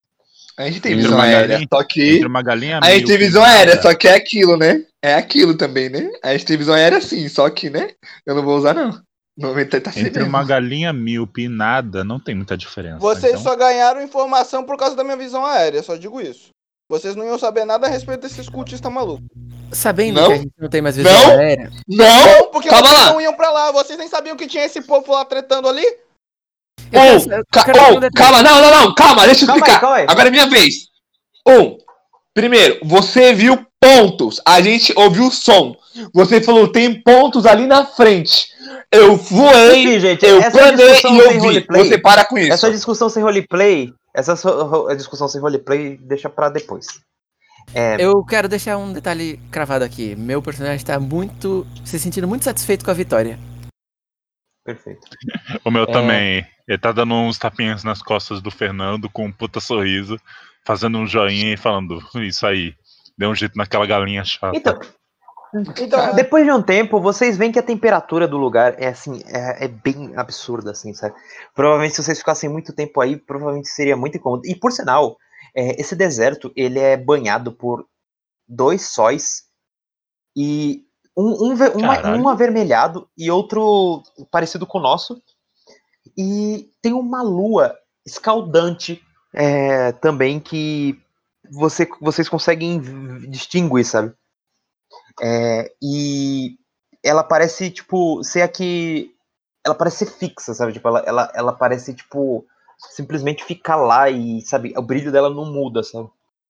C: A gente tem
E: Entre
C: visão
E: uma
C: aérea,
E: galinha-
C: só que.
E: Entre uma galinha
C: A gente tem
E: míope
C: visão
E: e
C: aérea,
E: nada,
C: só que é aquilo, né? É aquilo também, né? A gente tem visão aérea sim, só que, né? Eu não vou usar, não. No momento tá sem
E: Entre
C: mesmo.
E: uma galinha míope e nada, não tem muita diferença.
B: Vocês
E: então...
B: só ganharam informação por causa da minha visão aérea, só digo isso. Vocês não iam saber nada a respeito desses cultistas malucos.
A: Sabendo
C: Não?
A: que a gente não tem mais visão
C: Não?
A: aérea,
C: Não!
B: Não, porque
C: Calma
B: vocês
C: lá!
B: não iam pra lá. Vocês nem sabiam que tinha esse povo lá tretando ali.
A: eu quero,
C: Um,
A: eu
C: ca-
A: quero saber um
C: um,
A: detalhe.
C: calma, não, não, não, calma, deixa eu
D: Calma aí,
C: explicar.
D: calma aí.
C: Agora é minha vez. Um, primeiro, você viu pontos, a gente ouviu o som. Você falou, tem pontos ali na frente. Eu voei,
D: Enfim, gente,
C: eu
D: essa
C: planei
D: discussão
C: e
D: sem
C: ouvi.
D: roleplay-
C: Você para com isso.
D: Essa discussão sem roleplay, essa so- a discussão sem roleplay deixa pra depois. É,
A: Eu quero deixar um detalhe cravado aqui. Meu personagem tá muito. se sentindo muito satisfeito com a vitória.
D: perfeito.
E: O meu
A: É.
E: também. Ele tá dando uns tapinhas nas costas do Fernando com um puta sorriso. fazendo um joinha e falando, isso aí, deu um jeito naquela galinha chata.
D: Então,
B: Então,
D: depois de um tempo, vocês veem que a temperatura do lugar é assim, é, é bem absurda, assim, sabe? Provavelmente se vocês ficassem muito tempo aí, provavelmente seria muito incômodo. E por sinal, é, esse deserto, ele é banhado por dois sóis e um, um, ve- uma-
E: Caralho.
D: um avermelhado e outro parecido com o nosso. E tem uma lua escaldante é, também que você, vocês conseguem v- distinguir, sabe? É, e ela parece, tipo, ser aqui. Ela parece ser fixa, sabe? Tipo, ela, ela, ela parece, tipo, simplesmente ficar lá e, sabe, o brilho dela não muda, sabe?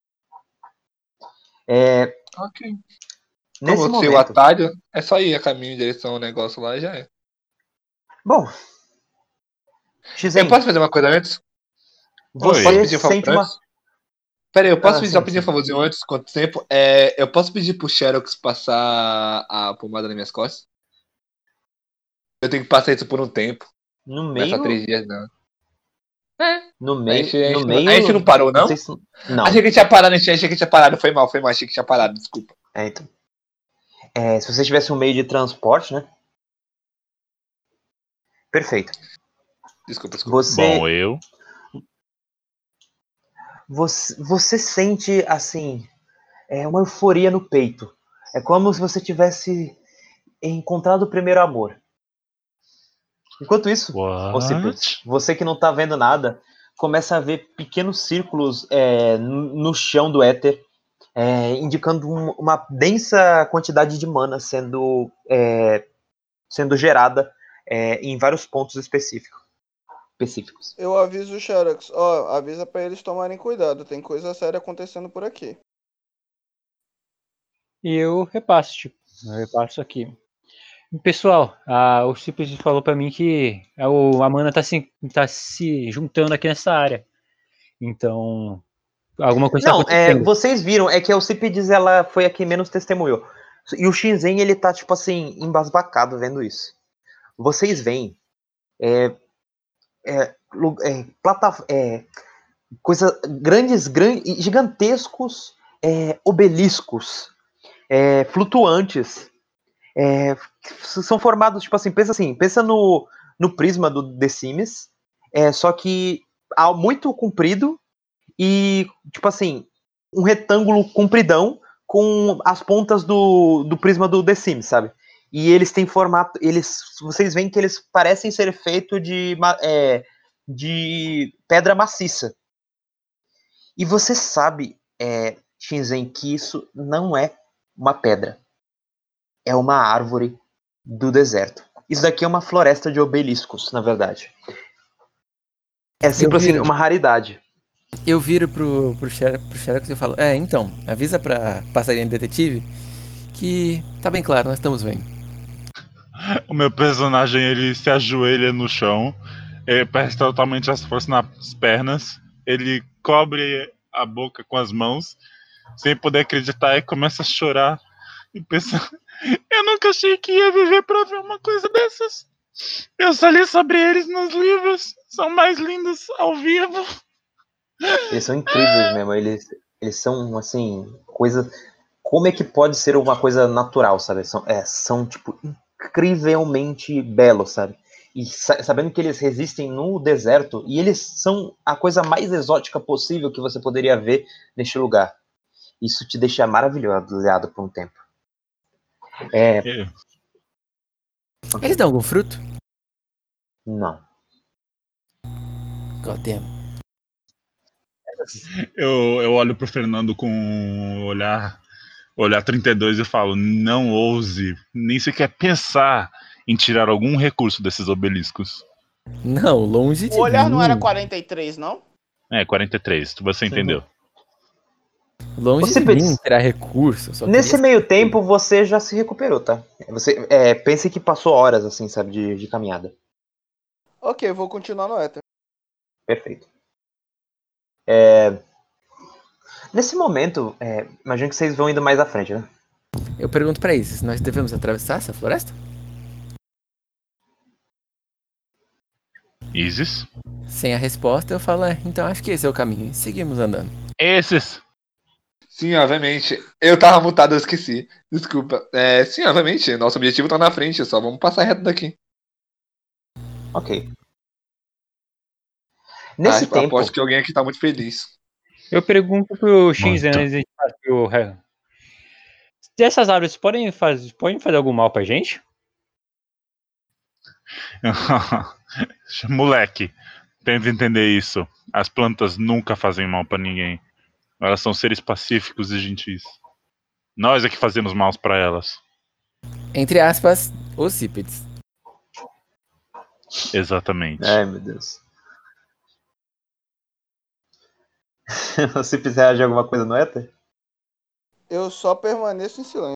D: É,
C: Ok.
D: nesse
C: Como eu sei o
D: momento.
C: atalho, é só ir a caminho em direção ao negócio lá e já é.
D: Bom,
C: Eu
D: Xizen,
C: posso fazer uma coisa antes? Posso
D: você
C: pedir um favor
D: sente uma.
C: antes? Pera aí, eu posso
D: Ah,
C: pedir,
D: sim,
C: só pedir um
D: sim.
C: favorzinho antes? Quanto tempo? É, eu posso pedir pro Xerox passar a pomada nas minas costas? Eu tenho que passar isso por um tempo.
D: No
C: Não é só três
D: meio.
C: dias, não. É.
D: No
C: A
D: meio.
C: gente, a
D: No
C: gente, não, a gente
D: meio.
C: não parou, não?
D: Vocês, não.
C: Achei que tinha parado, achei que tinha parado. Foi mal, foi mal. Achei que tinha parado, desculpa.
D: É, então. É, se você tivesse um meio de transporte, né? Perfeito.
C: Desculpa, desculpa.
D: Você.
E: Bom, eu.
D: Você, você sente, assim, é uma euforia no peito. É como se você tivesse encontrado o primeiro amor. Enquanto isso, Ocípedes,
E: What?
D: você que não tá vendo nada, começa a ver pequenos círculos é, no no chão do éter, é, indicando um- uma densa quantidade de mana sendo, é, sendo gerada é, em vários pontos específicos. específicos.
B: eu aviso o Xerox. Ó, avisa pra eles tomarem cuidado. Tem coisa séria acontecendo por aqui.
F: E eu repasso, tipo, eu repasso aqui. Pessoal, a, o Cipres falou pra mim que a, o- a mana tá se, tá se juntando aqui nessa área. Então, alguma coisa tá
D: Não, é,
F: acontecendo.
D: vocês viram, é que a Alcipides, ela foi a que menos testemunhou. E o Shinzen, ele tá, tipo assim, embasbacado vendo isso. Vocês veem é, é, lu- é, plata, é, coisa, grandes, grandes, gigantescos é, obeliscos é, flutuantes. É, s- são formados, tipo assim, pensa assim, pensa no, no prisma do The Sims, é, só que ah, muito comprido e, tipo assim, um retângulo compridão com as pontas do, do prisma do The Sims, sabe? E eles têm formato. Eles, vocês veem que eles parecem ser feitos de, ma- é, de pedra maciça. E você sabe, é, Shinzen, que isso não é uma pedra. É uma árvore do deserto. Isso daqui é uma floresta de obeliscos, na verdade. É sempre assim,
A: viro.
D: uma raridade.
A: Eu viro pro, pro, Xerox, pro Xerox e falo, é, então, avisa pra passarinho detetive que tá bem claro, nós estamos vendo.
E: O meu personagem, ele se ajoelha no chão, ele perde totalmente as forças nas pernas, ele cobre a boca com as mãos, sem poder acreditar, e começa a chorar e pensa: eu nunca achei que ia viver pra ver uma coisa dessas. Eu só li sobre eles nos livros, são mais lindos ao vivo.
D: Eles são incríveis mesmo. Eles, eles são, assim, coisa. Como é que pode ser uma coisa natural, sabe? São, é, são tipo, incrivelmente belos, sabe? E sa- sabendo que eles resistem no deserto, e eles são a coisa mais exótica possível que você poderia ver neste lugar. Isso te deixa maravilhado por um tempo. É,
E: Eu,
A: Eles dão algum fruto?
D: não.
A: God damn.
E: eu, eu olho pro Fernando com um olhar, olhar trinta e dois e falo: não ouse nem sequer pensar em tirar algum recurso desses obeliscos.
A: Não, longe de
B: O olhar
A: mim.
B: não era quarenta e três, não?
E: É, quarenta e três, você entendeu.
A: Longe
D: Você
A: de
D: pensa-
A: mim tirar recurso. Só
D: Nesse
A: queria...
D: meio tempo, você já se recuperou, tá? Você é, pense que passou horas, assim, sabe, de, de caminhada.
B: Ok, eu vou continuar no éter.
D: Perfeito. É, nesse momento, é, imagino que vocês vão indo mais à frente, né?
A: Eu pergunto pra Isis, nós devemos atravessar essa floresta?
E: Isis?
A: Sem a resposta, eu falo, é, então acho que esse é o caminho. Seguimos andando.
E: Esses.
C: Sim, obviamente. Eu tava mutado, eu esqueci. Desculpa. É, sim, obviamente. Nosso objetivo tá na frente, só vamos passar reto daqui.
D: Ok. Nesse
C: Ah,
D: tempo,
C: aposto que alguém aqui tá muito feliz.
F: Eu pergunto pro Shinzen
E: Muito.
F: antes de pro Re- Se essas árvores podem fazer, podem fazer algum mal pra gente?
E: Moleque, tenta entender isso. As plantas nunca fazem mal pra ninguém. Elas são seres pacíficos e gentis. Nós é que fazemos mal pra elas.
A: Entre aspas, ossípedes.
E: Exatamente.
D: ai meu Deus. Você precisa reagir a alguma coisa no éter?
B: Eu só permaneço em silêncio.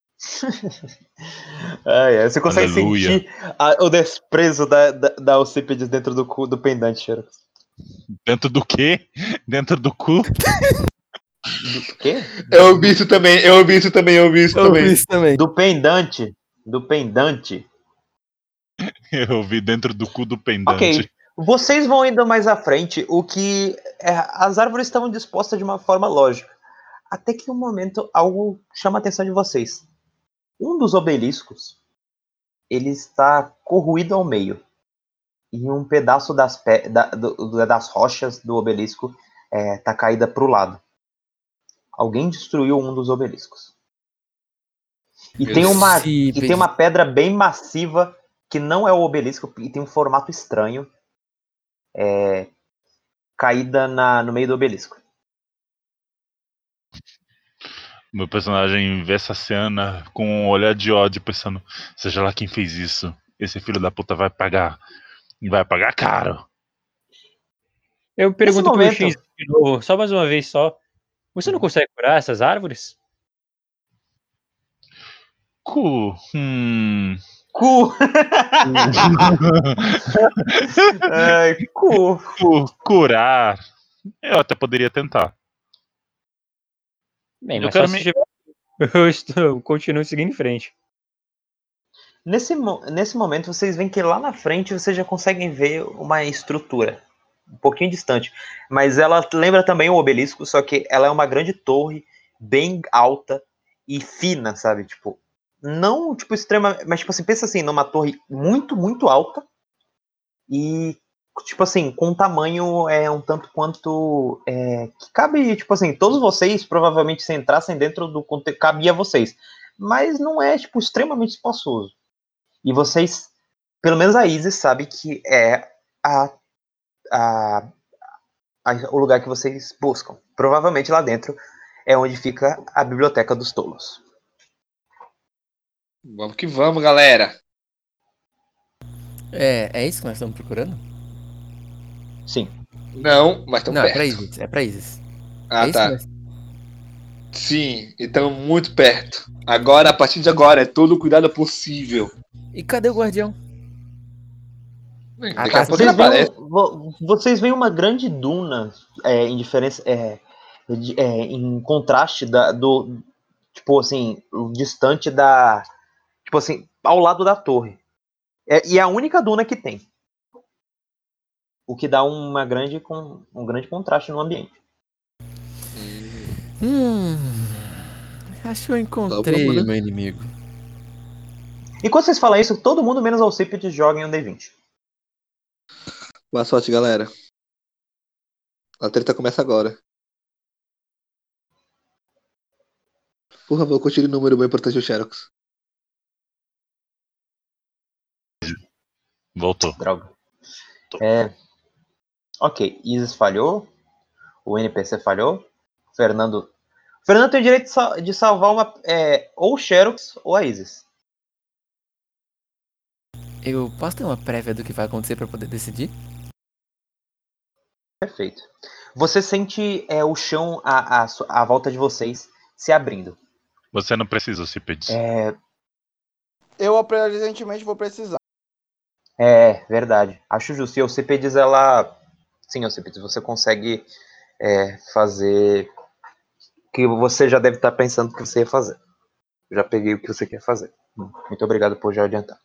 D: Ai, ai, você consegue
E: Aleluia.
D: sentir a- o desprezo da, da, da Ocípedes dentro do cu do pendante, Xerox.
E: Dentro do quê? Dentro do cu?
D: Do quê?
C: Eu ouvi isso também, eu ouvi isso também, eu ouvi isso
A: Eu
C: também.
A: vi isso também.
D: Do pendante. Do pendante.
E: Eu vi dentro do cu do pendante.
D: Ok. Vocês vão indo mais à frente, o que é, as árvores estavam dispostas de uma forma lógica. Até que um momento algo chama a atenção de vocês. Um dos obeliscos, ele está corroído ao meio. E um pedaço das, pe da, do, das rochas do obelisco está é, caída para o lado. Alguém destruiu um dos obeliscos. E
C: Meu
D: tem,
C: Deus.
D: uma,
A: Sim,
D: e tem uma pedra bem massiva que não é o obelisco e tem um formato estranho é, caída na, no meio do obelisco.
E: Meu personagem vê essa cena com um olhar de ódio, pensando: seja lá quem fez isso, esse filho da puta vai pagar. E vai pagar caro.
F: Eu
D: Nesse
F: pergunto pro
D: momento,
F: Shinzen de novo, só mais uma vez só. Você não consegue curar essas árvores?
E: Cu. Hum.
D: cu. Ai, cu.
E: Cu. Curar. Eu até poderia tentar.
F: Bem,
E: Eu
F: mas
E: quero
F: só se
E: me.
F: tiver. Eu, estou, eu continuo seguindo em frente.
D: Nesse, mo- nesse momento, vocês veem que lá na frente vocês já conseguem ver uma estrutura. Um pouquinho distante. Mas ela lembra também o obelisco, só que ela é uma grande torre, bem alta e fina, sabe? Tipo, não, tipo, extrema. Mas, tipo assim, pensa assim, numa torre muito, muito alta. E, tipo assim, com um tamanho é um tanto quanto. É, que cabe, tipo assim, todos vocês provavelmente se entrassem dentro do contexto. Cabia a vocês. Mas não é, tipo, extremamente espaçoso. E vocês, pelo menos a Isis sabe que é a, a, a, o lugar que vocês buscam. Provavelmente lá dentro é onde fica a Biblioteca dos Tolos.
C: Vamos que vamos, galera.
A: É, é isso que nós estamos procurando?
D: Sim.
C: Não, mas tão
A: Não, é pra
C: perto.
A: Isis. É pra Isis.
C: Ah,
A: É isso que
C: tá.
A: nós...
C: Sim, e estamos muito perto. Agora, a partir de agora, é todo o cuidado possível.
A: E cadê o guardião? Ah,
C: Daqui
A: tá.
C: a pouco ele
D: Vocês veem,
C: aparece.
D: um- vo- vocês veem uma grande duna é, em diferença. É, de- é, em contraste da, do. Tipo assim, distante da. Tipo assim, ao lado da torre. É, e é a única duna que tem. O que dá uma grande, com, um grande contraste no ambiente.
A: Hum. Acho que eu
C: Então vamos,
A: encontrei
C: né?
A: meu inimigo.
D: Enquanto vocês falam isso, todo mundo menos Alcipiades joga em um D vinte.
C: Boa sorte, galera. A treta começa agora. Por favor, continue o número bem importante o Xerox.
E: Voltou.
D: Droga. É, ok, Isis falhou. O N P C falhou. Fernando. Fernando tem o direito de, sal- de salvar uma. É, ou o Xerox ou a Isis.
A: Eu posso ter uma prévia do que vai acontecer pra poder decidir?
D: Perfeito. Você sente é, o chão à, à, su- à volta de vocês se abrindo.
E: Você não precisa, Cípedes.
D: É,
B: Eu aparentemente vou precisar.
D: é verdade. Acho justo. E o C P diz ela. Sim, o C P diz, você consegue é, fazer. O que você já deve estar pensando que você ia fazer. Já peguei o que você quer fazer. Muito obrigado por já adiantar.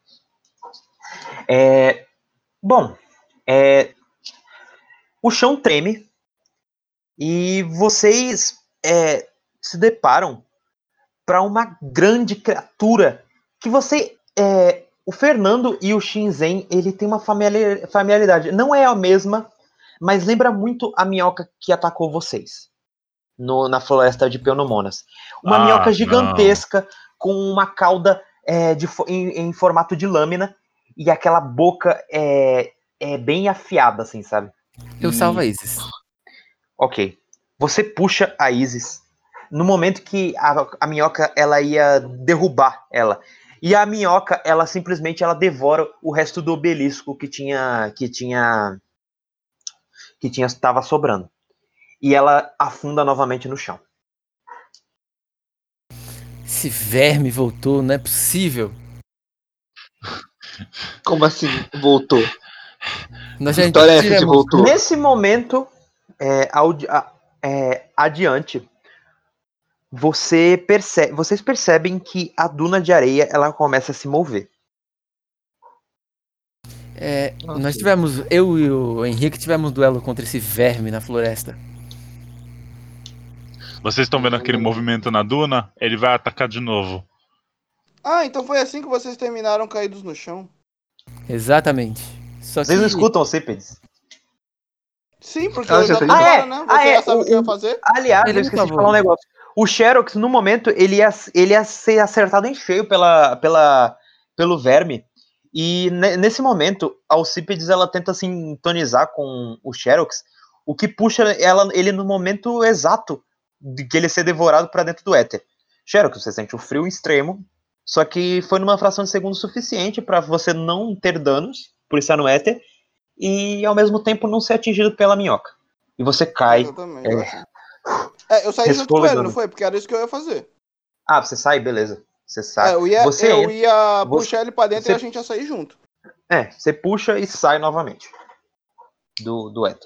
D: É, bom, é, o chão treme E vocês é, se deparam para uma grande criatura que você... É, o Fernando e o Shinzen, ele tem uma familiar, familiaridade. Não é a mesma, mas lembra muito a minhoca que atacou vocês no, na floresta de Peunomonas. Uma
E: Ah,
D: minhoca
E: não.
D: gigantesca com uma cauda é, de, em, em formato de lâmina e aquela boca é, é bem afiada, assim, sabe?
A: Eu
D: E-
A: salvo a Isis.
D: Ok. Você puxa a Isis no momento que a, a minhoca ela ia derrubar ela. E a minhoca, ela simplesmente ela devora o resto do obelisco que tinha que tinha que tinha estava sobrando. E ela afunda novamente no chão.
A: Esse verme voltou, não é possível.
C: Como assim voltou?
A: Nós
C: Que
A: já
C: história é essa de
A: tiramos.
C: voltou?
D: Nesse momento, é, audi- a- é, adiante, você percebe, vocês percebem que a duna de areia ela começa a se mover.
A: É,
C: Nossa.
A: nós tivemos, eu e o Henrique tivemos duelo contra esse verme na floresta.
E: Vocês estão vendo aquele movimento na duna? Ele vai atacar de novo.
B: Ah, então foi assim que vocês terminaram caídos no chão.
A: Exatamente. Só
D: Vocês
A: que
D: não escutam os Cípedes?
B: Sim, porque
C: Ah,
B: eu
C: você
B: já tô
C: acredita?
D: Ah, é?
B: fora, né? Você
D: Ah, é,
B: já sabe o,
D: o-
B: que ia
D: o-
B: fazer?
D: Aliás,
A: Ele
D: eu
A: me
D: esqueci de
A: salvou.
D: falar um negócio. O Xerox, no momento, ele ia, ele ia ser acertado em cheio pela, pela, pelo verme. E ne- nesse momento, a Alcípedes ela tenta sintonizar com o Xerox, o que puxa ela, ele no momento exato de que ele ser devorado para dentro do éter. Xerox, você sente um frio extremo, só que foi numa fração de segundo suficiente para você não ter danos por estar no éter e ao mesmo tempo não ser atingido pela minhoca. E você cai.
B: Exatamente.
D: é,
B: É, eu saí junto com ele,
D: Resfolegando.
B: não foi? Porque era isso que eu ia fazer.
D: Ah, você sai, beleza. Você sai.
B: É, eu ia,
D: você
B: eu
D: entra,
B: ia
D: você-
B: puxar ele pra dentro
D: você-
B: e a gente ia sair junto.
D: é, você puxa e sai novamente do, do éter.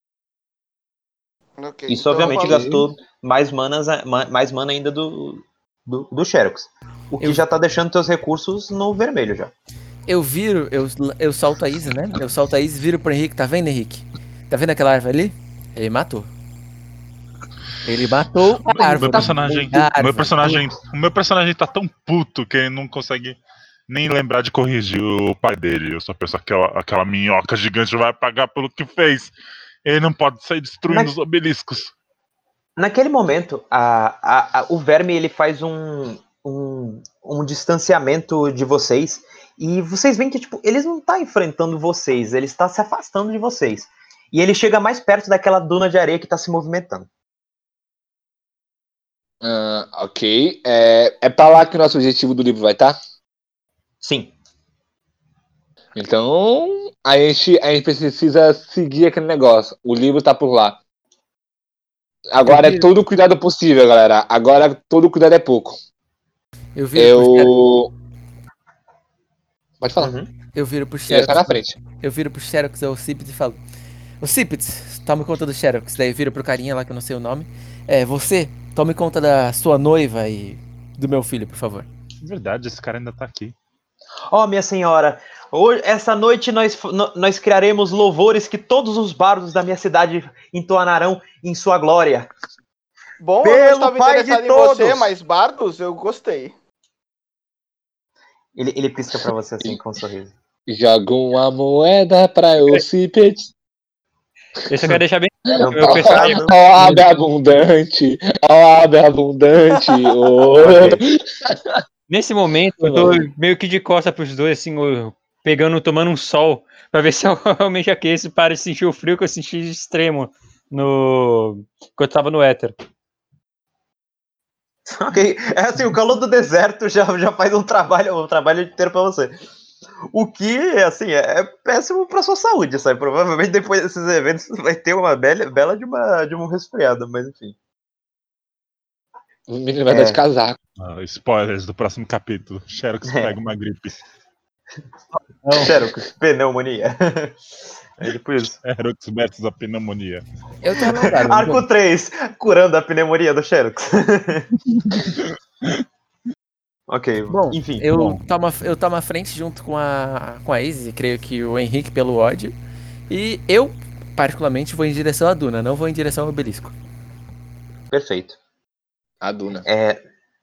B: Ok,
D: Isso
B: então
D: obviamente
B: eu falo-
D: gastou mais, manas, ma- mais mana ainda do, do, do Xerox. O que
A: Eu-
D: já tá deixando teus recursos no vermelho já.
A: eu viro, eu, eu solto a Isis, né? Eu solto a Isis, viro pro Henrique. Tá vendo, Henrique? Tá vendo aquela árvore ali? Ele matou. Ele matou a
E: O meu
A: árvore.
E: personagem,
A: A
E: o meu
A: árvore.
E: personagem, o meu personagem tá tão puto que ele não consegue nem lembrar de corrigir o pai dele. Eu só penso aquela, aquela minhoca gigante vai pagar pelo que fez. Ele não pode sair destruindo
D: Mas-
E: os obeliscos.
D: Naquele momento, a, a, a- o verme ele faz um, um, um distanciamento de vocês e vocês veem que tipo, eles não tá enfrentando vocês, ele está se afastando de vocês. E ele chega mais perto daquela duna de areia que tá se movimentando.
C: Ah, ok. É, é pra lá que o nosso objetivo do livro vai estar?
D: Sim.
C: Então, a gente, a gente precisa seguir aquele negócio. O livro tá por lá. Agora
A: Eu
C: é
A: vi-
C: todo o cuidado possível, galera. Agora todo o cuidado é pouco.
A: Eu viro pro Xerox.
C: Eu. Pode falar.
D: Uhum.
A: Eu viro pro
C: Ele
A: Xerox.
C: tá na frente.
A: Eu viro pro Xerox, é o Cípedes e falo: Ô Cípedes, tome conta do Xerox. Daí eu viro pro carinha lá que eu não sei o nome. É, você, tome conta da sua noiva e do meu filho, por favor.
E: É verdade, esse cara ainda tá aqui.
D: Ó, minha senhora, hoje, essa noite nós, f- no- nós criaremos louvores que todos os bardos da minha cidade entoarão em sua glória.
B: Bom, eu
D: Pelo
B: não estava
D: pai de
B: interessado em você,
D: todos.
B: mas Bardos, eu gostei.
D: Ele, ele pisca pra você assim com um sorriso.
C: Joga uma moeda pra Eucipet.
F: Eu só quero deixar bem claro
D: Não
F: que o meu
D: tá
F: personagem.
D: falando.
C: Ó, ave abundante. Ó, ave abundante. Ô.
F: Nesse momento, eu tô meio que de costa pros dois, assim, eu- pegando, tomando um sol, pra ver se eu realmente aqueço para de sentir o frio que eu senti extremo no. Quando eu tava no éter.
D: Ok, é assim, o calor do deserto já, já faz um trabalho, um trabalho inteiro pra você. O que, assim, é, é péssimo pra sua saúde, sabe? Provavelmente depois desses eventos vai ter uma bela, bela de uma, de uma resfriada, mas enfim.
C: O menino vai dar
D: É.
C: de casaco.
E: Ah, spoilers do próximo capítulo. Xerox
D: É.
E: pega uma gripe.
D: Xerox, pneumonia. É tipo isso.
E: Xerox versus a pneumonia.
A: Eu tô alongado.
D: Arco três, curando a pneumonia do Xerox. Ok,
A: Bom,
D: enfim.
A: eu,
E: bom.
A: tomo, a- eu tomo a frente junto com a, com a Isis, creio que o Henrique pelo ódio. E eu particularmente, vou em direção à Duna, não vou em direção ao obelisco.
D: Perfeito.
C: A Duna.
D: É,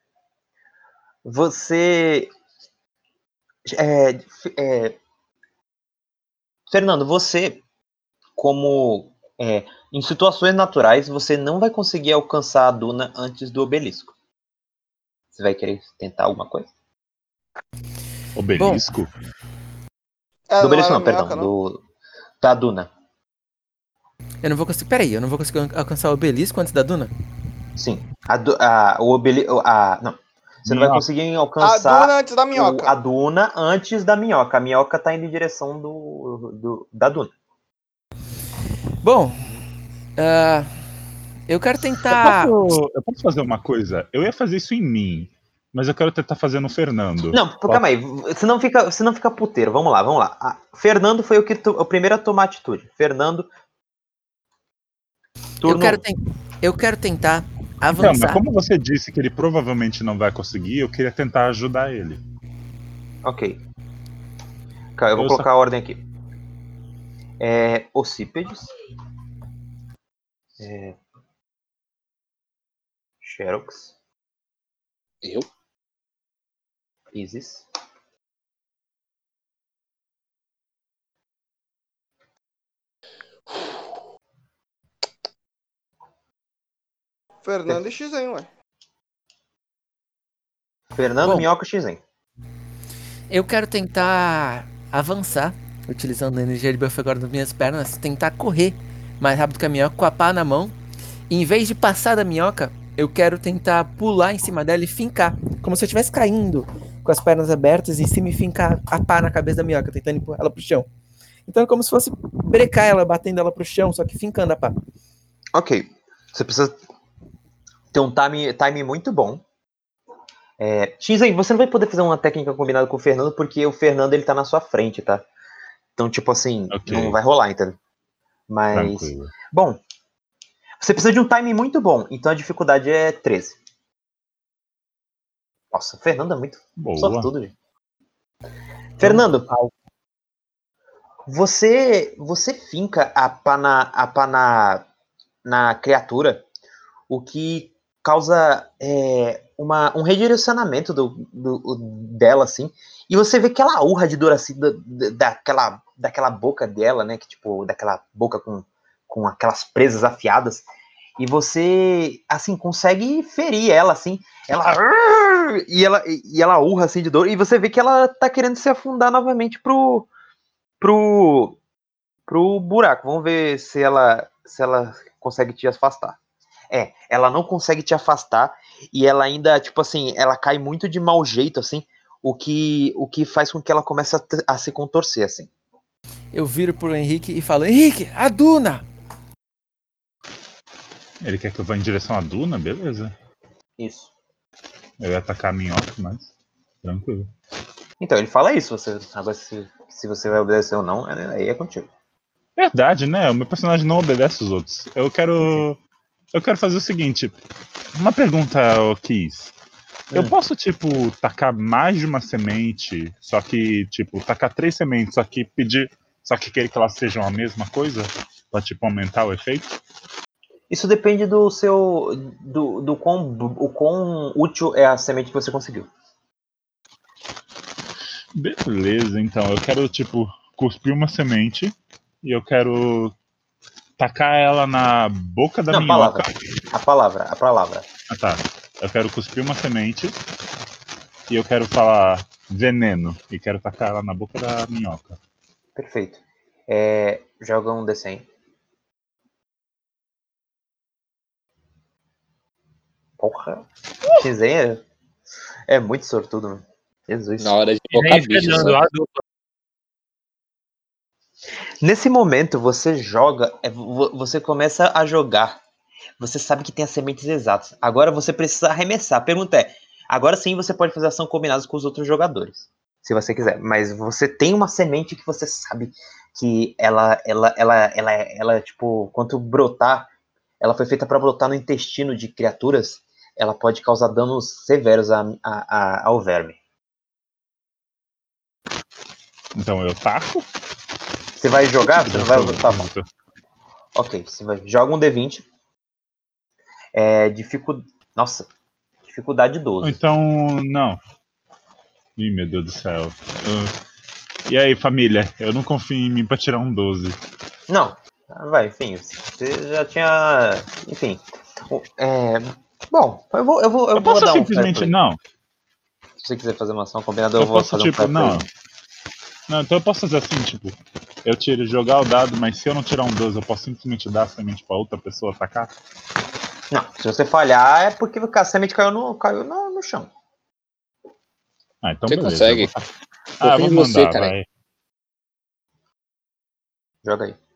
D: você. É, é, Fernando, você, como. É, em situações naturais, você não vai conseguir alcançar a Duna antes do obelisco. Você vai querer tentar alguma coisa?
E: Obelisco?
B: É,
D: Do
B: não
D: obelisco
B: era
D: não, perdão.
B: minhoca, não?
D: Do, da Duna.
A: Eu não vou conseguir. Peraí, eu não vou conseguir alcançar o obelisco antes da Duna?
D: Sim. A, du- a, o obelisco. A, não. Você não vai
E: Minhoca.
D: conseguir
B: A
D: alcançar
B: Duna antes da
D: o-
B: minhoca.
D: a Duna antes da minhoca. A minhoca tá indo em direção do, do- da Duna.
A: Bom, ah, eu quero
E: Eu
A: tentar.
E: posso, eu posso fazer uma coisa? Eu ia fazer isso em mim, mas eu quero tentar fazer no Fernando.
D: Não, pô, calma aí. Você não fica, você não fica puteiro. Vamos lá, vamos lá. A- Fernando foi o, que to- o primeiro a tomar atitude. Fernando.
A: Eu
D: Turno.
A: quero, ten... eu quero tentar
E: Então, mas
A: avançar.
E: como você disse que ele provavelmente não vai conseguir, eu queria tentar ajudar ele.
D: Ok. Calma, eu vou
E: Eu
D: colocar
E: só-
D: a ordem aqui. É, Ocípedes. É, Xerox.
C: Eu?
D: Isis.
B: Fernando e Xen, ué.
D: Fernando,
A: Bom.
D: Minhoca, Xen.
A: Eu quero tentar avançar, utilizando a energia de buff agora das minhas pernas, tentar correr mais rápido que a minhoca com a pá na mão. E em vez de passar da minhoca, eu quero tentar pular em cima dela e fincar, como se eu estivesse caindo com as pernas abertas em cima e fincar a pá na cabeça da minhoca, tentando empurrar ela pro chão. Então é como se fosse brecar ela, batendo ela pro chão, só que fincando a pá.
D: Ok. Você precisa ter um time, time muito bom. É, Xen, você não vai poder fazer uma técnica combinada com o Fernando, porque o Fernando ele tá na sua frente, tá? Então, tipo assim,
E: Ok.
D: não vai rolar, entendeu? Mas.
E: Tranquilo.
D: Bom, você precisa de um time muito bom, então a dificuldade é treze. Nossa, o Fernando é muito
E: Boa.
D: sortudo, gente. Fernando,
A: Au.
D: você você finca a pá na, a pá na, na criatura, o que causa é, uma, um redirecionamento do, do- dela, assim, e você vê que ela urra de dor, assim, da, da- daquela, daquela boca dela, né, que tipo, daquela boca com, com aquelas presas afiadas, e você, assim, consegue ferir ela, assim, ela, e ela, e ela urra, assim, de dor, e você vê que ela tá querendo se afundar novamente pro, pro, pro buraco. Vamos ver se ela, se ela consegue te afastar. É, ela não consegue te afastar e ela ainda, tipo assim, ela cai muito de mau jeito, assim, o que, o que faz com que ela comece a, t- a se contorcer, assim.
A: Eu viro pro Henrique e falo: Henrique, a Duna!
E: Ele quer que eu vá em direção à Duna? Beleza.
D: Isso.
E: Eu ia atacar a minhoca, mas tranquilo.
D: Então, ele fala isso, você, agora se, se você vai obedecer ou não, é- aí é contigo.
E: Verdade, né? O meu personagem não obedece os outros. Eu quero. Eu quero fazer o seguinte. Uma pergunta, ô Kiss. Eu
D: Hum.
E: posso, tipo, tacar mais de uma semente, só que, tipo, tacar três sementes, só que pedir. Só que querer que elas sejam a mesma coisa? Pra, tipo, aumentar o efeito?
D: Isso depende do seu, do, do quão, o quão útil é a semente que você conseguiu.
E: Beleza, então. Eu quero, tipo, cuspir uma semente e eu quero tacar ela na boca da
D: Não,
E: minhoca.
D: palavra. A palavra, a palavra.
E: Ah, tá. Eu quero cuspir uma semente e eu quero falar veneno e quero tacar ela na boca da minhoca.
D: Perfeito. É, joga um D cem. Porra. Xen é, é muito sortudo, mano. Jesus.
C: Na hora de
F: E
C: invocar
F: aí,
C: bicho,
F: Fernando,
C: só.
F: a dupla.
D: Nesse momento, você joga, é, vo- você começa a jogar. Você sabe que tem as sementes exatas. Agora você precisa arremessar. A pergunta é: agora sim você pode fazer ação combinada com os outros jogadores, se você quiser. Mas você tem uma semente que você sabe que ela, ela, ela, ela, ela, tipo, quando brotar, ela foi feita para brotar no intestino de criaturas. Ela pode causar danos severos a, a, a, ao verme.
E: Então eu taco.
D: Você vai jogar? Você não vai lutar, não? Ok, você vai, joga um D vinte. É, dificu... Nossa, dificuldade
E: Ou
D: doze.
E: então, não. Ih, meu Deus do céu. Eu- E aí, família? Eu não confio em mim pra tirar um doze.
D: Não, vai, enfim, você já tinha. Enfim. o- É, bom, eu vou, eu vou, eu
E: Eu
D: vou
E: posso
D: dar um fair
E: simplesmente.
D: play.
E: Não.
D: Se você quiser fazer uma ação combinada, eu
E: Eu
D: vou
E: posso,
D: fazer um
E: tipo,
D: fair play.
E: não. Não, então eu posso fazer assim, tipo. Eu tiro, jogar o dado, mas se eu não tirar um doze, eu posso simplesmente dar a semente pra outra pessoa atacar?
D: Não, se você falhar é porque a semente caiu no, caiu no, no chão.
E: Ah, então
C: Você
E: beleza. eu
C: consegue.
E: vou- Ah,
C: Confio
E: vou
C: em você,
E: mandar,
C: cara.
E: vai.
D: Joga aí.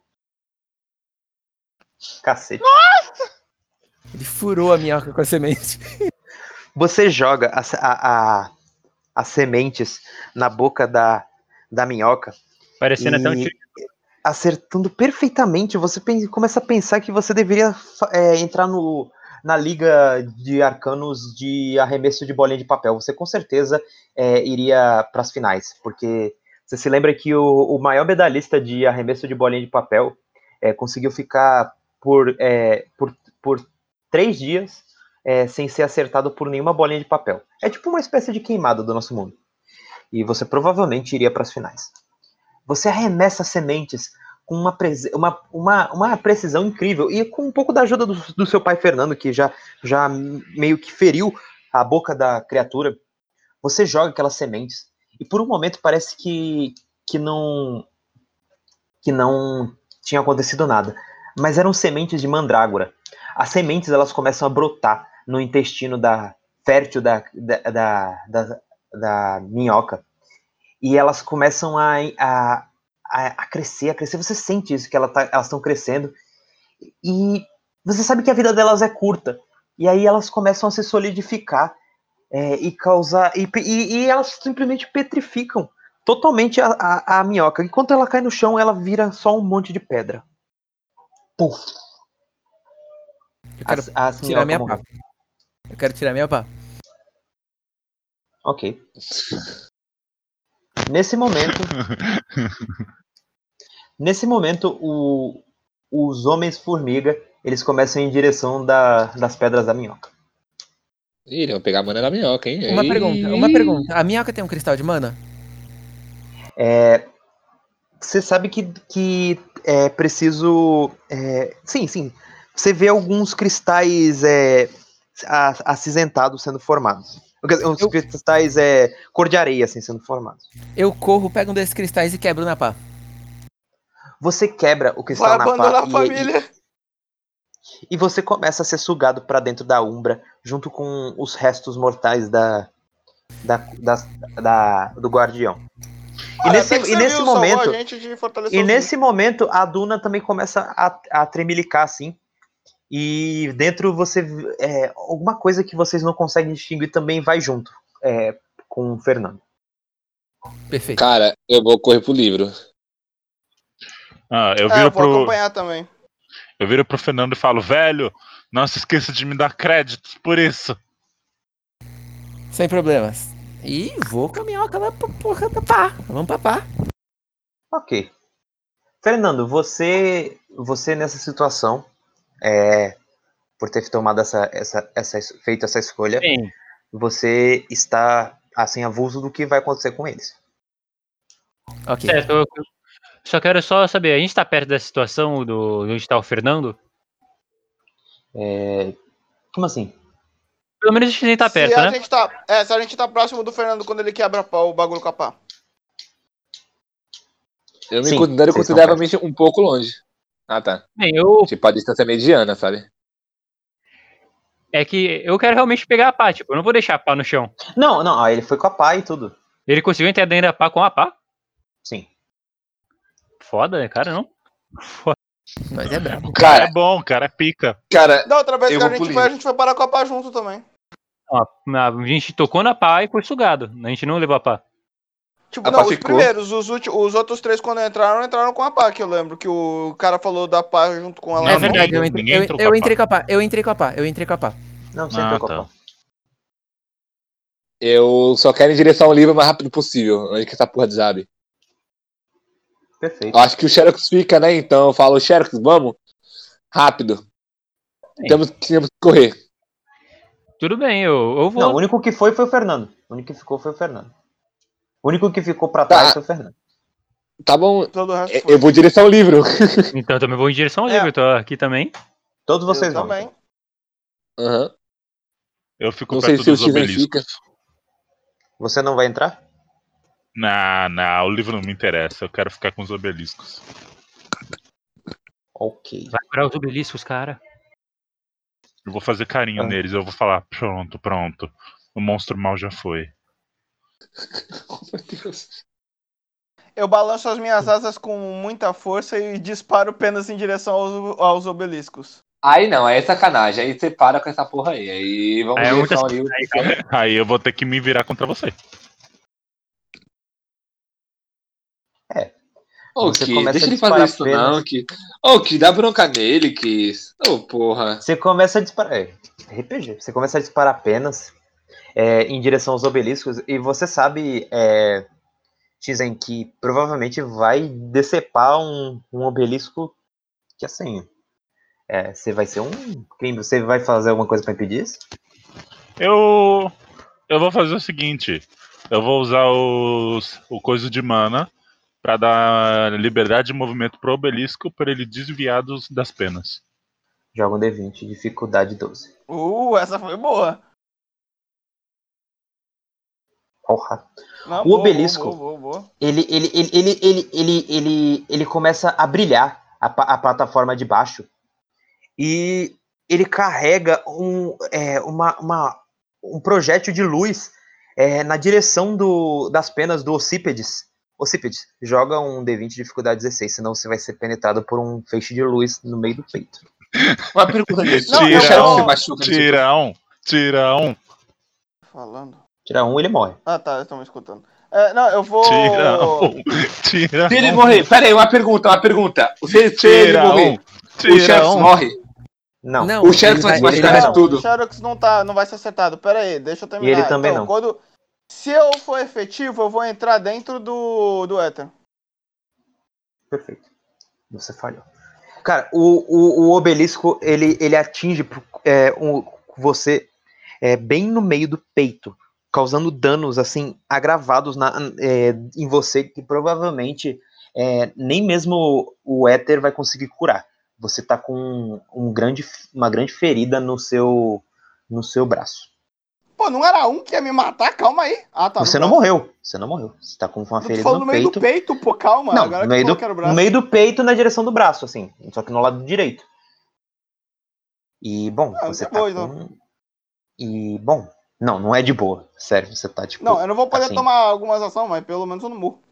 D: Cacete.
A: Ele furou a minhoca com a semente.
D: Você joga as, a, a- as sementes na boca da, da minhoca
F: Parecendo até um
D: e
F: tiro.
D: acertando perfeitamente, você pensa- começa a pensar que você deveria fa- é, entrar no, na liga de arcanos de arremesso de bolinha de papel. Você com certeza é, iria para as finais, porque você se lembra que o, o maior medalhista de arremesso de bolinha de papel é, conseguiu ficar por, é, por, por três dias é, sem ser acertado por nenhuma bolinha de papel. É tipo uma espécie de queimada do nosso mundo. E você provavelmente iria para as finais. Você arremessa sementes com uma, prese- uma, uma, uma precisão incrível e com um pouco da ajuda do, do seu pai Fernando, que já, já meio que feriu a boca da criatura. Você joga aquelas sementes e por um momento parece que, que não que não tinha acontecido nada, mas eram sementes de mandrágora. As sementes elas começam a brotar no intestino da fértil da, da, da, da, da minhoca e elas começam a, a, a, crescer, a crescer. Você sente isso, que ela tá, elas estão crescendo. E você sabe que a vida delas é curta. E aí elas começam a se solidificar é, e causar. E, e, e elas simplesmente petrificam totalmente a, a, a minhoca. Enquanto ela cai no chão, ela vira só um monte de pedra. Puf!
A: Eu quero
D: As, as
A: tirar
D: minhocas
A: minha
D: morreram.
A: pá. Eu quero tirar minha pá.
D: Ok. Nesse momento, nesse momento, o, os homens-formiga, eles começam em direção da, das pedras da minhoca.
C: Ih, eles vão pegar a mana da minhoca, hein?
A: Uma
C: Ih.
A: pergunta, uma pergunta. A minhoca tem um cristal de mana?
D: Você sabe que, que é preciso... é, sim, sim. Você vê alguns cristais é, a- acinzentados sendo formados. Os
A: Eu-
D: cristais é, cor de areia assim, sendo formados.
A: Eu corro, pego um desses cristais e quebro na pá.
D: Você quebra o
B: Vai
D: cristal na pá
B: abandonar a
D: e,
B: família.
D: e, e você começa a ser sugado para dentro da Umbra, junto com os restos mortais da, da, da, da- do Guardião. E
B: Olha,
D: nesse,
B: até que
D: e
B: você
D: nesse
B: viu, salvou
D: momento,
B: a gente de fortalecer
D: e
B: os
D: nesse momento, a Duna também começa a, a tremelicar assim. E dentro você é, alguma coisa que vocês não conseguem distinguir também vai junto é, com o Fernando.
A: Perfeito.
C: Cara, eu vou correr pro livro.
E: Ah, eu
B: É,
E: viro
B: eu vou
E: pro.
B: acompanhar também.
E: Eu viro pro Fernando e falo, velho, não se esqueça de me dar créditos por isso.
A: Sem problemas. E vou com a minhoca lá pra porra da pá. Vamos pra pá.
D: Ok. Fernando, você, você nessa situação, é, por ter tomado essa, essa, essa, feito essa escolha,
F: Sim.
D: você está assim avulso do que vai acontecer com eles.
A: Ok.
F: Certo, eu só quero só saber, a gente tá perto da situação do de onde tá o Fernando?
D: É, como assim?
F: Pelo menos a gente tá
B: Se
F: perto,
B: a
F: né?
B: gente tá. É, se a gente tá próximo do Fernando quando ele quebra pá, o bagulho com a pá.
C: Eu me
D: Sim,
C: considero
D: vocês estão
C: consideravelmente um pouco longe. Ah, tá.
F: Bem, eu.
C: Tipo, a distância mediana, sabe?
F: É que eu quero realmente pegar a pá, tipo, eu não vou deixar a pá no chão.
D: Não, não, aí ele foi com a pá e tudo.
F: Ele conseguiu entrar dentro da pá com a pá?
D: Sim.
F: Foda, né, cara? Não.
A: Nós é brabo.
E: O cara
C: Cara,
E: é bom, o cara é pica.
C: cara,
B: Da outra vez
C: eu
B: que a
C: vou pro
B: gente foi, a
C: livro.
B: gente foi parar com a pá junto também.
F: Ó, a gente tocou na pá e foi sugado. A gente não levou a pá.
B: Tipo,
C: A
B: não,
C: pá
B: os
C: ficou.
B: primeiros, os, ulti- os outros três quando entraram, entraram com a pá, que eu lembro que o cara falou da pá junto com ela.
E: Não,
A: É
B: na mão.
A: verdade, eu
E: ninguém-
A: entrei,
E: ninguém
A: eu,
E: entrou com
A: eu
E: a pá.
A: entrei com a pá. Eu entrei com a pá. Eu entrei com a pá.
D: Não, você
E: Ah,
D: entrou com
E: tá.
D: a pá.
C: Eu só quero ir em direção ao livro o mais rápido possível. Onde que essa porra sabe?
D: Perfeito.
C: Eu acho que o Xerox fica, né? Então eu falo, Xerox, vamos? Rápido.
F: Sim.
C: Temos, temos que correr.
F: Tudo bem, eu, eu vou.
D: Não, o único que foi foi o Fernando. O único que ficou foi o Fernando. O único que ficou pra
C: Tá.
D: trás foi o Fernando.
C: Tá bom.
B: Todo o resto
C: É,
B: foi.
C: Eu vou em direção ao livro.
F: Então eu também vou em direção ao
B: É.
F: livro, eu tô aqui também.
D: Todos vocês
B: Eu
D: vão.
B: também.
C: Aham.
E: Eu fico
C: Não sei
E: perto
C: se o
E: dos
C: Steven
E: obeliscos.
D: Você não vai entrar?
E: Não, não, o livro não me interessa. Eu quero ficar com os obeliscos.
D: Ok.
F: Vai curar os obeliscos, cara.
E: Eu vou fazer carinho
D: Ah.
E: neles. Eu vou falar, pronto, pronto. O monstro mal já foi.
C: Oh, meu Deus.
B: Eu balanço as minhas asas com muita força e disparo apenas em direção aos, aos obeliscos.
C: Aí não, aí é sacanagem. Aí você para com essa porra aí. Aí vamos
F: Aí é
C: em
F: muita
C: direção ao livro. porque-
E: Aí eu vou ter que me virar contra você.
C: Ô,
D: Você
C: que
D: começa
C: deixa
D: a
C: ele fazer
D: disparar
C: isso
D: apenas-
C: não, que. Ô, que dá bronca nele, que. Ô, porra.
D: Você começa a disparar. É, R P G. Você começa a disparar apenas é, em direção aos obeliscos. E você sabe, é, Tizen, que provavelmente vai decepar um, um obelisco que assim. É, você vai ser um crime. Você vai fazer alguma coisa pra impedir isso?
E: Eu. Eu vou fazer o seguinte. Eu vou usar os, o coisa de mana pra dar liberdade de movimento pro obelisco pra ele desviar dos, das penas.
D: Joga um D vinte, dificuldade doze.
B: Uh, essa foi boa.
D: Porra.
B: Não,
D: O
B: boa,
D: obelisco.
B: Boa, boa, boa, boa.
D: Ele, ele, ele, ele, ele, ele, ele, ele começa a brilhar a, pa- a plataforma de baixo e ele carrega um, é, uma, uma, um projétil de luz é, na direção do, das penas do Ossípedes. Ossípedes, joga um D vinte dificuldade dezesseis, senão você vai ser penetrado por um feixe de luz no meio do peito.
C: Uma pergunta nisso.
B: Não,
C: eu
B: eu
C: quero que
B: vou-
C: você machuca.
E: Tira um, tira um,
B: Falando.
D: Tira um, ele morre.
B: Ah, tá, estão me escutando. É, não, eu vou.
E: tira um, tira
C: Se ele
E: um,
C: morrer, pera aí, uma pergunta, uma pergunta. Se, se ele
E: tira
C: morrer,
E: um,
C: o
E: tira
C: Xerox
E: um.
C: morre?
D: Não.
A: Não,
C: O Xerox
A: ele
C: vai se
A: vai-
C: machucar
A: ele
C: de
B: Não,
C: tudo.
B: o Xerox não, tá, não vai ser acertado. Pera aí, deixa eu terminar.
D: E ele também
B: então,
D: não.
B: Quando, se eu for efetivo, eu vou entrar dentro do, do Ether.
D: Perfeito. Você falhou. Cara, o, o, o obelisco, ele, ele atinge é, um, você é, bem no meio do peito, causando danos, assim, agravados na, é, em você, que provavelmente é, nem mesmo o éter vai conseguir curar. Você tá com um grande, uma grande ferida no seu, no seu braço.
B: Pô, não era um que ia me matar? Calma aí. Ah, tá. no
D: Você não
B: braço.
D: morreu. Você não morreu. Você tá com uma
B: Eu tô
D: ferida
B: falando
D: no
B: no meio
D: peito.
B: do peito, pô, calma.
D: Não,
B: Agora
D: no
B: que
D: meio,
B: falou
D: do,
B: que era o
D: no
B: braço.
D: meio do peito, na direção do braço, assim. Só que no lado direito. E, bom,
B: Ah,
D: você
B: de
D: tá
B: boa,
D: com...
B: então.
D: E, bom, não, não é de boa. Sério, você tá, tipo...
B: Não, eu não vou poder
D: assim,
B: tomar algumas ações, mas pelo menos eu não morro.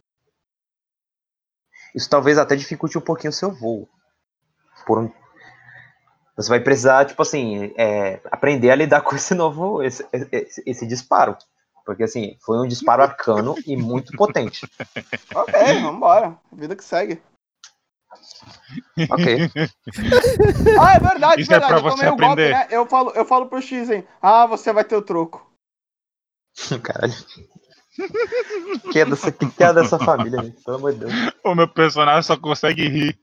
D: Isso talvez até dificulte um pouquinho o seu voo. Por um... Você vai precisar, tipo assim, é, aprender a lidar com esse novo... Esse, esse, esse disparo. Porque, assim, foi um disparo arcano e muito potente.
B: Ok, vambora. Vida que segue.
D: Ok.
B: Ah, é verdade,
E: Isso é
B: verdade.
E: pra
B: eu tomei
E: você
B: o golpe,
E: aprender.
B: né? Eu falo, eu falo pro X, hein? Ah, você vai ter o troco.
D: Caralho. Que é dessa, que que é dessa família, gente? Pelo amor de Deus.
E: O meu personagem só consegue rir.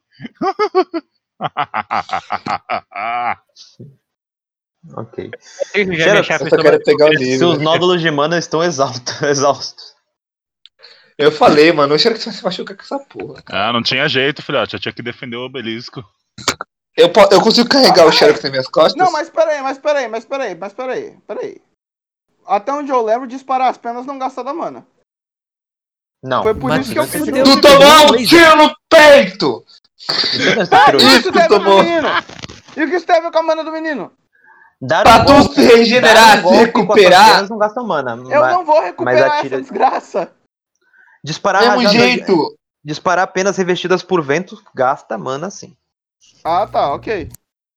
D: Ok.
F: Eu já
D: Xerox,
F: deixar a
C: Eu só
F: pessoa
C: quero
F: mais-
C: pegar o livro.
D: Seus nódulos de mana estão exaustos. exaustos.
C: Eu falei, mano, o Xerox vai se machucar com essa porra.
E: Ah, não tinha jeito, filhote. Eu tinha que defender o obelisco.
C: Eu, po- eu consigo carregar o Xerox nas minhas costas?
B: Não, mas peraí, mas peraí, mas peraí, mas peraí, peraí. Até onde eu lembro, disparar as penas não gasta da mana.
D: Não.
B: Foi por
A: Mas
B: isso que eu
A: você
B: fiz
A: deu-
C: Tu tomou um tiro no peito!
D: Isso não é
B: Ah,
D: terrorismo.
B: isso
C: Isso
B: teve
C: que
B: do
C: tomou.
B: menino! E o que isso teve com a mana do menino?
D: Dar
C: Pra
D: um
C: tu
D: golpe-
C: se regenerar,
D: dar um
C: se
D: golpe com as
C: recuperar.
D: suas penas não gasta mana.
B: Eu
D: mas
B: não vou recuperar
D: atira-
B: essa desgraça.
D: Disparar
C: Mesmo
D: rajada-
C: jeito.
D: Disparar apenas revestidas por vento gasta mana, sim.
B: Ah, tá, ok.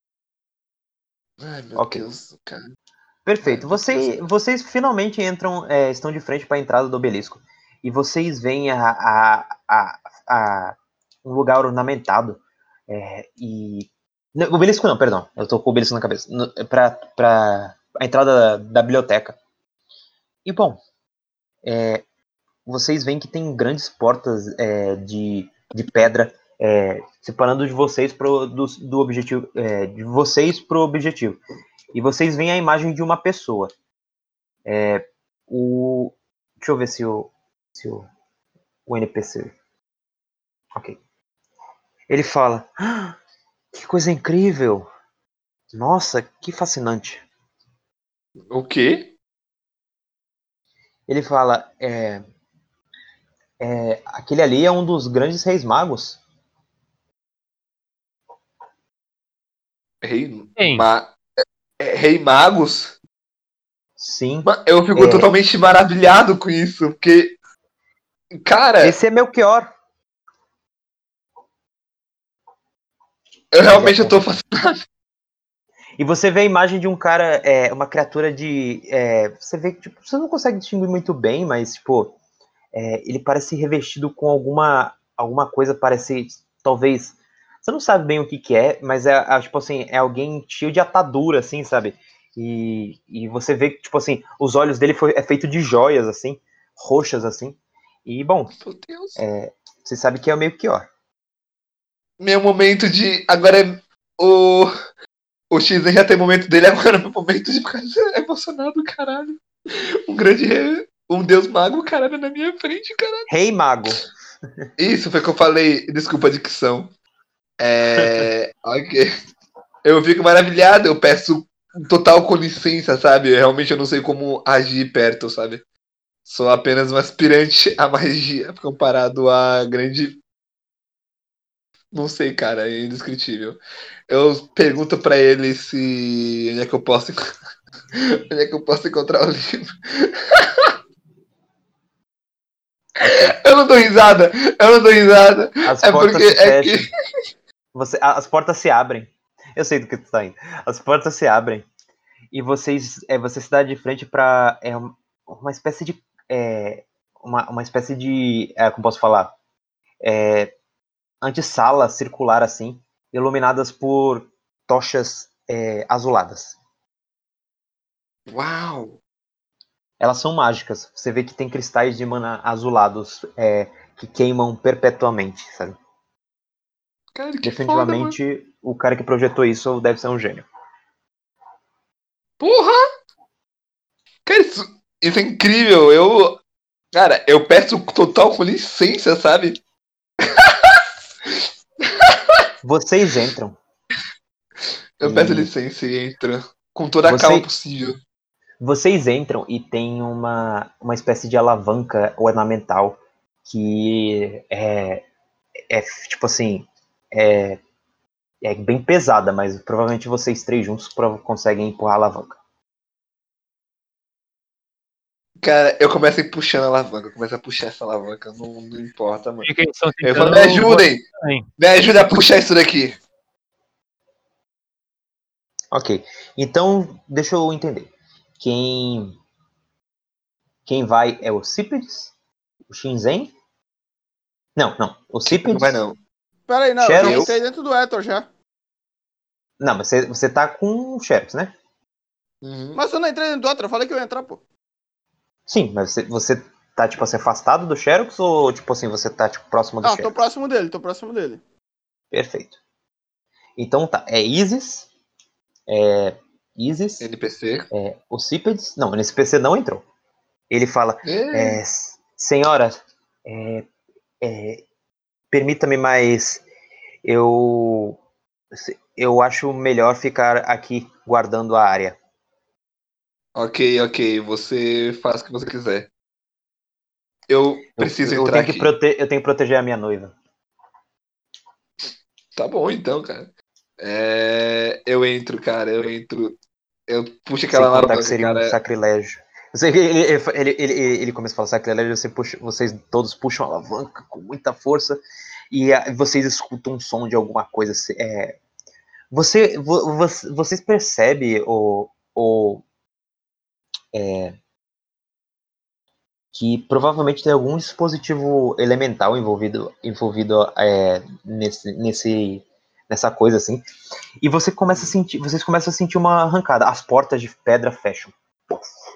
C: Ai, meu
D: Ok.
C: Deus, cara.
D: Perfeito.
C: Ai,
D: Você, vocês finalmente entram, é, estão de frente para a entrada do obelisco. E vocês veem a, a, a, a- um lugar ornamentado. É, e. Não, obelisco não, perdão. Eu tô com o obelisco na cabeça. Para a entrada da, da biblioteca. E bom, é, vocês veem que tem grandes portas é, de, de pedra é, separando de vocês pro, do, do objetivo, é, de vocês pro objetivo. E vocês veem a imagem de uma pessoa. É, o, deixa eu ver se o, se o, o N P C. Ok. Ele fala: ah, que coisa incrível! Nossa, que fascinante.
C: O quê?
D: Ele fala: é, é, aquele ali é um dos grandes reis magos.
C: Rei,
F: Quem?
C: ma... é, Rei Magos?
D: Sim.
C: Ma- Eu fico
D: É.
C: totalmente maravilhado com isso, porque, cara,
D: Esse é Melchior.
C: eu realmente
D: Ele
C: eu tô
D: aponta.
C: fascinado.
D: E você vê a imagem de um cara, é, uma criatura de. É, você vê que tipo, você não consegue distinguir muito bem, mas tipo, é, ele parece revestido com alguma, alguma coisa, parece, talvez. Você não sabe bem o que, que é, mas é, é, tipo assim, é alguém cheio de atadura, assim, sabe? E, e você vê que, tipo assim, os olhos dele foi, é feito de joias, assim, roxas, assim. E, bom,
C: Meu Deus.
D: você sabe que é o Melchior.
C: Meu momento de. Agora é. O. O X já tem momento dele, agora é meu momento de ficar emocionado, caralho. Um grande rei. Um deus mago, caralho, na minha frente, caralho.
D: Rei Mago.
C: Isso foi o que eu falei. Desculpa a dicção. É. Ok. Eu fico maravilhado, eu peço total com licença, sabe? Eu, realmente eu não sei como agir perto, sabe? Sou apenas um aspirante à magia comparado à grande. Não sei, cara, é indescritível. Eu pergunto pra ele se. Onde é que eu posso. Onde é que eu posso encontrar o livro?
D: Ok.
C: Eu não dou risada! Eu não dou risada!
D: As
C: É
D: portas
C: porque.
D: se
C: É
D: fecham.
C: que.
D: Você, a- as portas se abrem. Eu sei do que tu tá indo. As portas se abrem. E vocês, é, você se dá de frente para é, um- uma espécie de. É, uma, uma espécie de. É, como posso falar? É, antessala circular assim, iluminadas por tochas é, azuladas.
C: Uau!
D: Elas são mágicas. Você vê que tem cristais de mana azulados é, que queimam perpetuamente, sabe?
C: Cara, que foda, mano.
D: Definitivamente, o cara que projetou isso deve ser um gênio.
C: Porra! Cara, isso, isso é incrível. Eu. Cara, eu peço total com licença, sabe?
D: Vocês entram.
C: Eu peço
D: E
C: licença e entro. Com toda a calma
D: você,
C: possível.
D: vocês entram e tem uma, uma espécie de alavanca ornamental que é, é tipo assim, é, é bem pesada, mas provavelmente vocês três juntos prov- conseguem empurrar a alavanca.
C: Cara, eu começo a ir puxando a alavanca. Eu começo a puxar essa alavanca. Não, não importa, mano.
F: E que eles estão
C: Eu falo,
F: tentando
C: me ajudem!
F: também.
C: Me ajuda a puxar isso daqui.
D: Ok, então deixa eu entender. Quem, quem vai é o Cípedes? O Shinzen? Não, não. O
C: Não
D: Cípedes?
C: vai não.
B: Pera aí, não, eu
D: Xerox?
B: já entrei dentro do Ether já.
D: Não, mas você, você tá com o Xerox, né?
C: Uhum.
B: Mas eu não entrei dentro do Ether, eu falei que eu ia entrar, pô.
D: Sim, mas você, você tá, tipo assim, afastado do Xerox ou, tipo assim, você tá, tipo, próximo do
B: Ah, tô
D: Xerox?
B: próximo dele, tô próximo dele.
D: Perfeito. Então tá, é Isis, é Isis,
C: N P C.
D: é o Cípedes, não, nesse P C não entrou. Ele fala,
C: É.
D: é, senhora, é, é, permita-me, mas eu, eu acho melhor ficar aqui guardando a área.
C: Ok, ok. Você faz o que você quiser. Eu
D: Eu,
C: preciso
D: eu,
C: entrar
D: tenho que
C: aqui.
D: prote- eu tenho que proteger a minha noiva.
C: Tá bom então, cara. É, eu entro, cara. Eu entro. Eu puxo
D: Sem
C: aquela
D: contar que
C: alavanca,
D: seria um
C: cara.
D: sacrilégio. Você- Ele, ele, ele, ele, ele começa a falar sacrilégio, você puxa, vocês todos puxam a alavanca com muita força e ah, vocês escutam um som de alguma coisa. É, você, vo, vo- vocês percebem o, o, é, que provavelmente tem algum dispositivo elemental envolvido, envolvido é, nesse, nesse, nessa coisa assim. E você começa a sentir, vocês começam a sentir uma arrancada. As portas de pedra fecham.